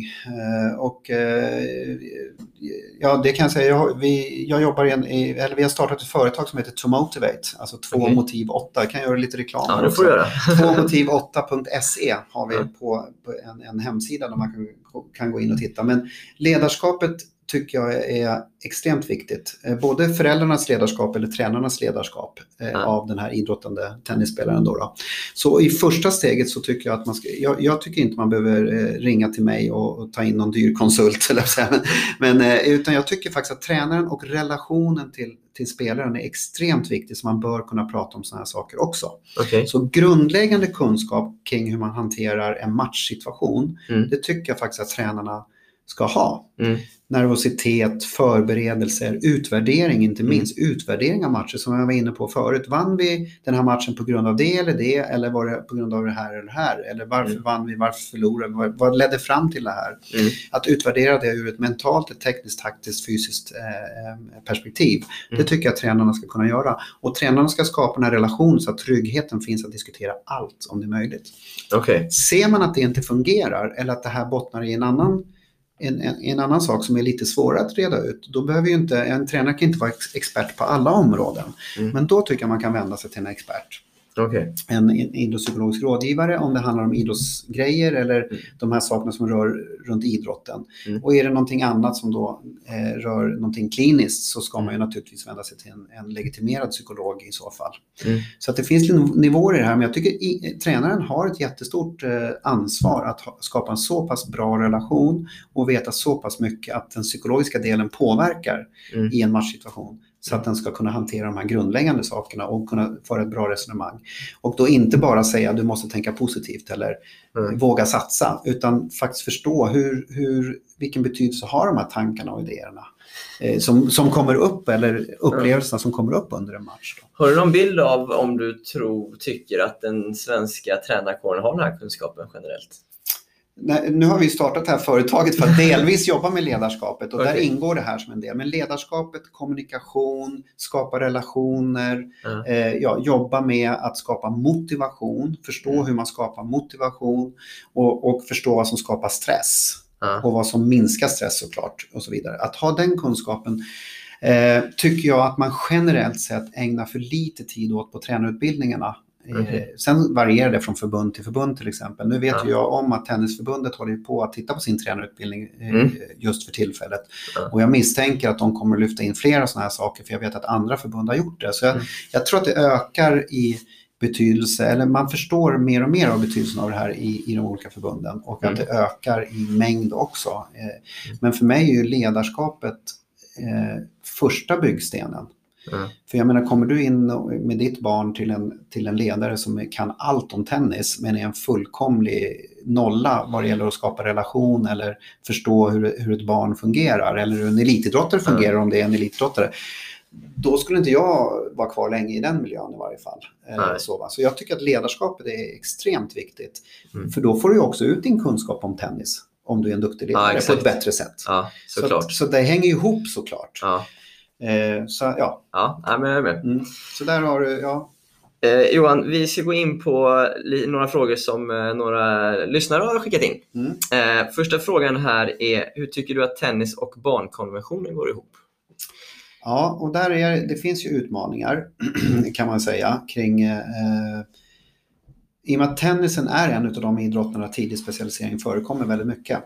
Det kan jag säga. Jag jobbar vi har startat ett företag som heter To Motivate. Alltså 2 motiv 8. Jag kan göra lite reklam. Ja, det får du göra. 2motiv8.se har vi på en hemsida där man kan gå in och titta. Men ledarskapet tycker jag är extremt viktigt. Både föräldrarnas ledarskap eller tränarnas ledarskap av den här idrottande tennisspelaren då. Så i första steget så tycker jag att jag tycker inte man behöver ringa till mig och ta in någon dyr konsult eller så här. Utan jag tycker faktiskt att tränaren och relationen till spelaren är extremt viktig, så man bör kunna prata om såna här saker också. Så grundläggande kunskap kring hur man hanterar en matchsituation, det tycker jag faktiskt att tränarna ska ha. Nervositet, förberedelser, utvärdering, inte minst utvärdering av matcher, som jag var inne på förut. Vann vi den här matchen på grund av det eller var det på grund av det här eller det här? Eller varför vann vi, varför förlorade vi? Vad ledde fram till det här? Att utvärdera det ur ett mentalt, ett tekniskt, taktiskt, fysiskt perspektiv. Det tycker jag att tränarna ska kunna göra. Och tränarna ska skapa den här relationen så att tryggheten finns att diskutera allt om det är möjligt. Ser man att det inte fungerar eller att det här bottnar i en annan sak som är lite svårare att reda ut, då behöver ju inte en tränare kan inte vara expert på alla områden. Men då tycker jag man kan vända sig till en expert. En idrottspsykologisk rådgivare om det handlar om idrottsgrejer eller de här sakerna som rör runt idrotten. Och är det någonting annat som då rör någonting kliniskt, så ska man ju naturligtvis vända sig till en legitimerad psykolog i så fall. Så att det finns nivåer i det här, men jag tycker tränaren har ett jättestort ansvar att skapa en så pass bra relation och veta så pass mycket att den psykologiska delen påverkar i en matchsituation, så att den ska kunna hantera de här grundläggande sakerna och kunna föra ett bra resonemang. Och då inte bara säga att du måste tänka positivt eller våga satsa, utan faktiskt förstå vilken betydelse har de här tankarna och idéerna som kommer upp, eller upplevelserna som kommer upp under en match. Då. Har du någon bild av om du tycker att den svenska tränarkåren har den här kunskapen generellt? Nu har vi startat det här företaget för att delvis jobba med ledarskapet, och där ingår det här som en del. Men ledarskapet, kommunikation, skapa relationer, jobba med att skapa motivation, förstå hur man skapar motivation och förstå vad som skapar stress och vad som minskar stress såklart och så vidare. Att ha den kunskapen tycker jag att man generellt sett ägnar för lite tid åt på tränarutbildningarna. Sen varierar det från förbund till förbund till exempel. Nu vet jag om att Tennisförbundet håller på att titta på sin tränarutbildning just för tillfället. Och jag misstänker att de kommer lyfta in flera sådana här saker, för jag vet att andra förbund har gjort det. Så jag tror att det ökar i betydelse, eller man förstår mer och mer av betydelsen av det här i de olika förbunden, och att det ökar i mängd också. Men för mig är ju ledarskapet första byggstenen. För jag menar, kommer du in med ditt barn till en ledare som kan allt om tennis men är en fullkomlig nolla vad det gäller att skapa relation eller förstå hur ett barn fungerar eller hur en elitidrottare fungerar om det är en elitidrottare, då skulle inte jag vara kvar länge i den miljön i varje fall. Så jag tycker att ledarskapet är extremt viktigt. För då får du också ut din kunskap om tennis om du är en duktig ledare på ett bättre sätt. Ja, såklart. Så det hänger ihop såklart. Ja. Men jag är med. Så där har du, Johan, vi ska gå in på några frågor som några lyssnare har skickat in. Första frågan här är, hur tycker du att tennis och barnkonventionen går ihop? Ja, och det finns ju utmaningar kan man säga kring i och med att tennisen är en av de idrotterna tidig specialisering förekommer väldigt mycket.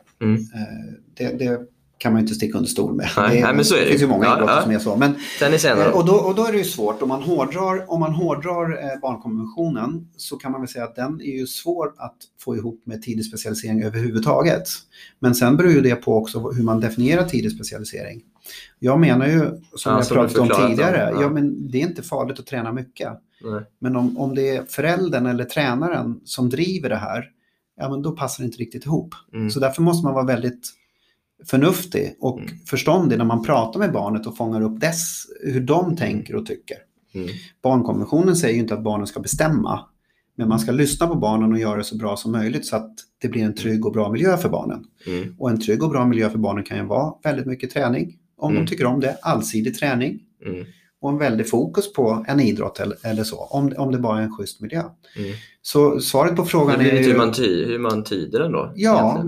Det kan man ju inte sticka under stol med. Men så är det. Det finns ju många idrotter som är så. Men, och då är det ju svårt. Om man hårdrar barnkonventionen så kan man väl säga att den är ju svår att få ihop med tidig specialisering överhuvudtaget. Men sen beror ju det på också hur man definierar tidig specialisering. Jag menar ju, som jag pratat om tidigare, men det är inte farligt att träna mycket. Nej. Men om det är föräldern eller tränaren som driver det här, men då passar det inte riktigt ihop. Så därför måste man vara väldigt förnuftig och förståndig när man pratar med barnet och fångar upp hur de tänker och tycker. Barnkonventionen säger ju inte att barnen ska bestämma, men man ska lyssna på barnen och göra det så bra som möjligt så att det blir en trygg och bra miljö för barnen. Och en trygg och bra miljö för barnen kan ju vara väldigt mycket träning, om de tycker om det, allsidig träning. Och en väldig fokus på en idrott eller så, om det bara är en schysst miljö. Så svaret på frågan är ju hur man tyder den då? Ja,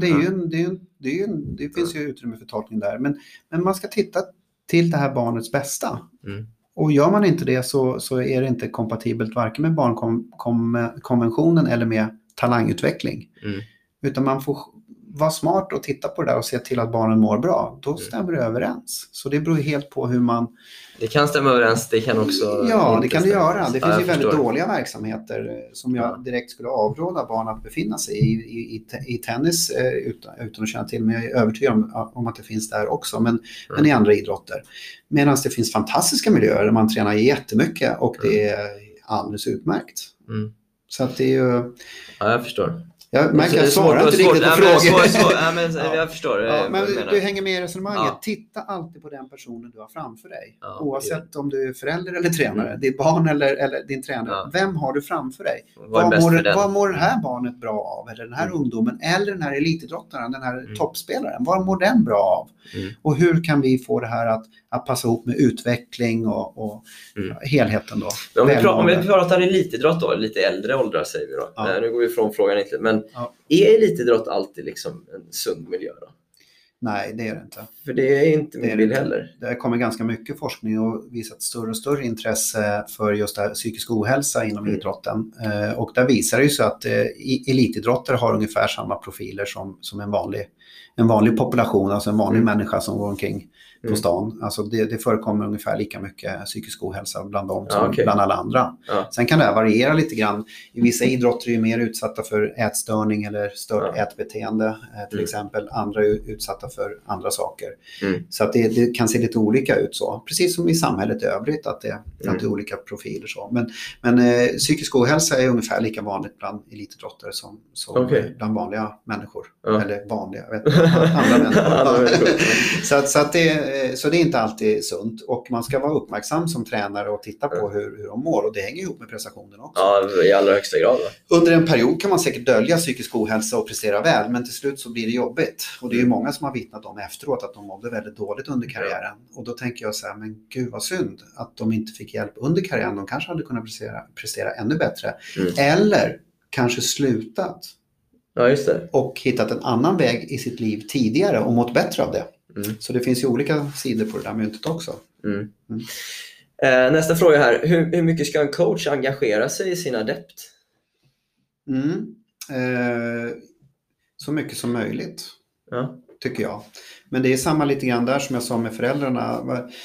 det finns ju utrymme för tolkning där. Men man ska titta till det här barnets bästa. Och gör man inte det så är det inte kompatibelt varken med barnkonventionen eller med talangutveckling. Utan man får vara smart och titta på det där och se till att barnen mår bra. Då stämmer det överens. Så det beror helt på hur man... Det kan stämma överens, det kan också... Ja, det kan det göra. Det finns ju väldigt dåliga verksamheter som jag direkt skulle avråda barn att befinna sig i tennis utan att känna till. Men jag är övertygad om att det finns där också. Men i andra idrotter. Medan det finns fantastiska miljöer där man tränar jättemycket och det är alldeles utmärkt. Så att det är ju... Ja, jag förstår. Jag märker att jag svarar inte riktigt på frågor. Jag förstår. Men du hänger med i resonemanget. Titta alltid på den personen du har framför dig. Oavsett om du är förälder eller tränare. Ditt barn eller din tränare. Vem har du framför dig? Vad mår det här barnet bra av? Eller den här ungdomen? Eller den här elitidrottaren? Den här toppspelaren? Vad mår den bra av? Och hur kan vi få det här att passa ihop med utveckling och helheten då? Om vi pratar elitidrott då, lite äldre åldrar säger vi då. Nu går vi ifrån frågan inte, men är elitidrott alltid liksom en sund miljö då? Nej, det är det inte. För det är inte min bild heller. Det kommer ganska mycket forskning och visat större och större intresse för just det här psykisk ohälsa inom idrotten. Och där visar det ju så att elitidrottare har ungefär samma profiler som en vanlig population, alltså en vanlig människa som går omkring på stan. Alltså det förekommer ungefär lika mycket psykisk ohälsa bland dem som bland alla andra. Sen kan det variera lite grann. I vissa idrotter är ju mer utsatta för ätstörning eller stört ätbeteende till exempel. Andra är utsatta för andra saker. Så att det kan se lite olika ut så. Precis som i samhället i övrigt att det är olika profiler så. Men psykisk ohälsa är ungefär lika vanligt bland elitidrottare som bland vanliga människor. Eller vanliga, jag vet inte, andra människor. Så det är inte alltid sunt. Och man ska vara uppmärksam som tränare och titta på hur de mår. Och det hänger ihop med prestationen också. Ja, i allra högsta grad. Under en period kan man säkert dölja psykisk ohälsa och prestera väl. Men till slut så blir det jobbigt. Och det är ju många som har vittnat om efteråt att de mådde väldigt dåligt under karriären. Och då tänker jag så här, men gud vad synd att de inte fick hjälp under karriären. De kanske hade kunnat prestera ännu bättre. Eller kanske slutat. Ja, just det. Och hittat en annan väg i sitt liv tidigare och mått bättre av det. Så det finns ju olika sidor på det där myntet också. Nästa fråga här. Hur mycket ska en coach engagera sig i sin adept? Så mycket som möjligt, tycker jag. Men det är samma lite grann där som jag sa med föräldrarna.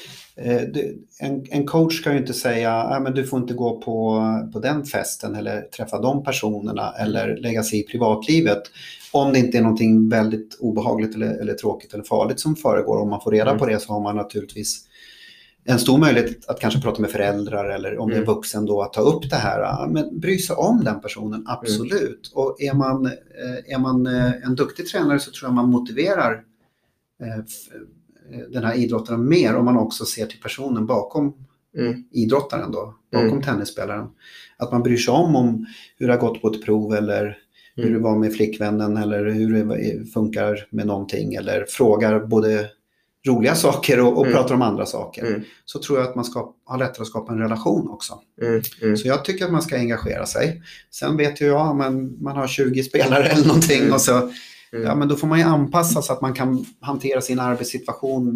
En coach ska ju inte säga men du får inte gå på den festen eller träffa de personerna eller lägga sig i privatlivet om det inte är någonting väldigt obehagligt eller tråkigt eller farligt som föregår. Om man får reda på det så har man naturligtvis en stor möjlighet att kanske prata med föräldrar eller om det är vuxen då att ta upp det här. Men bry sig om den personen, absolut. Och är man en duktig tränare så tror jag man motiverar den här idrottaren mer om man också ser till personen bakom idrottaren då, bakom tennisspelaren. Att man bryr sig om hur det har gått på ett prov eller hur det var med flickvännen eller hur det funkar med någonting eller frågar både roliga saker och pratar om andra saker. Så tror jag att man ska ha lättare att skapa en relation också. Så jag tycker att man ska engagera sig. Sen vet ju jag, men man har 20 spelare eller någonting och så men då får man ju anpassa så att man kan hantera sin arbetssituation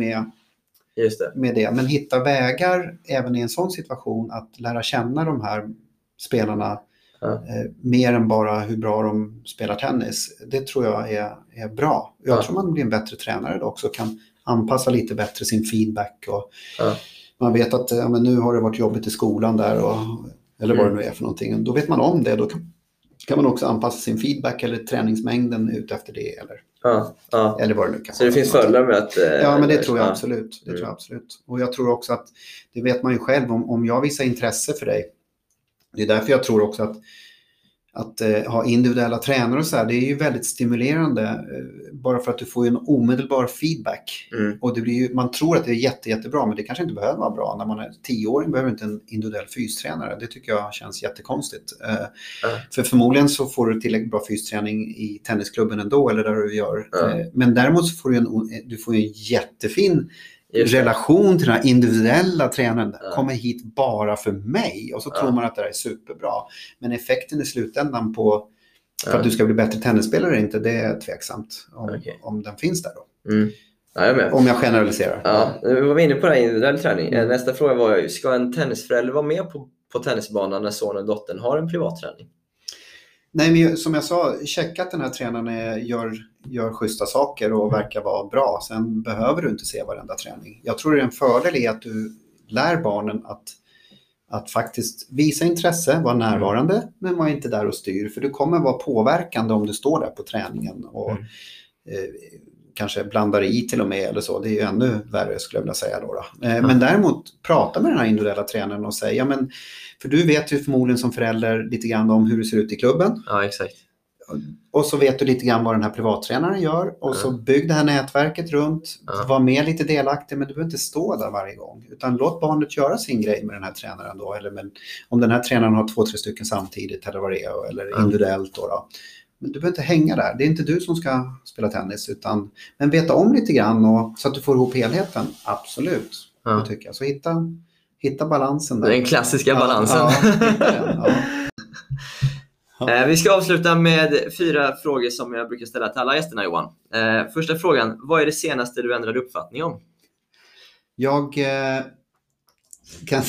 med det. Men hitta vägar även i en sån situation att lära känna de här spelarna mer än bara hur bra de spelar tennis. Det tror jag är bra. Jag tror man blir en bättre tränare då också, kan anpassa lite bättre sin feedback och man vet att men nu har det varit jobbigt i skolan där eller vad det nu är för någonting. Då vet man om det, då kan man också anpassa sin feedback eller träningsmängden ut efter det eller vad det nu kan. Så det finns fördelar med att ja, men det tror jag absolut. Det tror jag absolut. Och jag tror också att det vet man ju själv om jag visar intresse för dig. Det är därför jag tror också att ha individuella tränare och så här, det är ju väldigt stimulerande bara för att du får en omedelbar feedback. Och det blir ju, man tror att det är jättebra, men det kanske inte behöver vara bra. När man är 10-åring behöver inte en individuell fystränare. Det tycker jag känns jättekonstigt. För förmodligen så får du tillräckligt bra fysträning i tennisklubben ändå eller där du gör. Men däremot så får du får en jättefin relation till den här individuella tränaren. Kommer hit bara för mig och så tror man att det här är superbra, men effekten i slutändan på för att du ska bli bättre tennisspelare inte, det är tveksamt om den finns där då. Om jag generaliserar. Nu var vi inne på det här individuell träning. Nästa fråga var ju, ska en tennisförälder vara med på tennisbanan när sonen och dottern har en privatträning? Nej, men som jag sa, checka att den här tränaren gör schyssta saker och verkar vara bra. Sen behöver du inte se varenda träning. Jag tror det är en fördel i att du lär barnen att faktiskt visa intresse, vara närvarande, men var inte där och styr. För du kommer vara påverkande om du står där på träningen och kanske blandar i till och med eller så. Det är ju ännu värre skulle jag vilja säga då. Men däremot prata med den här individuella tränaren och säga, för du vet ju förmodligen som förälder lite grann om hur det ser ut i klubben. Ja, exakt. Och så vet du lite grann vad den här privattränaren gör. Och så bygg det här nätverket runt. Var med lite delaktig, men du behöver inte stå där varje gång. Utan låt barnet göra sin grej med den här tränaren då. Eller om den här tränaren har 2-3 stycken samtidigt eller vad det är. Eller individuellt då. Men du behöver inte hänga där. Det är inte du som ska spela tennis. Men veta om lite grann så att du får ihop helheten. Absolut. Det tycker jag. Så hitta balansen där. Den klassiska balansen. Vi ska avsluta med 4 frågor som jag brukar ställa till alla gästerna, Johan. Första frågan, vad är det senaste du ändrade uppfattning om? Jag kan...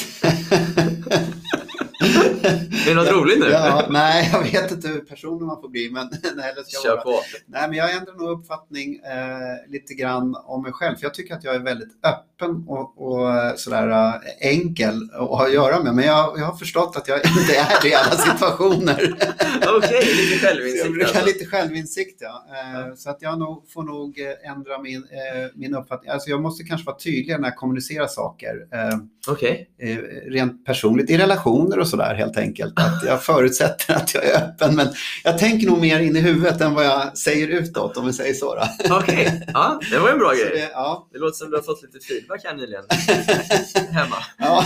Är det något roligt nu? Nej, jag vet inte hur personen man får bli, men Kör på. Nej, men jag ändrar nog uppfattning lite grann om mig själv. För jag tycker att jag är väldigt öppen och sådär enkel att ha att göra med. Men jag har förstått att jag inte är det i alla situationer. Okej, lite självinsikt. Jag brukar lite självinsikt, så att jag får nog ändra min uppfattning. Alltså jag måste kanske vara tydligare när jag kommunicerar saker. Rent personligt i relationer och sådär helt enkelt. Att jag förutsätter att jag är öppen, men jag tänker nog mer in i huvudet än vad jag säger utåt, om vi säger så. Okej, det var en bra grej. Det låter som du har fått lite feedback här nyligen. Hemma.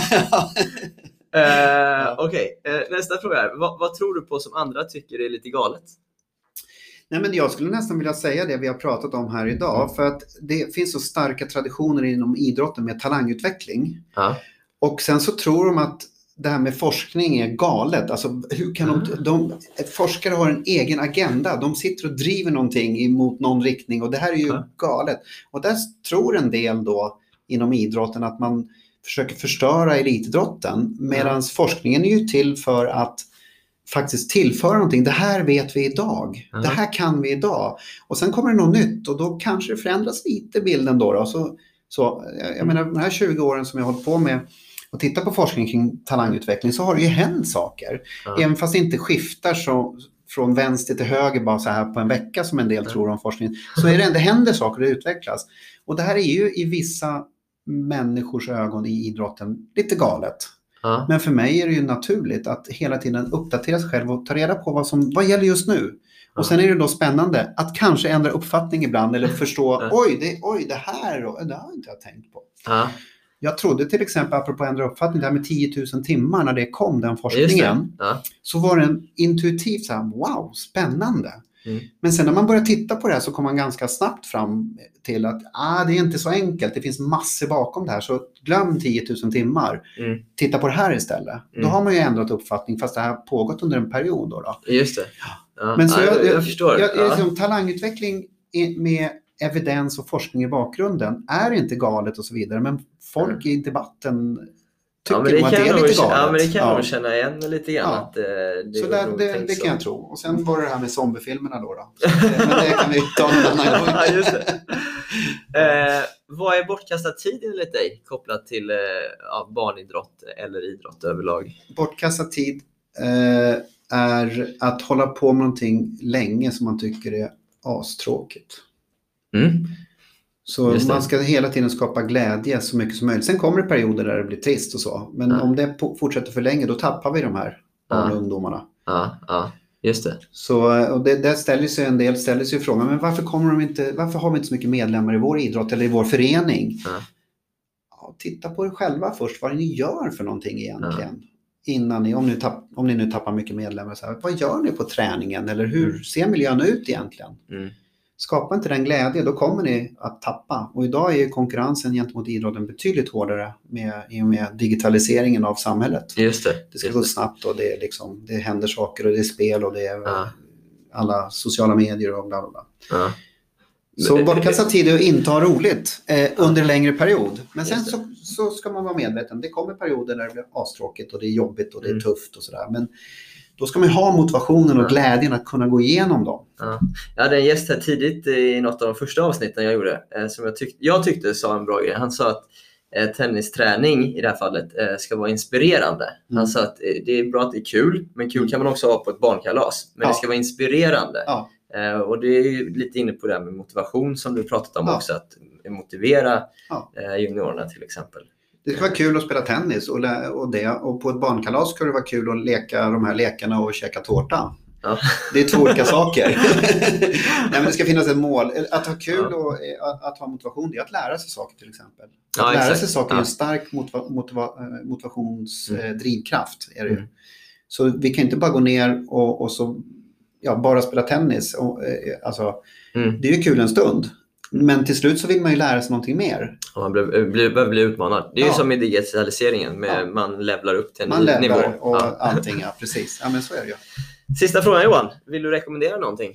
Nästa fråga är, vad tror du på som andra tycker är lite galet? Nej, men jag skulle nästan vilja säga det vi har pratat om här idag. För att det finns så starka traditioner inom idrotten med talangutveckling. Och sen så tror de att det här med forskning är galet. Alltså, hur kan forskare har en egen agenda. De sitter och driver någonting emot någon riktning. Och det här är ju galet. Och där tror en del då inom idrotten att man försöker förstöra elitidrotten. Medan forskningen är ju till för att faktiskt tillföra någonting. Det här vet vi idag. Det här kan vi idag. Och sen kommer det något nytt. Och då kanske det förändras lite bilden då. Så jag menar, de här 20 åren som jag har hållit på med och titta på forskning kring talangutveckling, så har det ju hänt saker. Även fast det inte skiftar så från vänster till höger bara så här på en vecka som en del tror om forskningen, så är det händer saker och det utvecklas. Och det här är ju i människors ögon i idrotten lite galet. Ja. Men för mig är det ju naturligt att hela tiden uppdatera sig själv och ta reda på vad gäller just nu. Och sen är det då spännande att kanske ändra uppfattning ibland eller förstå, oj, det här har inte jag tänkt på. Ja. Jag trodde till exempel, apropå ändra uppfattning, det här med 10 000 timmar när det kom, den forskningen, så var den intuitivt så här, wow, spännande. Men sen när man börjar titta på det här så kommer man ganska snabbt fram till att det är inte så enkelt, det finns massor bakom det här, så glöm 10 000 timmar. Titta på det här istället. Då har man ju ändrat uppfattning, fast det här har pågått under en period då. Just det. Ja. Men så jag förstår. Liksom, talangutveckling med evidens och forskning i bakgrunden är inte galet och så vidare, men folk i debatten tycker att det är lite galet. Ja, men det kan jag känna igen lite grann. Att, så det kan jag tro. Och sen var det här med zombiefilmerna då. Men det kan vi ta någon annan gång. Ja, just det. Vad är bortkastad tid enligt dig kopplat till barnidrott eller idrott överlag? Bortkastad tid är att hålla på med någonting länge som man tycker är astråkigt. Så man ska hela tiden skapa glädje så mycket som möjligt. Sen kommer det perioder där det blir trist och så. Men om det fortsätter för länge, då tappar vi de här barn och ungdomarna. Ja, just det. Så, och där ställer sig frågan, men varför har vi inte så mycket medlemmar i vår idrott eller i vår förening? Titta på er själva först, vad ni gör för någonting egentligen. Innan ni, om ni nu tappar mycket medlemmar, så här, vad gör ni på träningen? Eller hur ser miljön ut egentligen? Skapa inte den glädje, då kommer ni att tappa. Och idag är ju konkurrensen gentemot idrotten betydligt hårdare i och med digitaliseringen av samhället. Just det. Det ska gå snabbt och det händer saker och det är spel och det är alla sociala medier och bla bla bla. Så bortkasta tid är att inte ha roligt under en längre period. Men sen så ska man vara medveten. Det kommer perioder när det blir astråkigt och det är jobbigt och det är tufft och sådär. Men då ska man ha motivationen och glädjen att kunna gå igenom dem. Jag hade en gäst här tidigt i något av de första avsnitten jag gjorde. Som jag tyckte sa en bra grej. Han sa att tennisträning i det här fallet ska vara inspirerande. Han sa att det är bra att det är kul. Men kul kan man också ha på ett barnkalas. Men det ska vara inspirerande. Och det är ju lite inne på det här med motivation som du pratat om också. Att motivera juniorerna till exempel. Det ska vara kul att spela tennis och på ett barnkalas ska det vara kul att leka de här lekarna och käka tårta. Det är två olika saker. Nej, men det ska finnas ett mål. Att ha kul och att ha motivation, det är att lära sig saker till exempel. Att lära sig saker är en stark motivationsdrivkraft. Är det ju. Så vi kan inte bara gå ner och så bara spela tennis. Det är ju kul en stund. Men till slut så vill man ju lära sig någonting mer. Och man behöver bli utmanad. Det är ju som med digitaliseringen. Man levlar upp till en nivå. Och allting, precis. Ja, men så är det ju. Sista frågan, Johan. Vill du rekommendera någonting?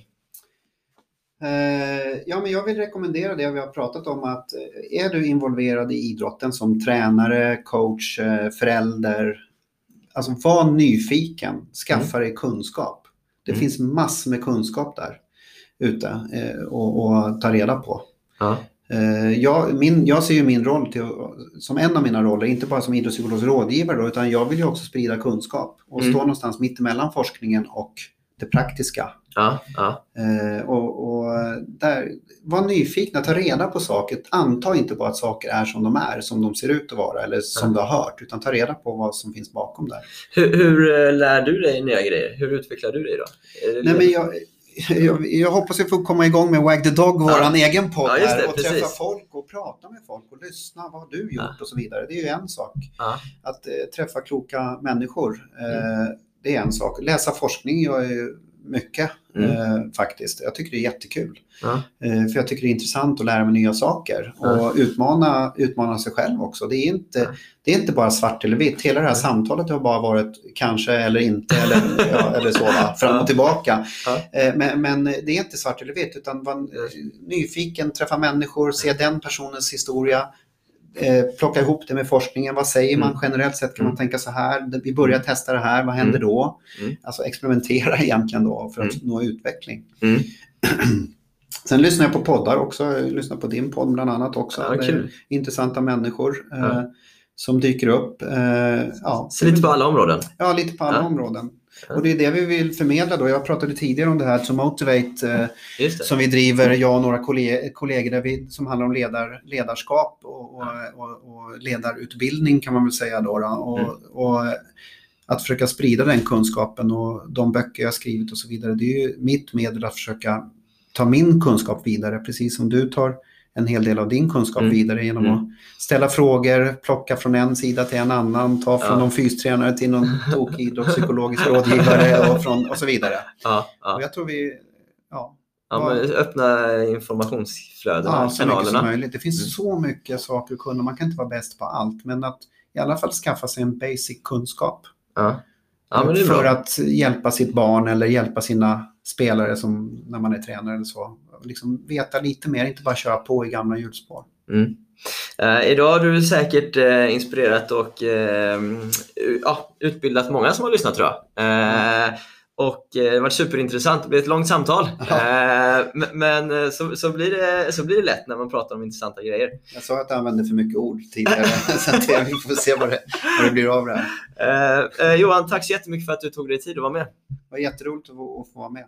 Men jag vill rekommendera det vi har pratat om. Att är du involverad i idrotten som tränare, coach, förälder. Alltså var nyfiken. Skaffa dig kunskap. Det finns massor med kunskap där ute och ta reda på. Jag ser ju min roll som en av mina roller, inte bara som idrottspsykologisk rådgivare då, utan jag vill ju också sprida kunskap och stå någonstans mitt emellan forskningen och det praktiska. Och där, var nyfikna, ta reda på saker. Anta inte bara att saker är som de ser ut att vara eller som du har hört, utan ta reda på vad som finns bakom där. Hur lär du dig nya grejer? Hur utvecklar du dig då? Nej, men jag hoppas jag får komma igång med Wag the Dog, våran egen podd här, och träffa folk och prata med folk och lyssna, vad har du gjort och så vidare. Det är ju en sak. Att träffa kloka människor, det är en sak. Läsa forskning gör ju mycket faktiskt. Jag tycker det är jättekul. För jag tycker det är intressant att lära mig nya saker och utmana sig själv också. Det är inte bara svart eller vitt. Hela det här samtalet har bara varit kanske eller inte eller så, fram och tillbaka. Men det är inte svart eller vitt, utan var nyfiken, träffa människor, se den personens historia. Plocka ihop det med forskningen. Vad säger man generellt sett? Kan man tänka så här? Vi börjar testa det här. Vad händer då? Alltså experimentera egentligen då för att nå utveckling. Sen lyssnar jag på poddar också. Jag lyssnar på din podd bland annat också. Intressanta människor som dyker upp. Så lite på alla områden? Ja, lite på alla områden. Och det är det vi vill förmedla då. Jag pratade tidigare om det här To Motivate som vi driver, jag och några kollegor där som handlar om ledarskap och ledarutbildning kan man väl säga då. Och att försöka sprida den kunskapen och de böcker jag skrivit och så vidare. Det är ju mitt medel att försöka ta min kunskap vidare, precis som du tar en hel del av din kunskap vidare genom att ställa frågor, plocka från en sida till en annan, ta från någon fystränare till någon tokig idrottspsykologisk rådgivare och så vidare. Och jag tror men öppna informationsflödena, så mycket som möjligt. Det finns så mycket saker att kunna. Man kan inte vara bäst på allt, men att i alla fall skaffa sig en basic kunskap. Men för att hjälpa sitt barn eller hjälpa sina spelare som när man är tränare eller så. Liksom veta lite mer, inte bara köra på i gamla hjulspår. Idag har du säkert inspirerat och utbildat många som har lyssnat, tror jag. Och det har varit superintressant. Det blir ett långt samtal. Men så blir det lätt när man pratar om intressanta grejer. Jag sa att jag använde för mycket ord tidigare. Så vi får se vad det blir av det här. Johan, tack så jättemycket för att du tog dig tid att vara med. Det var jätteroligt att få vara med.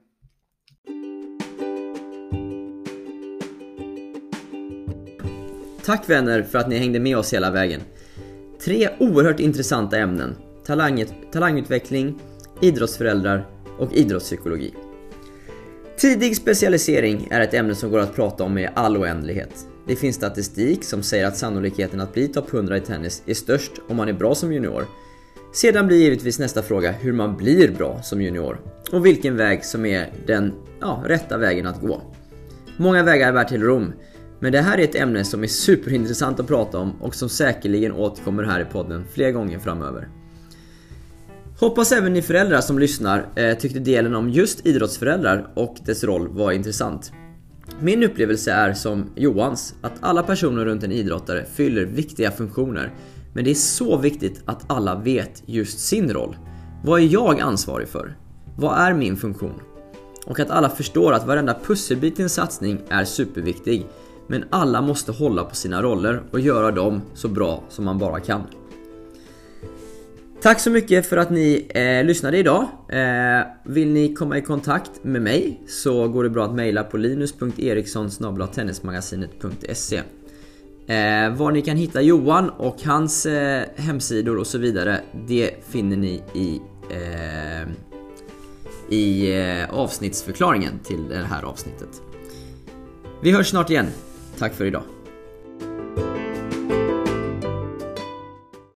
Tack vänner för att ni hängde med oss hela vägen. 3 oerhört intressanta ämnen. Talangutveckling, idrottsföräldrar och idrottspsykologi. Tidig specialisering är ett ämne som går att prata om i all oändlighet. Det finns statistik som säger att sannolikheten att bli topp 100 i tennis är störst om man är bra som junior. Sedan blir givetvis nästa fråga hur man blir bra som junior och vilken väg som är den rätta vägen att gå. Många vägar bär till Rom, men det här är ett ämne som är superintressant att prata om och som säkerligen återkommer här i podden fler gånger framöver. Hoppas även ni föräldrar som lyssnar tyckte delen om just idrottsföräldrar och dess roll var intressant. Min upplevelse är som Johans, att alla personer runt en idrottare fyller viktiga funktioner. Men det är så viktigt att alla vet just sin roll. Vad är jag ansvarig för? Vad är min funktion? Och att alla förstår att varenda pusselbit i en satsning är superviktig. Men alla måste hålla på sina roller och göra dem så bra som man bara kan. Tack så mycket för att ni lyssnade idag. Vill ni komma i kontakt med mig så går det bra att mejla på linus.eriksson@tennismagasinet.se. Var ni kan hitta Johan och hans hemsidor och så vidare, det finner ni i avsnittsförklaringen till det här avsnittet. Vi hörs snart igen. Tack för idag.